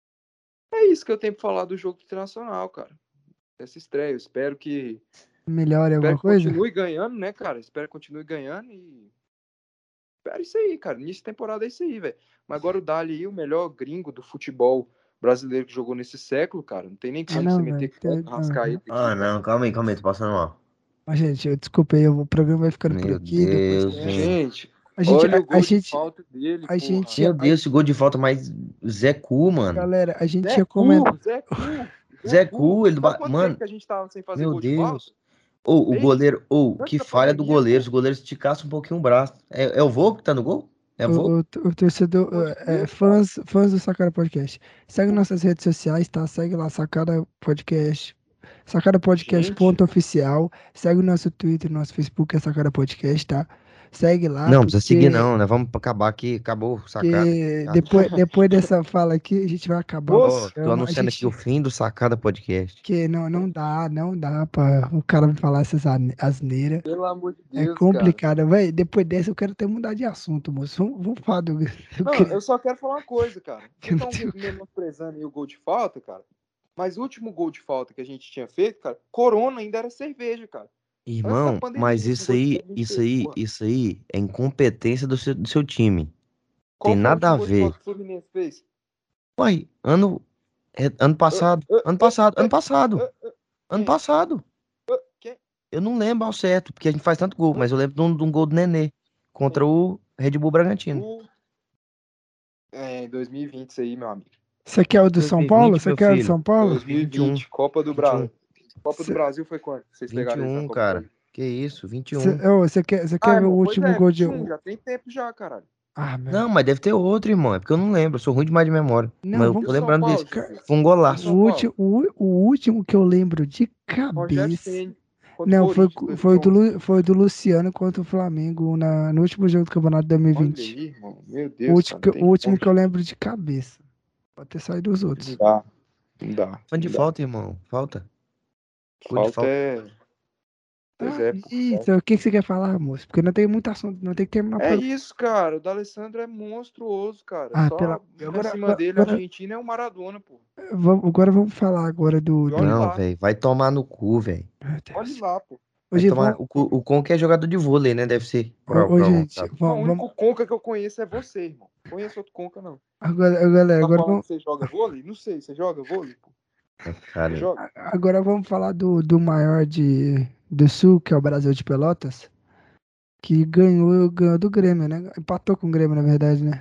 é isso que eu tenho pra falar do jogo internacional, cara. Essa estreia. Eu espero que. Melhora Espero alguma que coisa? continue ganhando, né, cara? Espero que continue ganhando e. Espero isso aí, cara. Início de temporada é isso aí, velho. Mas agora o Dali aí, o melhor gringo do futebol brasileiro que jogou nesse século, cara. Não tem nem Ah, como você não, velho. meter Tem- contra não, Rascaeta não. aqui, Ah, cara. não, calma aí, calma aí, tô passando mal. Mas, gente, eu, desculpa aí, eu- o programa vai ficando por Meu aqui. Depois Deus, dessa. gente. Gente, A gente, olha a, o a gol de gente, falta dele, a porra. gente, Meu a- Deus, esse gol de falta mais Zé Cu, mano. galera, a gente Zé ia comentar. Cu, Zé Cu, Zé Zé Cu. Cu, ele. Sabe ba- quanto tempo Mano, que a gente tava sem fazer meu gol de falta? Deus. Ou o Desde goleiro, ou antes que da falha do pandemia, goleiro. pô. Se o goleiro esticasse um pouquinho o braço. É, é o Vô que tá no gol? É o O, Vô? o, o torcedor, Pelo amor de é, é, Deus, cara. fãs, fãs do Sacada Podcast. Segue nossas redes sociais, tá? Segue lá, Sacada Podcast. Sacada Podcast Gente, ponto oficial. Segue o nosso Twitter, nosso Facebook é Sacada Podcast, tá? Segue lá, Não, não precisa seguir porque, não, né? Vamos acabar aqui, acabou, sacada. porque depois, depois dessa fala aqui, a gente vai acabar o Ó, moço, tô programa. A anunciando aqui o gente, fim do Sacada Podcast. que não, não dá, não dá pra o cara falar essas ane- asneiras. pelo amor de É Deus, cara. complicado, velho. Depois dessa eu quero até mudar de assunto, moço. Vamos, vamos falar do. Eu Não, queria, eu só quero falar uma coisa, cara. que eu Vocês não estão tenho. menosprezando aí o gol de falta, cara. Mas o último gol de falta que a gente tinha feito, cara, Corona ainda era cerveja, cara. Antes da Irmão, pandemia, mas o último isso gol de aí, falta que a gente isso fez, aí, porra. isso aí é incompetência do seu, do seu time. Tem Qual foi o nada a último gol de ver. falta que o Fluminense fez? Uai, ano, é, ano Ah, passado, ah, ano ah, passado, ano ah, passado, ah, ah. ano Quem? passado. Ah, quem? Eu não lembro ao certo, porque a gente faz tanto gol, Ah, mas eu lembro de um, de um gol do Nenê contra quem? o Red Bull Bragantino. O... É, dois mil e vinte isso aí, meu amigo. Você quer o do São Paulo? dois mil e vinte, Você meu quer o do filho. São Paulo? vinte e um, dois mil e vinte, Copa do vinte e um, Brasil. Copa do Você Brasil foi quando? Vocês pegaram eles na vinte e um, Copa do cara. Brasil? Que isso, Você, vinte e um. ô, você quer, você Ah, quer ver o irmão, pois último é, gol de. vinte e um, o- já tem tempo já, caralho. Ah, meu. Não, mas deve ter outro, irmão. É porque eu não lembro. Eu sou ruim demais de memória. Não, Mas eu E tô o vamos. São lembrando Paulo, desse. Ca- Jesus? Foi um E o O, golaço. São Paulo? ulti, o, o último que eu lembro de Rogério cabeça. Ceni contra o Não, foi, Corinthians, foi, do, dois mil e onze. Lu- foi do Luciano contra o Flamengo na, no último jogo do Campeonato Olha dois mil e vinte. aí, irmão. Meu O Deus, último, cara, que, não eu- o tem último como. que eu lembro de cabeça. Pode ter saído os Não outros. dá, não dá, Fã de não dá. falta, irmão. Falta. Gol de Falta falta. é. Pois Ah, é, pô. isso, o que, que você quer falar, moço? Porque não tem muito assunto, não tem que terminar o É programa. isso, cara. O D'Alessandro é monstruoso, cara. Ah, pela. Só vir Agora, acima agora, dele, a agora, Argentina é o Maradona, pô. vamos, agora vamos falar agora do. E do... olha Não, lá. velho, vai tomar no cu, velho. Meu Olha Deus. lá, pô. Vai Hoje tomar... vamos. O, Cu- o Conk é jogador de vôlei, né? Deve ser. Pra, Ô, ô, pra, gente, pra- Não, o vamos, vamos. único conca que eu conheço é você, irmão. Conheço outro conca, não. Agora, galera, Tá agora falando vamos, que você joga vôlei? Não sei, você joga vôlei, pô? É, Você cara, joga? agora vamos falar do, do maior de, do Sul, que é o Brasil de Pelotas, que ganhou, ganhou do Grêmio, né? Empatou com o Grêmio, na verdade, né?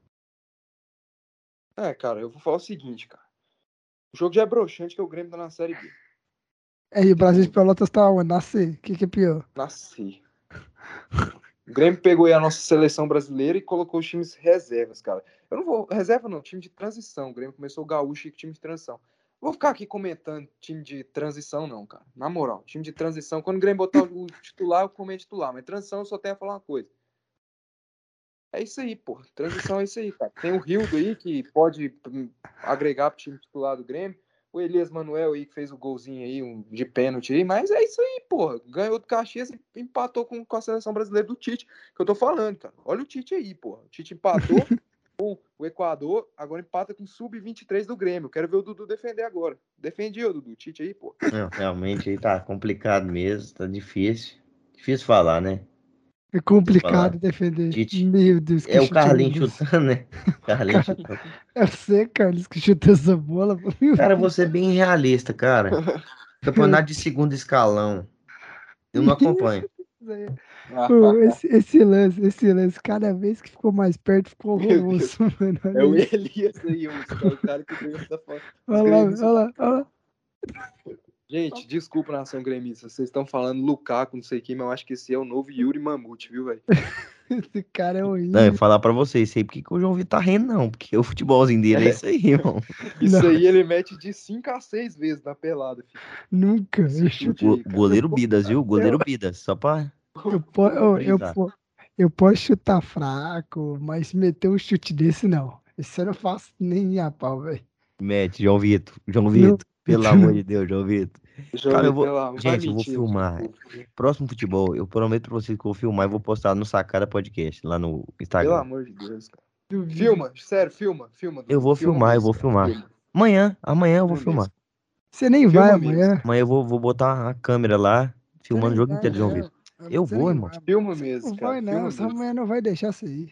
É, cara, eu vou falar o seguinte, cara. O jogo já é broxante que o Grêmio tá na Série B. É, e o Brasil de Sim. Pelotas tá onde? Na C. O que, que é pior? Nasci. O Grêmio pegou aí a nossa seleção brasileira e colocou os times reservas, cara. Eu não vou. Reserva não, time de transição. O Grêmio começou o Gaúcho e time de transição. Vou ficar aqui comentando time de transição, não, cara. Na moral, time de transição. Quando o Grêmio botar o titular, eu comento titular. Mas transição eu só tenho a falar uma coisa. É isso aí, pô. Transição é isso aí, cara. Tem o Rildo aí que pode hum, agregar pro time titular do Grêmio. O Elias Manuel aí que fez o golzinho aí, um de pênalti aí. Mas é isso aí, pô. Ganhou do Caxias e empatou com, com a seleção brasileira do Tite. Que eu tô falando, cara. Olha o Tite aí, pô. O Tite empatou com o Equador, agora empata com o sub vinte e três do Grêmio. Quero ver o Dudu defender agora. Defendi o Dudu. Tite aí, pô. não, realmente aí tá complicado mesmo, tá difícil. Difícil falar, né? É Difícil complicado falar. defender. Tite. Meu Deus, que É o chute Carlinhos horroroso. chutando, né? Carlinhos Cara, chutando. é você, Carlos, que chutou essa bola. Meu Cara, Deus. vou ser bem realista, cara. Campeonato de segundo escalão. Eu não acompanho. Pô, esse, esse lance, esse lance, cada vez que ficou mais perto, ficou Meu Deus. horroroso, mano. É o Olha isso. Elias aí, o o cara que ganhou da foto. Os Olha lá, gremistas olha lá, olha lá. Gente, desculpa, nação gremista. Vocês estão falando Lukaku, não sei quem, mas eu acho que esse é o novo Yuri Mamute, viu, velho? Esse cara é Não, eu horrível. ia falar pra vocês, sei porque que o João Vitor tá rindo, não. Porque o futebolzinho dele é isso aí, irmão. Isso Não. aí ele mete de cinco a seis vezes na pelada, filho. Nunca. Esse Eu, chute O aí, cara. goleiro Bidas, viu? Goleiro eu, Bidas, só pra, eu, po- eu, eu, frisar. po- eu posso chutar fraco, mas meter um chute desse, não. Esse eu não faço nem a pau, velho. Mete, João Vitor. João Não, Vitor, pelo meto amor não. de Deus, João Vitor. Deixa eu Cara, eu ver, vou. pela... vai Gente, eu vou mentir. filmar. Próximo futebol, eu prometo pra vocês que eu vou filmar e vou postar no Sacada Podcast, lá no Pelo Instagram. amor de Deus, cara. Duvido. Filma, sério, filma, filma. Eu Dudu. vou Filma filmar, eu mesmo, vou cara. filmar. Filma. Amanhã, amanhã eu vou Filma filmar. mesmo. Você nem vai Filma mesmo. amanhã. Amanhã eu vou, vou botar a câmera lá, Você filmando o nem jogo vai inteiro de João amanhã. Vitor. Eu Você vou, nem irmão. vai. Filma Você mesmo, não cara. vai, não. Filma Essa mesmo. amanhã não vai deixar você ir.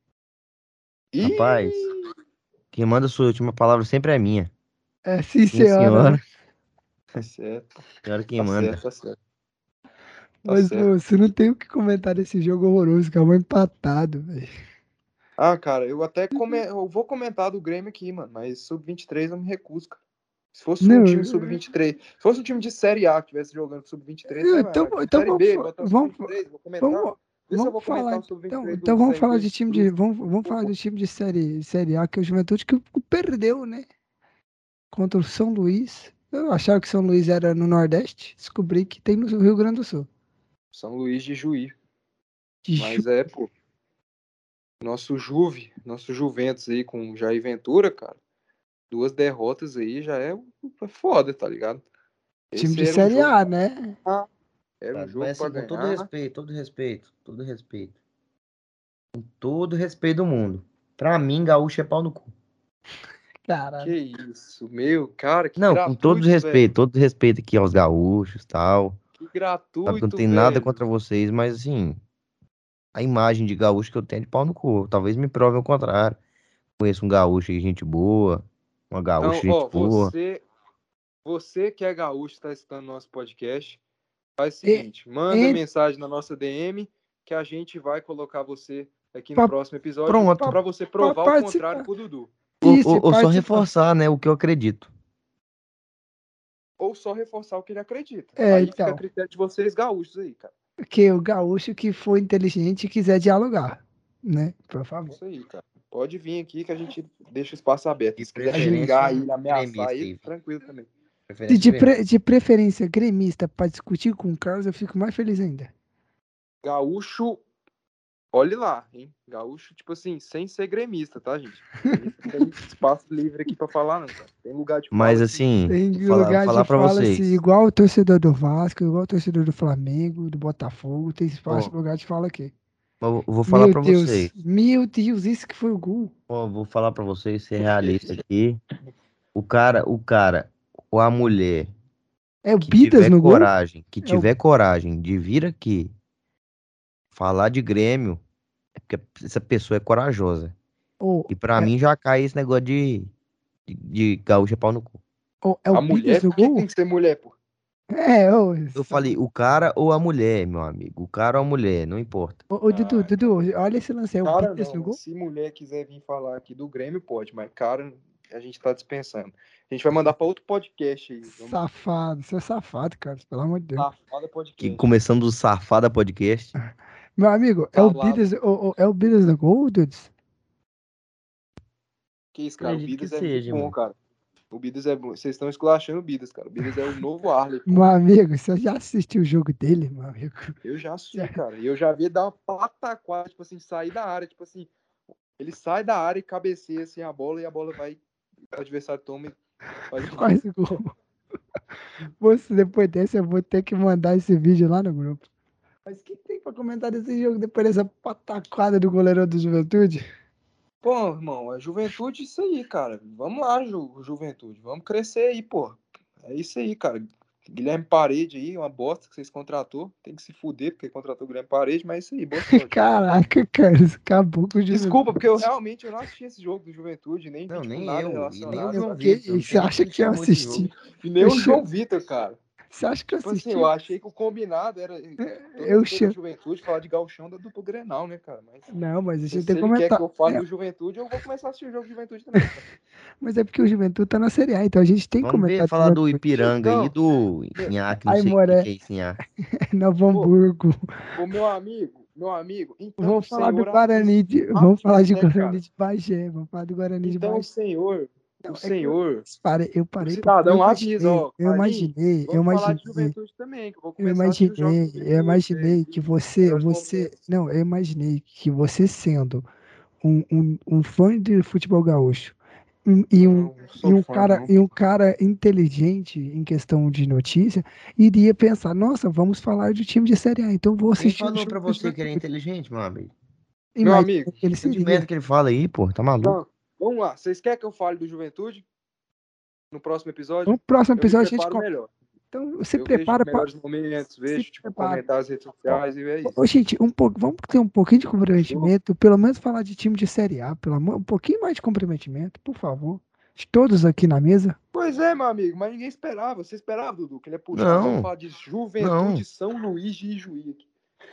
Rapaz, Ih! quem manda a sua última palavra sempre é minha. É, sim, Sim, senhora, né? senhora. Tá certo, Senhora quem tá manda. certo, tá certo. Tá Mas, certo. pô, você não tem o que comentar desse jogo horroroso, acabou empatado, velho. Ah, cara, eu até come... eu vou comentar do Grêmio aqui, mano, mas sub vinte e três eu me recuso, cara. Se fosse um Não, time sub vinte e três, se fosse um time de Série A que estivesse jogando sub vinte e três, eu- é, então, mas então Série vamos, B, fa- botar o sub vamos, vinte e três, vou comentar. vamos, Vê se eu vamos vou falar, comentar o sub vinte e então, três então do vamos Série falar B. de time de, vamos, vamos falar do time de série, série A, que é o Juventude que perdeu, né? Contra o São Luís. Eu achava que São Luís era no Nordeste, descobri que tem no Rio Grande do Sul. São Luís de Juí. De Mas Ju- é, pô, nosso Juve, nosso Juventus aí com o Jair Ventura, cara, duas derrotas aí já é é foda, tá ligado? time Esse de era um série jogo A, pra né? ganhar, era um Cara, jogo mas pra assim, com todo ganhar. respeito, todo respeito, todo respeito. Com todo respeito do mundo. Pra mim, gaúcho é pau no cu. Caralho. Que isso, meu, cara, que Não, com todo gratuito, respeito, velho. todo respeito aqui aos gaúchos e tal. Que Sabe que eu não gratuito, tenho nada velho. contra vocês, mas assim, a imagem de gaúcho que eu tenho é de pau no cu. Talvez me prove o contrário. Conheço um gaúcho aí, gente boa. Uma gaúcha, Então, gente ó, boa. você, você que é gaúcho, tá escutando nosso podcast, faz o E, seguinte, manda e, mensagem na nossa D M que a gente vai colocar você aqui no pra, próximo episódio Pronto. pra, pra você pra provar o contrário participar. pro Dudu. Ou, Isso, e ou- ou só participar. reforçar, né, o que eu acredito. Ou só reforçar o que ele acredita. É, Aí fica a então. critério de vocês gaúchos aí, cara. Que o gaúcho que for inteligente e quiser dialogar, né? Por favor. Isso aí, cara. Pode vir aqui que a gente deixa o espaço aberto. De Se quiser preferência, xingar um ele, ameaçar gremista ele, aí. tranquilo também. De, Preferência de, gremista. pre- de preferência gremista para discutir com o Carlos, eu fico mais feliz ainda. Gaúcho, olhe lá, hein? Gaúcho, tipo assim, sem ser gremista, tá, gente? Gremista não tem espaço livre aqui pra falar, não, cara. Tem lugar de Mas fala, assim, Tem vou falar, vou lugar de falar pra fala assim, vocês. igual o torcedor do Vasco, igual o torcedor do Flamengo, do Botafogo, tem espaço, Ó, lugar de fala aqui. eu vou falar Meu pra Deus, vocês. meu Deus, isso que foi o gol. Ó, vou falar pra vocês, ser realista aqui. o cara, o cara ou a mulher É o que Bidas tiver no gol? coragem, que É o... tiver coragem de vir aqui falar de Grêmio, é porque essa pessoa é corajosa. o- E pra é, mim já cai esse negócio de, de, de gaúcha pau no cu. o- é o A Bidas mulher? no Por que gol? tem que ser mulher, pô? É, ô, Eu sa- falei, o cara ou a mulher, meu amigo. O cara ou a mulher, não importa. ô, ô, Dudu, Ah, Dudu, olha esse lance aí, é o cara Bidas no não. gol? Se mulher quiser vir falar aqui do Grêmio, pode, mas cara, a gente tá dispensando. A gente vai mandar pra outro podcast aí. Vamos Safado, você é safado, cara, pelo amor de Deus. Safada Que Podcast. começando o Safada Podcast. Meu amigo, é o Salado. Bidas, o, o- é o Bidas no gol, Dudes? Que isso, cara? O Acredito que Bidas é muito seja, bom, mano. cara. O Bidas é bom. Vocês estão esculachando o Bidas, cara. O Bidas é o novo Arley, pô. Meu amigo, você já assistiu o jogo dele, meu amigo? Eu já assisti, cara. E eu já vi ele dar uma pataquada, tipo assim, sair da área. Tipo assim, ele sai da área e cabeceia assim a bola e a bola vai. O adversário toma e faz o gol. Faz o gol. Você, depois desse, eu vou ter que mandar esse vídeo lá no grupo. Mas o que tem pra comentar desse jogo depois dessa pataquada do goleirão do Juventude? Pô, irmão, é juventude isso aí, cara. Vamos lá, Ju, juventude. Vamos crescer aí, pô. É isso aí, cara. Guilherme Parede aí, uma bosta que vocês contratou. Tem que se fuder porque contratou o Guilherme Parede, mas é isso aí, boa sorte. Caraca, cara, isso acabou com o Juventude. Desculpa, porque eu realmente eu não assisti esse jogo do Juventude, nem Não, vi tipo, nem nada eu. E nem o relacionado. João Que Vitor. Não isso? sei Você nem acha quem que eu chamou esse jogo. assisti? E nem o Eu João Vitor, cara. Você acha que eu Tipo assim, assisti? eu achei que o combinado era Eu todo chamo. do Juventude falar de gauchão da dupla Grenal, né, cara? Mas Não, mas a se, gente se tem que ele quer comentar. que eu fale É, do Juventude, eu vou começar a assistir o jogo do Juventude também, cara. mas é porque o Juventude tá na Série A, então a gente tem que Vamos ver, comentar do falar do Juventude. Ipiranga aí, Então, do meu- Inhaque, não Ai, sei o que, que Moré, é isso, Inhaque. Novo Pô, Hamburgo. ô, meu amigo, meu amigo, então o Vamos falar do senhor Guarani assiste de. Vamos falar de né, Guarani cara? de Bagé. Vamos falar do Guarani de Então o Bagé. senhor, Não, o é que eu senhor, parei, eu o parei porque eu cidadão avisa, imaginei, ó, eu Carlinhos, imaginei, eu vamos falar de imaginei, Juventude também, que eu vou eu começar a assistir os jogos imaginei, do eu Juventude, ver imaginei que aqui, você, melhores você, momentos. não, eu imaginei que você sendo um, um, um fã de futebol gaúcho e e um, Não, não e sou um fã, cara, não. e um cara inteligente em questão de notícia, iria pensar, nossa, vamos falar de time de Série A, então vou Quem assistir o falou pra jogo do você que ele é Juventude. inteligente, meu amigo? Meu Imagina amigo, que ele Tanto de seria. merda que ele fala aí, pô, tá maluco? então, vamos lá. Vocês querem que eu fale do Juventude no próximo episódio? No próximo Eu me episódio a gente. preparo com- melhor. Então, se Eu vejo prepara para. melhores momentos, Se vejo, tipo, prepara. comentários nas redes Ó, sociais e é isso. ô, gente, um pouco, vamos ter um pouquinho de Show. comprometimento, pelo menos falar de time de Série A, pelo amor, um pouquinho mais de comprometimento, por favor. Todos aqui na mesa. Pois é, meu amigo, mas ninguém esperava. Você esperava, Dudu, que ele ia puxar. Vamos Não, falar de Juventude não. São Luís de Ijuí aqui.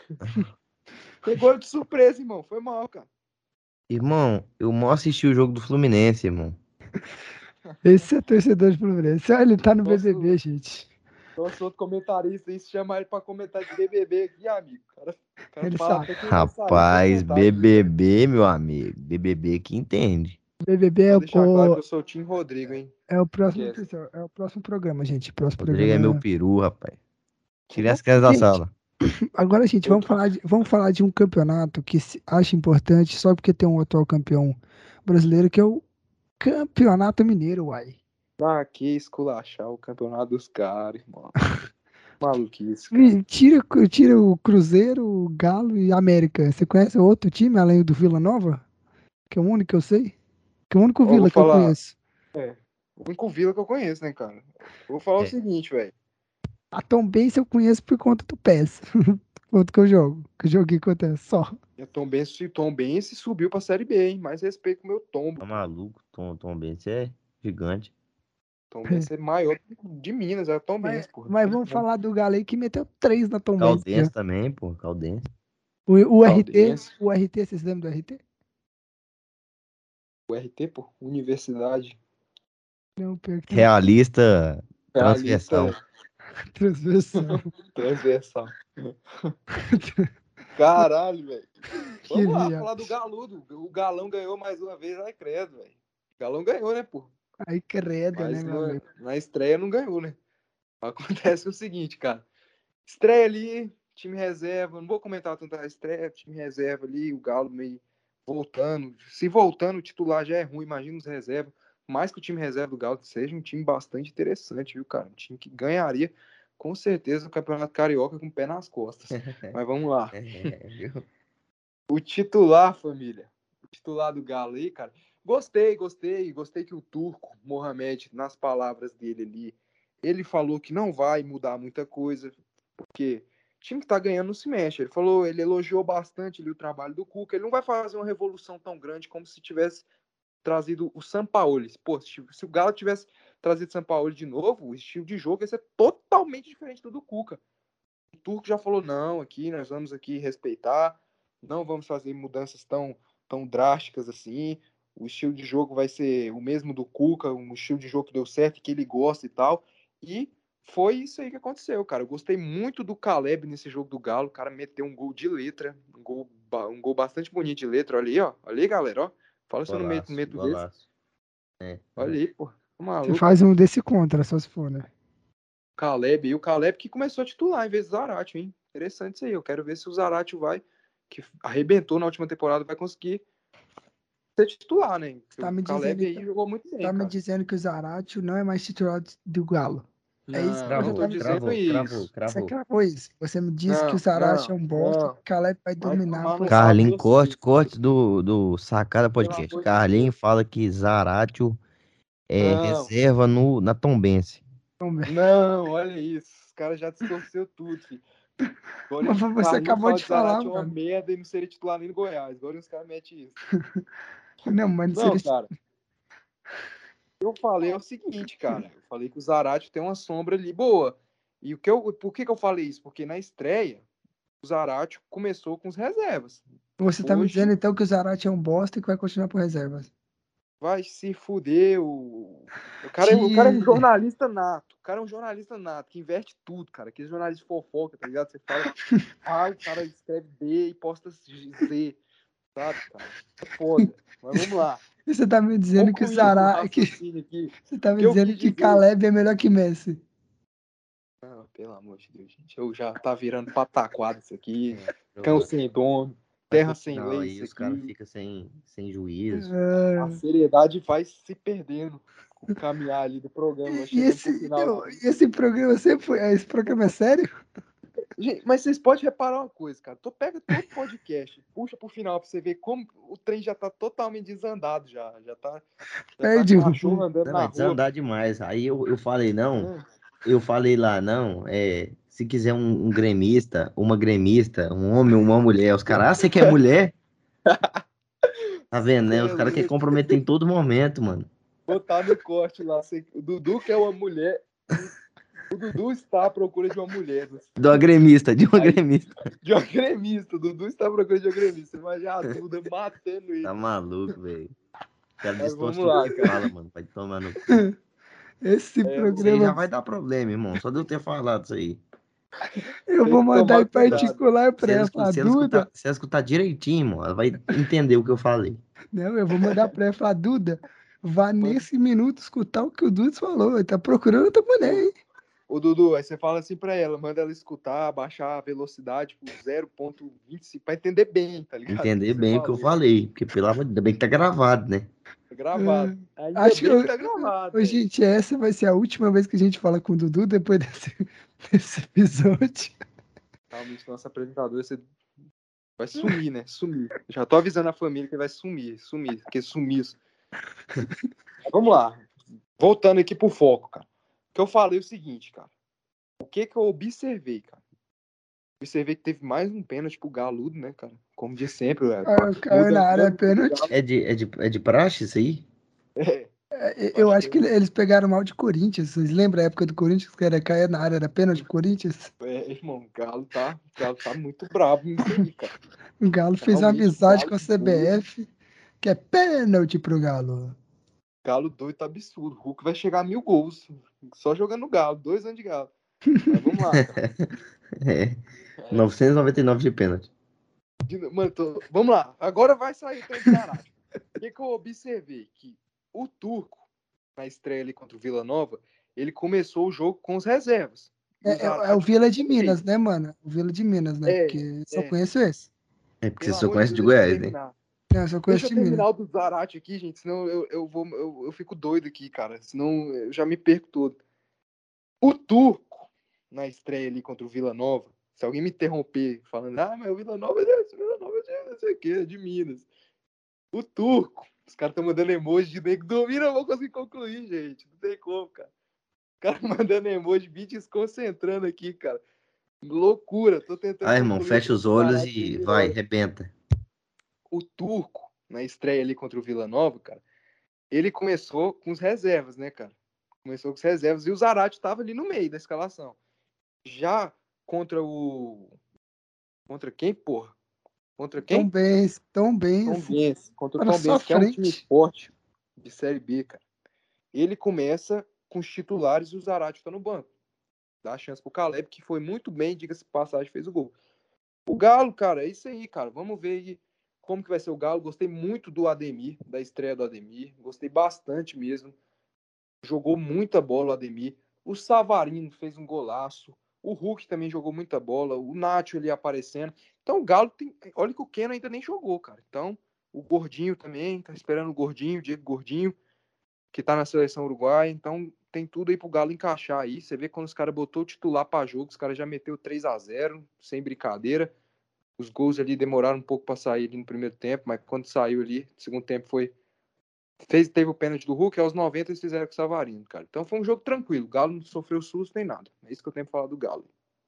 Pegou de surpresa, irmão. Foi mal, cara. Irmão, eu mal assisti o jogo do Fluminense, irmão. Esse é torcedor de Fluminense. Olha, ele tá no Nosso, B B B, gente. nosso outro comentarista aí, se chamar ele pra comentar de B B B aqui, amigo. O cara, o cara Ele fala sabe. até quem vai sair. Rapaz, Quem vai B B B, meu amigo. B B B que entende. B B B é Vou o, deixar claro que o- eu sou o Tim Rodrigo, hein? é o próximo Esquece. episódio, é o próximo programa, gente. Próximo Rodrigo é meu programa. peru, rapaz. Tirei as Vamos- crianças da Gente, sala. agora, gente, Eu vamos falar de, vamos falar de um campeonato que se acha importante só porque tem um atual campeão brasileiro, que é o Campeonato Mineiro, uai. Pra que esculachar o campeonato dos caras, irmão? Maluquice, cara. Me Tira, tira o Cruzeiro, o Galo e América. Você conhece outro time além do Vila Nova? Que é o único que eu sei? Que é o único Ó, vou Vila que eu falar. conheço. O único Vila que eu conheço, né, cara? Vou falar o É. seguinte, velho. A Tombense eu conheço por conta do P E S. Quanto que eu jogo. Que eu joguei contra só. O Tom Bense, Tom Bense subiu pra Série B, hein? Mais respeito com o meu tombo. Tá maluco? Tom, Tom Benz é gigante. Tom Bense é maior de Minas, é o Tom Mas, Bense, porra. mas vamos falar do Galo aí que meteu três na Tombense. Caldense também, pô. Caldense. O, o R T, Caldense. o R T, vocês lembram do R T? O R T, pô, Universidade. Não, pior que tem Realista Realista transversal. transversal. transversal. Caralho, velho. Que Vamos lá, viagem. falar do Galudo. O Galão ganhou mais uma vez, ai credo, velho. O Galão ganhou, né, pô? Aí credo, né, Mas meu no- amigo? na estreia não ganhou, né? Acontece o seguinte, cara. Estreia ali, time reserva. Não vou comentar tanto a estreia, time reserva ali, o Galo meio voltando. Se voltando, o titular já é ruim, imagina os reservas. Mais que o time reserva do Galo seja um time bastante interessante, viu, cara? Um time que ganharia, com certeza, o Campeonato Carioca com o pé nas costas. Mas vamos lá. É, viu? O titular, família. O titular do Galo aí, cara. Gostei, gostei, gostei que o Turco, Mohamed, nas palavras dele ali, ele falou que não vai mudar muita coisa, porque o time que tá ganhando não se mexe. Ele falou, ele elogiou bastante ali o trabalho do Cuca, ele não vai fazer uma revolução tão grande como se tivesse trazido o Sampaoli. Pô, se, se o Galo tivesse trazido o Sampaoli de novo, o estilo de jogo ia ser totalmente diferente do do Cuca. O Turco já falou, não, aqui nós vamos aqui respeitar, não vamos fazer mudanças tão, tão drásticas assim, o estilo de jogo vai ser o mesmo do Cuca, um estilo de jogo que deu certo, que ele gosta e tal, e foi isso aí que aconteceu, cara. Eu gostei muito do Caleb nesse jogo do Galo, o cara meteu um gol de letra, um gol, um gol bastante bonito de letra, olha aí, ó, olha aí, galera, ó, fala se eu não meto, Golaço, meto desse, golaço. É. olha aí, pô, tá Você maluco. faz um desse contra, só se for, né? Caleb, e o Caleb que começou a titular em vez do Zaratio, hein? Interessante isso aí. Eu quero ver se o Zaratio vai, que arrebentou na última temporada, vai conseguir ser titular, né? Você tá O me Caleb dizendo, aí então, jogou muito você bem, tá me cara. dizendo que o Zaratio não é mais titular do Galo. É isso que Não, você não tá Cravou, tô me dizendo cravou, cravou, isso. Você cravou. cravou isso. Você me disse que o Não, Zaratio é não, um bosta, não. que o Caleb vai Vai dominar a tomar no posição. rabo Carlinhos, corte, vocês. corte do, do Sacada Pelo Podcast. amor de Deus. Carlinhos fala que Zaratio é Não, reserva no, na Tombense. não, olha isso. Os caras já distorceu tudo, filho. Agora Mas o você Carlinhos acabou fala de que falar, Zaratio é uma mano. merda e não seria titular nem no Goiás. Agora os caras metem isso. Não, mas Não, seria... cara. Eu falei é o seguinte, cara. Eu falei que o Zaratio tem uma sombra ali boa. E o que eu, por que, que eu falei isso? Porque na estreia, o Zaratio começou com os reservas. Você tá me Hoje dizendo então que o Zaratio é um bosta e que vai continuar por reservas. vai se fuder. O, o, cara, é, o cara é um jornalista nato. O cara é um jornalista nato, que inverte tudo, cara. Aquele jornalista de fofoca, tá ligado? Você fala, ah, o cara escreve B e posta Z. Sabe, cara? É foda. Mas vamos lá. Você tá me dizendo que o Concluindo o Zaratio... Que... raciocínio aqui. Você tá O me que eu dizendo quis que dizer. Caleb é melhor que Messi. Não, pelo amor de Deus, gente. Eu já tá virando pataquado isso aqui. É, Cão eu- sem dono. Vai pro Terra sem final lei, aí, isso os caras aqui. ficam sem, sem juízo. A Ah, seriedade vai se perdendo com o caminhar ali do programa. Vai e chegando pro esse, final. eu- esse programa sempre foi... Esse programa é sério? Gente, mas vocês podem reparar uma coisa, cara. Tu pega todo podcast, puxa pro final pra você ver como o trem já tá totalmente desandado já. Já tá, já Perde tá o... cachorro andando Não, na é rua. desandar demais. Aí eu, eu falei, não, Hum. eu falei lá, não, é, se quiser um, um gremista, uma gremista, um homem, uma mulher, os caras, ah, você quer mulher? Tá vendo, Cê né? é Os caras querem louco. comprometer em todo momento, mano. Botar no corte lá. Cê- O Dudu que é uma mulher. O Dudu está à procura de uma mulher. De uma gremista, de uma Aí, gremista. de uma gremista. O Dudu está à procura de uma gremista. Imagina a Duda matando ele. Tá maluco, velho. O cara Mas distorce vamos tudo lá, que cara. fala, mano. Vai tomar no cu. Esse É, Isso aí já programa... vai dar problema, irmão. Só de eu ter falado isso aí. Eu tem vou que mandar tomar em cuidado. particular Se pra ela, ela escu- falar, se ela escutar, Duda... se ela escutar direitinho, irmão, ela vai entender o que eu falei. Não, eu vou mandar pra ela falar, Duda, vá Manda- nesse minuto escutar o que o Duda falou. Ele tá procurando outra mulher, hein? Ô, Dudu, aí você fala assim pra ela, manda ela escutar, baixar a velocidade por zero ponto vinte e cinco pra entender bem, tá ligado? Entender O que você bem o que eu falou. falei. Porque, pelo amor de Deus, ainda bem que tá gravado, né? Tá gravado. Ah, Ainda acho que, bem que eu, tá gravado, ô, velho. gente, essa vai ser a última vez que a gente fala com o Dudu depois desse, desse episódio. Realmente, nosso apresentador, você vai sumir, né? Sumir. Já tô avisando a família que vai sumir, sumir, porque sumiço. Vamos lá. Voltando aqui pro foco, cara. O que eu falei é o seguinte, cara. O que que eu observei, cara? Observei que teve mais um pênalti pro Galudo, né, cara? Como de sempre. É, Ah, caiu na área, é pênalti. É de, é de, é de praxe isso aí? É, É, eu acho que eles pegaram mal de Corinthians. Vocês lembram a época do Corinthians que era cair na área, era pênalti de Corinthians? é, irmão, o Galo tá, o Galo tá muito bravo nisso aí, cara. O Galo fez uma Realmente, amizade Galo com a C B doido. F, que é pênalti pro Galo. Galo doido tá absurdo. O Hulk vai chegar a mil gols. Só jogando Galo, dois anos de Galo. Mas vamos lá, cara. É. novecentos e noventa e nove de pênalti. Mano, tô... vamos lá. Agora vai sair o tempo zarado. O que, que eu observei? Que o Turco, na estreia ali contra o Vila Nova, ele começou o jogo com os reservas. E É, é- é o Zarate Vila de começou Minas, bem. né, mano? O Vila de Minas, né? É, Porque só é. conheço esse. É porque Pelo você só amor de conhece de Deus, deixa eu Goiás, né? terminar. Não, eu só conheço Deixa eu de Minas. terminar o do Zarate aqui, gente, senão eu, eu, vou, eu, eu fico doido aqui, cara. Senão eu já me perco todo. O Turco, na estreia ali contra o Vila Nova, se alguém me interromper falando, ah, mas o Vila Nova é desse, o Vila Nova é de não sei o quê, de Minas. O Turco, Os caras estão mandando emoji de nego dormir, não vou conseguir concluir, gente. Não tem como, cara. O cara mandando emoji, me desconcentrando aqui, cara. Loucura, tô tentando Ah, irmão, concluir fecha aqui os essa olhos parada e primeira vai, hora. rebenta. O Turco, na estreia ali contra o Vila Nova, cara, ele começou com os reservas, né, cara? Começou com os reservas e o Zarate tava ali no meio da escalação. Já contra o... Contra quem, porra? Contra Tom quem? Benz, Tom Benz. Tombense. Contra o Para sua Tombense, que é um time frente. forte de Série B, cara. Ele começa com os titulares e o Zarate tá no banco. Dá a chance pro Caleb, que foi muito bem, diga-se de passagem, fez o gol. O Galo, cara, é isso aí, cara. Vamos ver aí como que vai ser o Galo. Gostei muito do Ademir, da estreia do Ademir. Gostei bastante mesmo. Jogou muita bola o Ademir. O Savarino fez um golaço. O Hulk também jogou muita bola. O Nacho ali aparecendo. Então o Galo tem... Olha que o Keno ainda nem jogou, cara. Então o Gordinho também, tá esperando o Gordinho, o Diego Gordinho, que tá na seleção uruguaia. Então tem tudo aí pro Galo encaixar aí. Você vê quando os caras botou o titular pra jogo, os caras já meteu três a zero, sem brincadeira. Os gols ali demoraram um pouco para sair ali no primeiro tempo, mas quando saiu ali, no segundo tempo foi... Fez, teve o pênalti do Hulk, aos noventa eles fizeram com o Savarino, cara. Então foi um jogo tranquilo. O Galo não sofreu susto nem nada. É isso que eu tenho pra falar do Galo.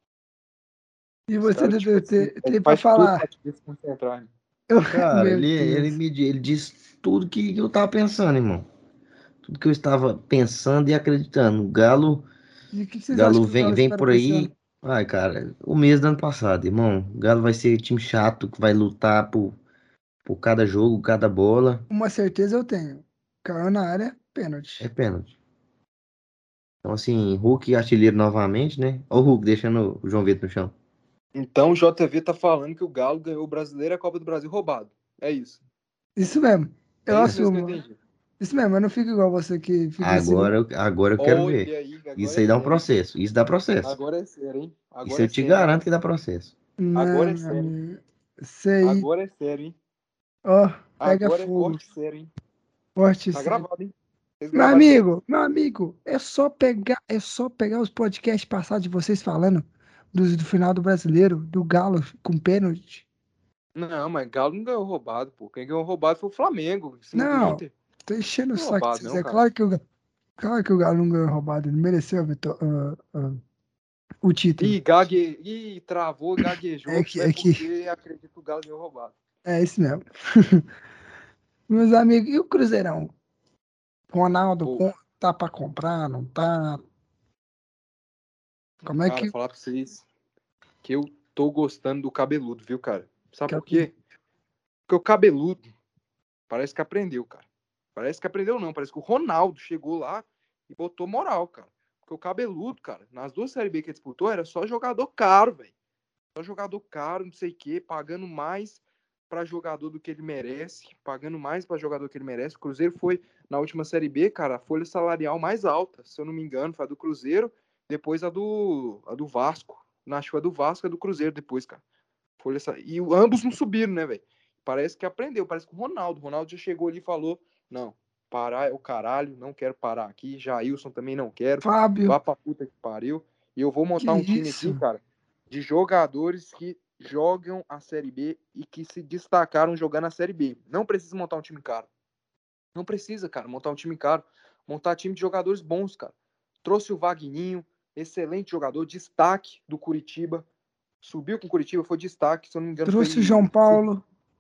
E Os você, caras, tipo Dudu, assim, tem, ele tem pra faz tudo pra falar? te desconcentrar, né? Eu- Cara, Meu ele, ele Deus. me di- ele diz tudo que eu tava pensando, irmão. Tudo que eu estava pensando e acreditando. O Galo, E o que vocês acham Galo que o vem, Galo vem espera por pra esse aí. ano? Ai, cara, o mês do ano passado, irmão. O Galo vai ser time chato que vai lutar por, por cada jogo, cada bola. Uma certeza eu tenho. Caiu na área, É pênalti. pênalti. Então, assim, Hulk artilheiro novamente, né? Olha o Hulk deixando o João Vitor no chão. Então o J V tá falando que o Galo ganhou o Brasileiro e a Copa do Brasil roubado. É isso. Isso mesmo. Eu É isso mesmo que eu assumo. entendi. Isso mesmo, eu não fico igual você que fica em cima. Agora, eu- agora eu quero ver. Olha aí, agora Isso é aí dá um sério, hein? processo. Isso dá processo. Agora é sério, hein? Isso Agora eu é te sério, hein, garanto cara? que dá processo. Não, Agora é meu sério, hein? amigo. Isso aí, Agora é sério, hein? ó, pega Agora é fogo. forte e sério, hein? Forte Tá sério. gravado, hein? Vocês Meu gravaram isso aí? amigo, meu amigo, é só pegar, é só pegar os podcasts passados de vocês falando do, do final do Brasileiro, do Galo com pênalti. Não, mas Galo não ganhou roubado, pô. Quem ganhou roubado foi o Flamengo, em cima do Não, Inter. tô enchendo o Não foi saco de roubado, vocês. não, É cara. claro que o, Ga- claro que o Galo não ganhou roubado, ele mereceu a vitó- ah, ah, o título. Ih, gague... Ih, travou, É gaguejou. que, Foi é que, porque acredito que o Galo ganhou roubado. é isso mesmo. Meus amigos, e o Cruzeirão? Ronaldo Pô, com- tá pra comprar, não tá? Como é cara, que. falar pra vocês que eu tô gostando do Cabeludo, viu, cara? Sabe por que- quê? Porque o Cabeludo parece que aprendeu, cara. Parece que aprendeu, não. Parece que o Ronaldo chegou lá e botou moral, cara. Porque o Cabeludo, cara, nas duas Série B que ele disputou, era só jogador caro, velho. Só jogador caro, não sei o quê, pagando mais para jogador do que ele merece, pagando mais para jogador que ele merece. O Cruzeiro foi, na última Série B, cara, a folha salarial mais alta, se eu não me engano, foi a do Cruzeiro, depois a do, a do Vasco. Não, acho que foi a do Vasco e a do Cruzeiro depois, cara. Folha, e ambos não subiram, né, velho? Parece que aprendeu, parece que o Ronaldo. O Ronaldo já chegou ali e falou: não, parar é o caralho, não quero parar aqui. Jailson também não quero. Fábio, Vá pra puta que pariu. E eu vou que montar um time aqui, isso? cara, de jogadores que jogam a Série B e que se destacaram jogando a Série B. Não precisa montar um time caro. Não precisa, cara, montar um time caro. Montar time de jogadores bons, cara. Trouxe o Vagninho, excelente jogador, destaque do Curitiba. Subiu com o Curitiba, foi destaque, se eu não me engano, Trouxe o foi. João Paulo.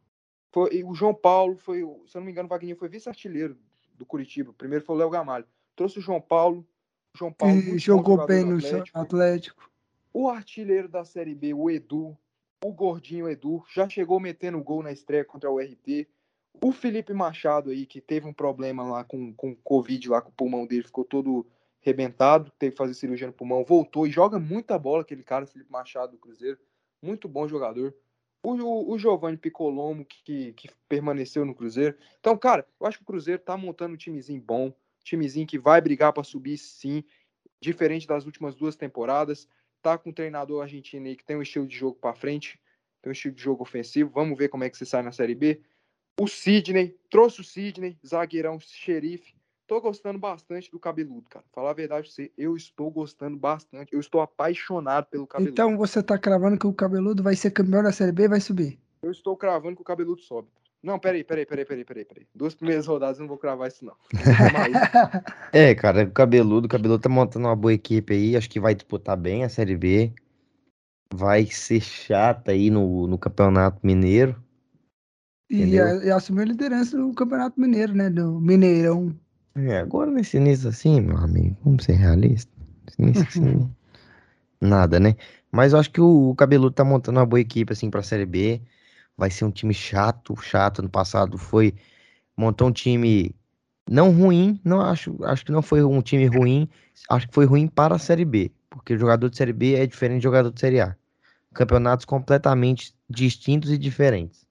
Foi, o João Paulo foi, se eu não me engano, o Vagninho foi vice-artilheiro do Curitiba. Primeiro foi o Léo Gamalho. Trouxe o João Paulo. O João Paulo, Que muito bom jogou jogador bem do no Atlético. Atlético. O artilheiro da Série B, o Edu. O gordinho Edu. Já chegou metendo gol na estreia contra o R T. O Felipe Machado aí, que teve um problema lá com, com Covid, lá com o pulmão dele, ficou todo rebentado, teve que fazer cirurgia no pulmão, voltou e joga muita bola aquele cara, Felipe Machado do Cruzeiro. Muito bom jogador. O, o, o Giovanni Piccolomo, que, que permaneceu no Cruzeiro. Então, cara, eu acho que o Cruzeiro tá montando um timezinho bom, timezinho que vai brigar para subir, sim, diferente das últimas duas temporadas. Tá com um treinador argentino aí que tem um estilo de jogo para frente, tem um estilo de jogo ofensivo. Vamos ver como é que você sai na Série B. O Sidney, trouxe o Sidney, zagueirão, xerife. Tô gostando bastante do Cabeludo, cara. Falar a verdade pra você, eu estou gostando bastante. Eu estou apaixonado pelo Cabeludo. Então você tá cravando que o Cabeludo vai ser campeão da Série B e vai subir. Eu estou cravando que o Cabeludo sobe. Não, peraí, peraí, peraí, peraí, peraí, peraí. Duas primeiras rodadas eu não vou cravar isso, não. Tá maluco. É, cara, o Cabeludo, o Cabeludo tá montando uma boa equipe aí, acho que vai disputar bem a Série B. Vai ser chata aí no, no Campeonato Mineiro, E, entendeu? a- e assumiu a liderança do Campeonato Mineiro, né? Do Mineirão. É, agora nesse início assim, meu amigo, vamos ser realistas. Nesse início assim, nada, né? Mas eu acho que o, o Cabeludo tá montando uma boa equipe assim pra Série B. Vai ser um time chato, chato. Ano passado foi, montou um time não ruim, não acho, acho que não foi um time ruim, acho que foi ruim para a Série B, porque o jogador de Série B é diferente do jogador de Série A. Campeonatos completamente distintos e diferentes.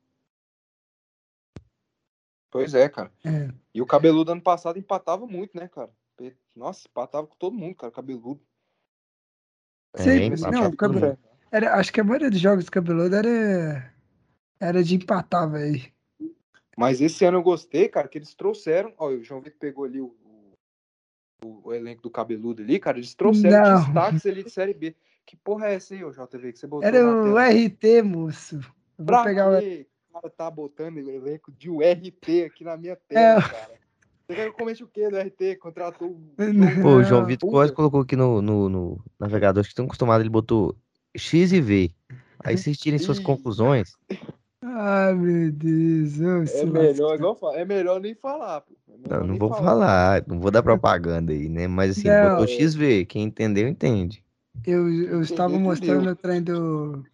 Pois é, cara. É. E o Cabeludo ano passado empatava muito, né, cara? Nossa, empatava com todo mundo, cara, o Cabeludo. É, Sempre. Esse Não, time o empatava todo cabe... mundo. diferente. era, acho que a maioria dos jogos do Cabeludo era, era de empatar, velho. Mas esse ano eu gostei, cara, que eles trouxeram. Olha, o João Vitor pegou ali o, o, o elenco do Cabeludo ali, cara. Eles trouxeram Não, destaques ali de Série B. Que porra é essa aí, ô J V, que você botou era na o tela? R T, moço. Eu vou Pra pegar o. quê? O cara tá botando o elenco de U R T aqui na minha É, tela, cara. Você quer que eu comente o quê do R T? Contratou o João Pô, o João não. Vitor quase colocou aqui no, no, no navegador, acho que estão acostumados, ele botou X e V. Aí vocês tirem suas Ih, conclusões. Ai, meu Deus. Ô, é se melhor, lascar. igual eu falo, é melhor nem falar, pô. É Não, melhor não nem vou falar. falar, não vou dar propaganda aí, né? Mas assim, ele botou Não, É, X V. Quem entendeu, entende. eu, quem eu estava entendeu, mostrando entendeu. o trem do,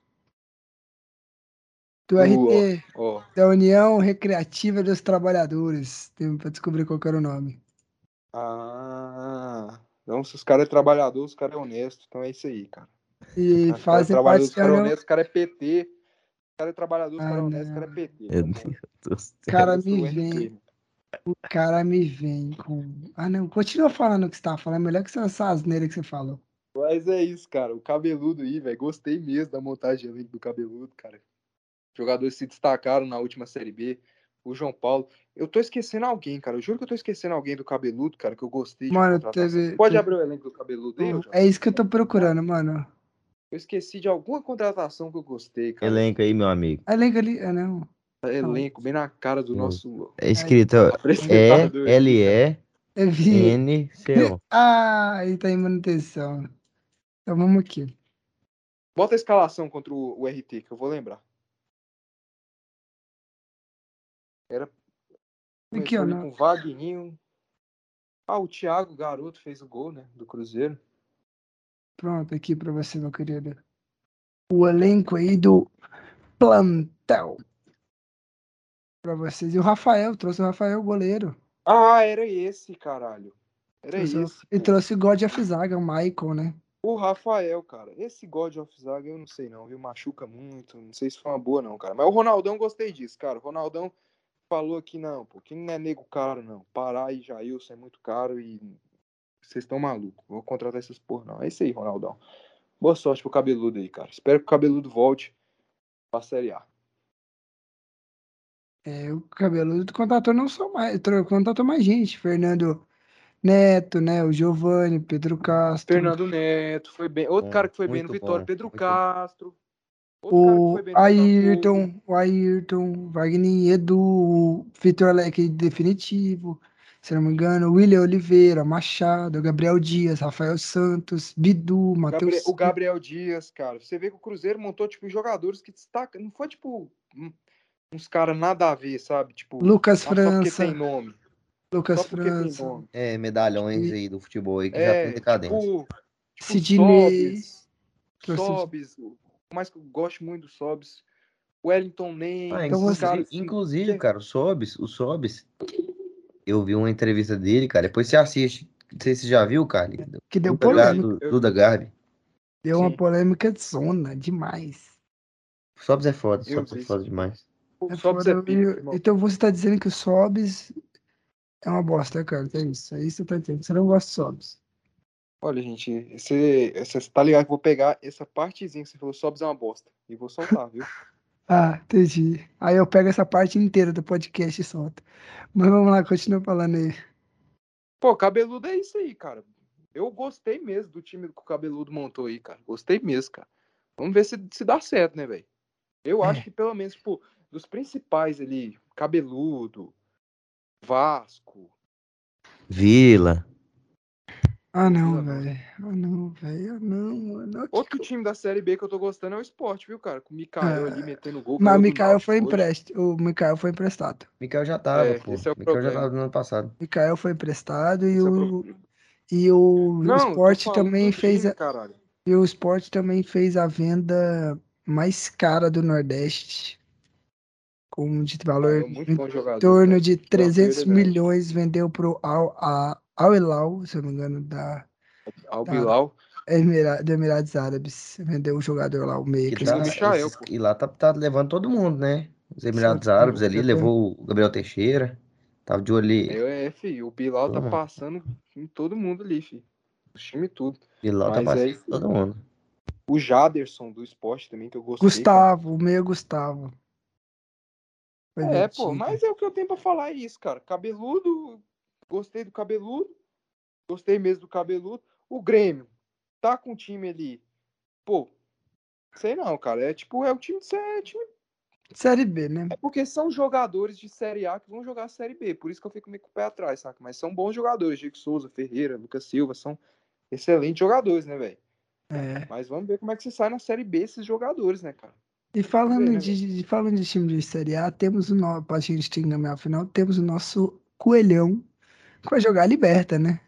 do Do, ó, R T, ó. da União Recreativa dos Trabalhadores. Tem pra descobrir qual que era o nome. Ah, então se os caras é trabalhador, os caras é honesto. Então é isso aí, cara. E Os caras é fazem parte trabalhador, os da caras é União. honesto, os caras é P T. Os caras é trabalhador, os Ah, caras é honesto, os caras é não. P T. Meu Então, Deus do céu. Cara eu sou me o R T. vem. O cara me vem com. Ah, não. Continua falando o que você tava falando. É melhor que essa asneira que você falou. Mas é isso, cara. O Cabeludo aí, velho. Gostei mesmo da montagem do Cabeludo, cara. Jogadores se destacaram na última Série B. O João Paulo. Eu tô esquecendo alguém, cara. Eu juro que eu tô esquecendo alguém do Cabeludo, cara, que eu gostei de uma Mano, contratação. Você teve. pode teve- abrir o elenco do Cabeludo aí, ô Jota? É isso que eu tô procurando, mano. Eu esqueci de alguma contratação que eu gostei, cara. Elenco aí, meu amigo. Elenco ali. Ah, não. Não. Elenco, bem na cara do Meu, nosso é Aí, escrito E apresentador L aqui, cara. E eu vi. N C O. Ah, aí tá em manutenção. Então vamos aqui. Bota a escalação contra o, o R T, que eu vou lembrar. Era, Aqui, começou ó. ali Não. com o Vagninho. Ah, o Thiago, garoto, fez o gol, né? Do Cruzeiro. Pronto, aqui pra você, meu querido. O elenco aí do plantel. Pra vocês. E o Rafael, trouxe o Rafael, goleiro. Ah, era esse, caralho. Era Trouxe o... esse, E pô. trouxe o God of Zaga, o Michael, né? O Rafael, cara. Esse God of Zaga eu não sei não, viu? Machuca muito. Não sei se foi uma boa não, cara. Mas o Ronaldão gostei disso, cara. O Ronaldão falou aqui, não, pô. Que não é nego caro, não. Pará e Jailson é muito caro e vocês estão malucos. Vou contratar essas porra, não. É isso aí, Ronaldão. Boa sorte pro Cabeludo aí, cara. Espero que o Cabeludo volte pra Série A. É, o Cabeludo contratou não só mais, tro- contratou mais gente. Fernando Neto, né? O Giovanni, Pedro Castro, Fernando Neto foi bem. Outro cara Bom, que foi bem no muito Vitória, bom, Pedro muito bom. Castro. Outro cara que foi o bem no Botafogo. Ayrton, o Ayrton, Wagner Edu, o Vitor Alec definitivo, se não me engano, o William Oliveira, Machado, Gabriel Dias, Rafael Santos, Bidu, Gabriel, Matheus o Silva, Gabriel Dias, cara. Você vê que o Cruzeiro montou, tipo, jogadores que destacam. Não foi, tipo, um- uns caras nada a ver, sabe? Tipo, Lucas ah, só porque tem França, nome. Só Lucas porque tem França, nome. É, medalhões e aí do futebol aí que já estão em É, decadência. tipo, tipo Sidney, Sobis. trouxe. Sobis. Por mais que eu goste muito do Sobis. Wellington Ah, Nem, Então esses você, inclusive, caras assim. inclusive, Que... cara, o Sobis, o Sobis, eu vi uma entrevista dele, cara. Depois você assiste. Não sei se você já viu, cara. que deu Duda, Gar- polêmica, Du- Eu Duda vi. Garbi. deu uma Sim, polêmica de zona demais. O Sobis é foda, o eu Sobis é vi. foda demais. O É Sobis foda. é pica, eu- irmão. Então você tá dizendo que o Sobs é uma bosta, cara. É isso. É isso que eu tô entendendo. Você não gosta de Sobs. Olha, gente, você, você tá ligado que eu vou pegar essa partezinha que você falou, Sobis é uma bosta. E vou soltar, viu? Ah, entendi. Aí eu pego essa parte inteira do podcast e solto. Mas vamos lá, continua falando aí. Pô, Cabeludo é isso aí, cara. Eu gostei mesmo do time que o Cabeludo montou aí, cara. Gostei mesmo, cara. Vamos ver se, se dá certo, né, velho? Eu acho É, que pelo menos, tipo, dos principais ali, Cabeludo, Vasco. Vila. Ah, Pô, não, Vila não. velho. Ah, não, velho. Ah, não, mano. Que Outro que- time da Série B que eu tô gostando é o Sport, viu, cara? Com o Mikael ali Ah, metendo gol, mas o ganhou do Mikael foi Náutico hoje. emprestado. O Mikael foi emprestado. Mikael já tava, É, pô. esse é o Mikael já tava problema. no ano passado. O Mikael foi emprestado e Esse é o o, problema. e o, o Não, eu tô Sport falando também do fez time, a, caralho. e o Sport também fez a venda mais cara do Nordeste, com de valor Ganhou muito em bom jogador, torno cara. de Foi uma trezentos perda grande. milhões, vendeu pro Al, a, Al Hilal, se eu não me engano, da, Ao da Bilal. Emira, dos Emirados Árabes. Vendeu o jogador lá, o meia Que que eu E o tá, esqueci. Michael, esses, pô. e lá tá, tá levando todo mundo, né? Os Só Emirados tem, Árabes ali, só tem. levou o Gabriel Teixeira. Tava de olho ali, É, é, filho. O Bilal tá todo mundo. passando em todo mundo ali, filho. O time tudo. E lá tá Mas é passando isso. todo mundo. O Jaderson do Sport também, que eu gostei, cara. Gustavo, o meia Gustavo. Foi É, pô, vendido. mas é o que eu tenho pra falar é isso, cara. Cabeludo, gostei do Cabeludo. Gostei mesmo do Cabeludo. O Grêmio tá com o time ali. Pô, sei não, cara. É tipo, é o time de é time. Série B, né? É porque são jogadores de Série A que vão jogar a Série B. Por isso que eu fico meio com o pé atrás, saca? Mas são bons jogadores. Diego Souza, Ferreira, Lucas Silva, são excelentes jogadores, né, velho? É. Mas vamos ver como é que se sai na Série B esses jogadores, né, cara? E Vamos ver, falando né, velho? de, de- falando de time de Série A, temos o nosso, pra gente terminar a final, temos o nosso Coelhão que vai jogar a Liberta, né?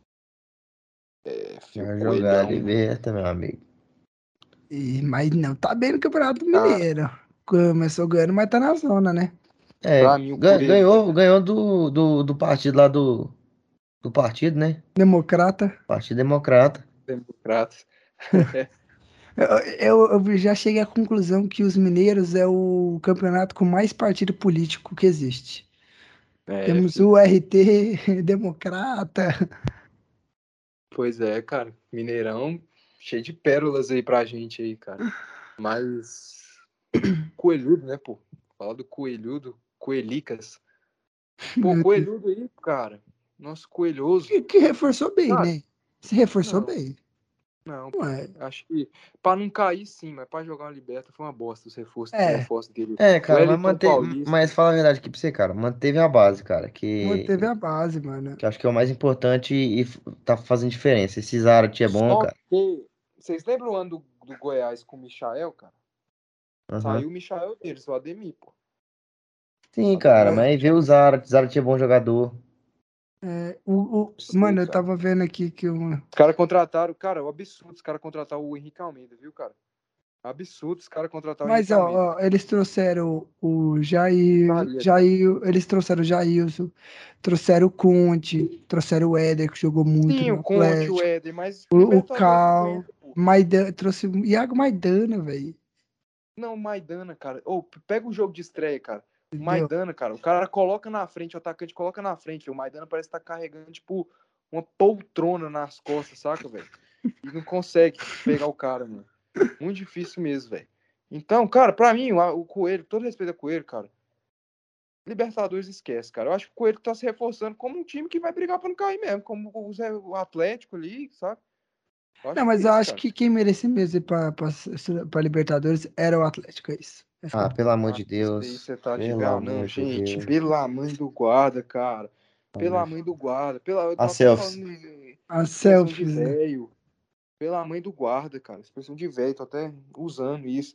É, filho, Vai jogar Coelhão. liberta, meu amigo. E, mas não tá bem no Campeonato Cara, Mineiro. Começou ganhando, mas tá na zona, né? É, pra mim o gan- Coelho, ganhou, velho. ganhou do, do, do partido lá do, do partido, né? Democrata. Partido Democrata. Democratas. Eu, eu, eu já cheguei à conclusão que os mineiros é o campeonato com mais partido político que existe. É, Temos filho. o R T, Democrata. Pois é, cara. Mineirão cheio de pérolas aí pra gente aí, cara. Mas Coelhudo, né, pô? Falar do Coelhudo, Coelhicas. Pô, Meu Deus. Coelhudo aí, cara. Nosso Coelhoso. Que, que reforçou bem, Cara, né? Se reforçou não, bem. não, Não pô. é? Acho que pra não cair, sim, mas pra jogar uma liberta foi uma bosta os reforços, os É, reforços dele. É, cara, mas Wellington manter, Paulista. mas fala a verdade aqui pra você, cara. Manteve a base, cara, manteve que, a base, mano. que acho que é o mais importante e f- tá fazendo diferença. Esse Zarate é bom, Só cara. que. Vocês lembram o ano do, do Goiás com o Michael, cara? Aham. Saiu o Michael deles, o Ademir, pô. Sim, O cara, Ademir É, foi mas vê o Zarate. Zarate é bom jogador. é, o, o, sei, mano, eu cara. tava vendo aqui que o. Os caras contrataram, cara, o absurdo os caras contrataram o Henrique Almeida, viu, cara? Absurdo os caras contrataram o Mas, Henrique ó, Almeida. ó, eles trouxeram o Jair, Estaria, cara. Jair, eles trouxeram o Jailson, trouxeram o Conte, trouxeram o Éder, que jogou muito Sim, no o Conte, o Atlético, Éder, mas o, o Libertadores não Cal, aguenta, pô. Maidana, trouxe o Iago Maidana, velho. Não, o Maidana, cara. Ô, pega o jogo de estreia, cara. O Entendeu? Maidana, cara, o cara coloca na frente, o atacante coloca na frente. O Maidana parece estar tá carregando, tipo, uma poltrona nas costas, saca, velho? E não consegue pegar o cara, mano. Muito difícil mesmo, velho. Então, cara, pra mim, o, o Coelho, todo respeito a Coelho, cara, Libertadores esquece, cara. Eu acho que o Coelho tá se reforçando como um time que vai brigar pra não cair mesmo, como o, Zé- o Atlético ali, sabe? Eu Não, acho que é mas eu isso, acho cara. que quem merecia mesmo ir pra, pra, pra Libertadores era o Atlético, é isso. Essa que é Ah, a pelo amor Ah, de isso aí Deus. você tá de Pelo ver. Ah, não, amor de gente, Deus. pela mãe do guarda, cara. Pela Amém. mãe do guarda. Pela, eu tô A até selfies. falando em As expressão de selfies, né? velho. Pela mãe do guarda, cara. Expressão de velho, tô até usando isso.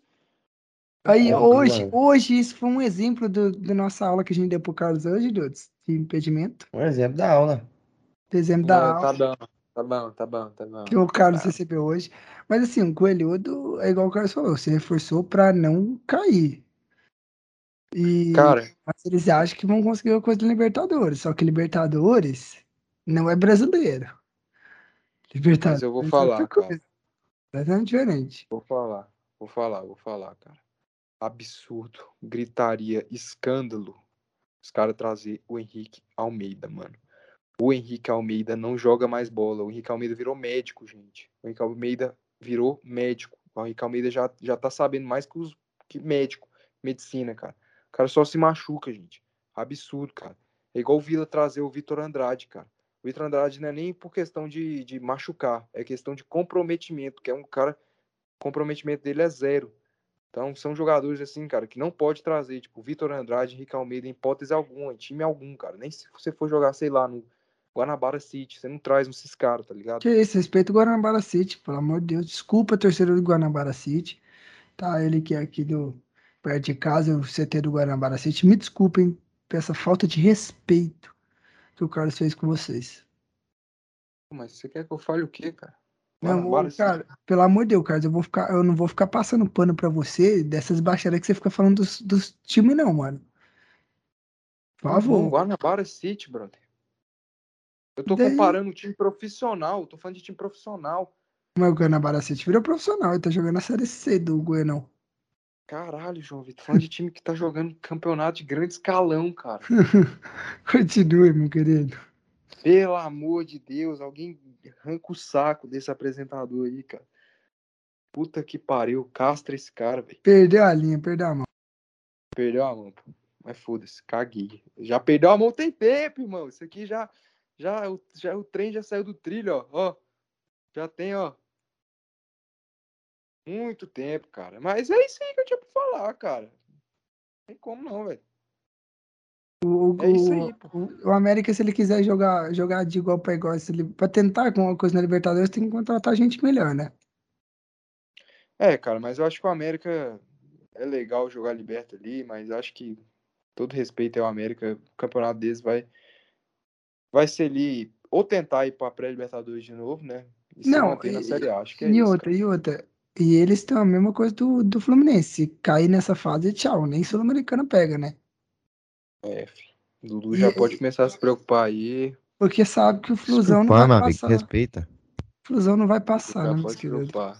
Aí, Concordo, cara. hoje, Tranquilo. hoje, isso foi um exemplo do, da nossa aula que a gente deu pro Carlos hoje, Dudes, de impedimento. Um exemplo da aula. Exemplo da É, aula tá bom, tá bom, tá bom, tá que bom, o tá Carlos bom. recebeu hoje. Mas assim, o Coelhudo, é igual o Carlos falou, se reforçou pra não cair. E Cara, mas eles acham que vão conseguir uma coisa da Libertadores. Só que Libertadores não é brasileiro. mas eu vou Libertadores é outra falar, cara. coisa. É diferente. Vou falar, vou falar, vou falar, cara. Absurdo, gritaria, escândalo. Os caras trazer o Henrique Almeida, mano. O Henrique Almeida não joga mais bola. O Henrique Almeida virou médico, gente. O Henrique Almeida virou médico. O Henrique Almeida já, já tá sabendo mais que, os, que médico, medicina, cara. O cara só se machuca, gente. Absurdo, cara. É igual o Vila trazer o Vitor Andrade, cara. O Vitor Andrade não é nem por questão de, de machucar, é questão de comprometimento, que é um cara, o comprometimento dele é zero. Então, são jogadores, assim, cara, que não pode trazer, tipo, Vitor Andrade, Henrique Almeida, em hipótese alguma, em time algum, cara. Nem se você for jogar, sei lá, no Guanabara City, você não traz esses caras, tá ligado? Que isso, respeito o Guanabara City, pelo amor de Deus. Desculpa, torcedor do Guanabara City. Tá, ele que é aqui do perto de casa, o C T do Guanabara City. Me desculpem por essa falta de respeito que o Carlos fez com vocês. Mas você quer que eu fale o quê, cara? Não, Guanabara ô, City. cara, pelo amor de Deus, Carlos, eu vou ficar, eu não vou ficar passando pano pra você dessas baixadas que você fica falando dos, dos times, não, mano. Por Tá bom, favor. Guanabara City, brother. Eu tô Daí, comparando o time profissional, eu tô falando de time profissional. mas o Guanabara City virou profissional, ele tá jogando a Série C do Goianão. Caralho, João Vitor, tô falando de time que tá jogando campeonato de grande escalão, cara. Continue, meu querido. Pelo amor de Deus, alguém arranca o saco desse apresentador aí, cara. Puta que pariu, castra esse cara, velho. Perdeu a linha, perdeu a mão. Perdeu a mão, pô. Mas foda-se, caguei. Já perdeu a mão tem tempo, irmão. Isso aqui já, já, já, o trem já saiu do trilho, ó. Ó, já tem, ó. Muito tempo, cara. Mas é isso aí que eu tinha pra falar, cara. Não tem como não, velho. O, É isso aí, o, pô. o, o América, se ele quiser jogar, jogar de igual para igual, se ele, pra tentar com alguma coisa na Libertadores, tem que contratar gente melhor, né? É, cara, mas eu acho que o América é legal jogar Liberta ali, mas acho que todo respeito ao América, o campeonato deles vai, vai ser ali, ou tentar ir pra pré-Libertadores de novo, né? E se Não, manter na e, Série A. Acho que é e isso, outra, cara. e outra. E eles estão a mesma coisa do, do Fluminense. Se cair nessa fase, tchau. Nem Sul-Americana pega, né? É, filho. O Dudu E, já pode e- começar a se preocupar aí. porque sabe que o Se Flusão não preocupar, vai meu amigo, passar. respeita. O Flusão não vai passar, Já né, meu pode se querido? preocupar.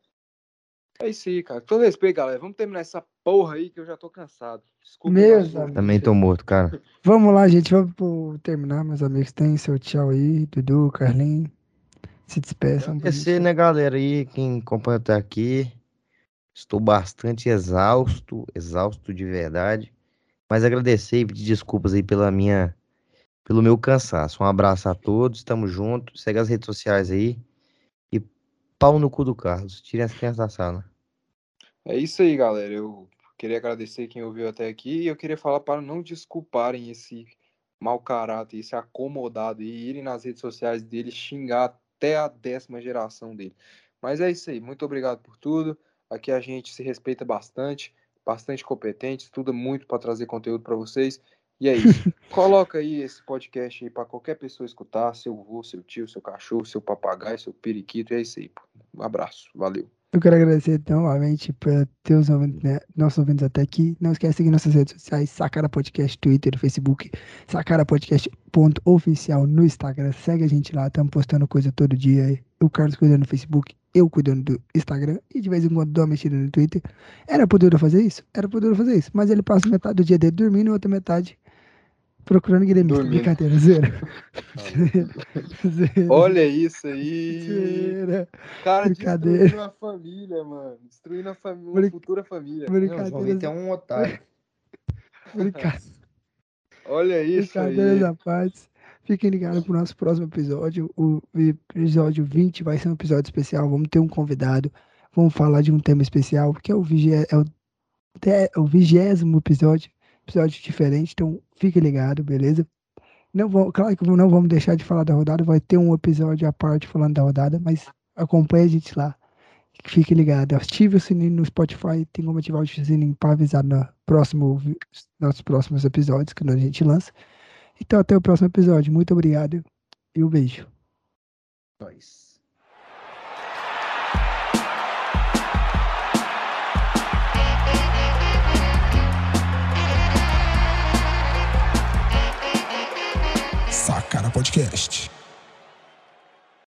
É isso aí, cara. Com todo respeito, galera. Vamos terminar essa porra aí que eu já tô cansado. Desculpa aí, Meus nosso amigos. Também tô morto, cara. Vamos lá, gente. Vamos pro- terminar, meus amigos. Tem seu tchau aí, Dudu, Carlinhos. Se despeçam. pra Agradecer, gente. né, galera aí, quem acompanha até aqui. Estou bastante exausto, exausto de verdade. Mas agradecer e pedir desculpas aí pela minha, pelo meu cansaço. Um abraço a todos, tamo junto. Segue as redes sociais aí. E pau no cu do Carlos. Tirem as crianças da sala. É isso aí, galera. Eu queria agradecer quem ouviu até aqui e eu queria falar para não desculparem esse mau caráter, esse acomodado e irem nas redes sociais dele xingar até a décima geração dele. Mas é isso aí. Muito obrigado por tudo. Aqui a gente se respeita bastante, bastante competente, estuda muito para trazer conteúdo para vocês. E é isso. Coloca aí esse podcast aí para qualquer pessoa escutar, seu avô, seu tio, seu cachorro, seu papagaio, seu periquito. E é isso aí. Pô. Um abraço. Valeu. Eu quero agradecer novamente por ter os ouvintes, né, nossos ouvintes até aqui. Não esquece de seguir nossas redes sociais, Sacara Podcast, Twitter, Facebook, Sacara Podcast ponto oficial no Instagram. Segue a gente lá, estamos postando coisa todo dia. O Carlos cuidando do Facebook, eu cuidando do Instagram e de vez em quando dou uma mexida no Twitter. Era possível fazer isso? Era possível fazer isso, mas ele passa metade do dia dele dormindo e outra metade procurando gremista. Dormindo. Brincadeira, zoeira. Zoeira. Olha isso aí. Zoeira. Cara, Brincadeira. destruindo a família, mano. Destruindo a fami- uma Brin- futura família. Não, o Brincadeira. João Vitor é um otário. Brincadeira. Olha isso Brincadeiras aí. à parte. Fiquem ligados pro nosso próximo episódio. O episódio vinte vai ser um episódio especial. Vamos ter um convidado. Vamos falar de um tema especial, porque é o, vigé é o, é o vigésimo episódio. Episódio diferente. Então, fique ligado, beleza? Não vou, claro que não vamos deixar de falar da rodada. Vai ter um episódio à parte falando da rodada, mas acompanhe a gente lá. Fique ligado. Ative o sininho no Spotify. Tem como ativar o sininho para avisar no próximo, nos próximos episódios que a gente lança. Então, até o próximo episódio. Muito obrigado e um beijo. Nós. Sacara Podcast.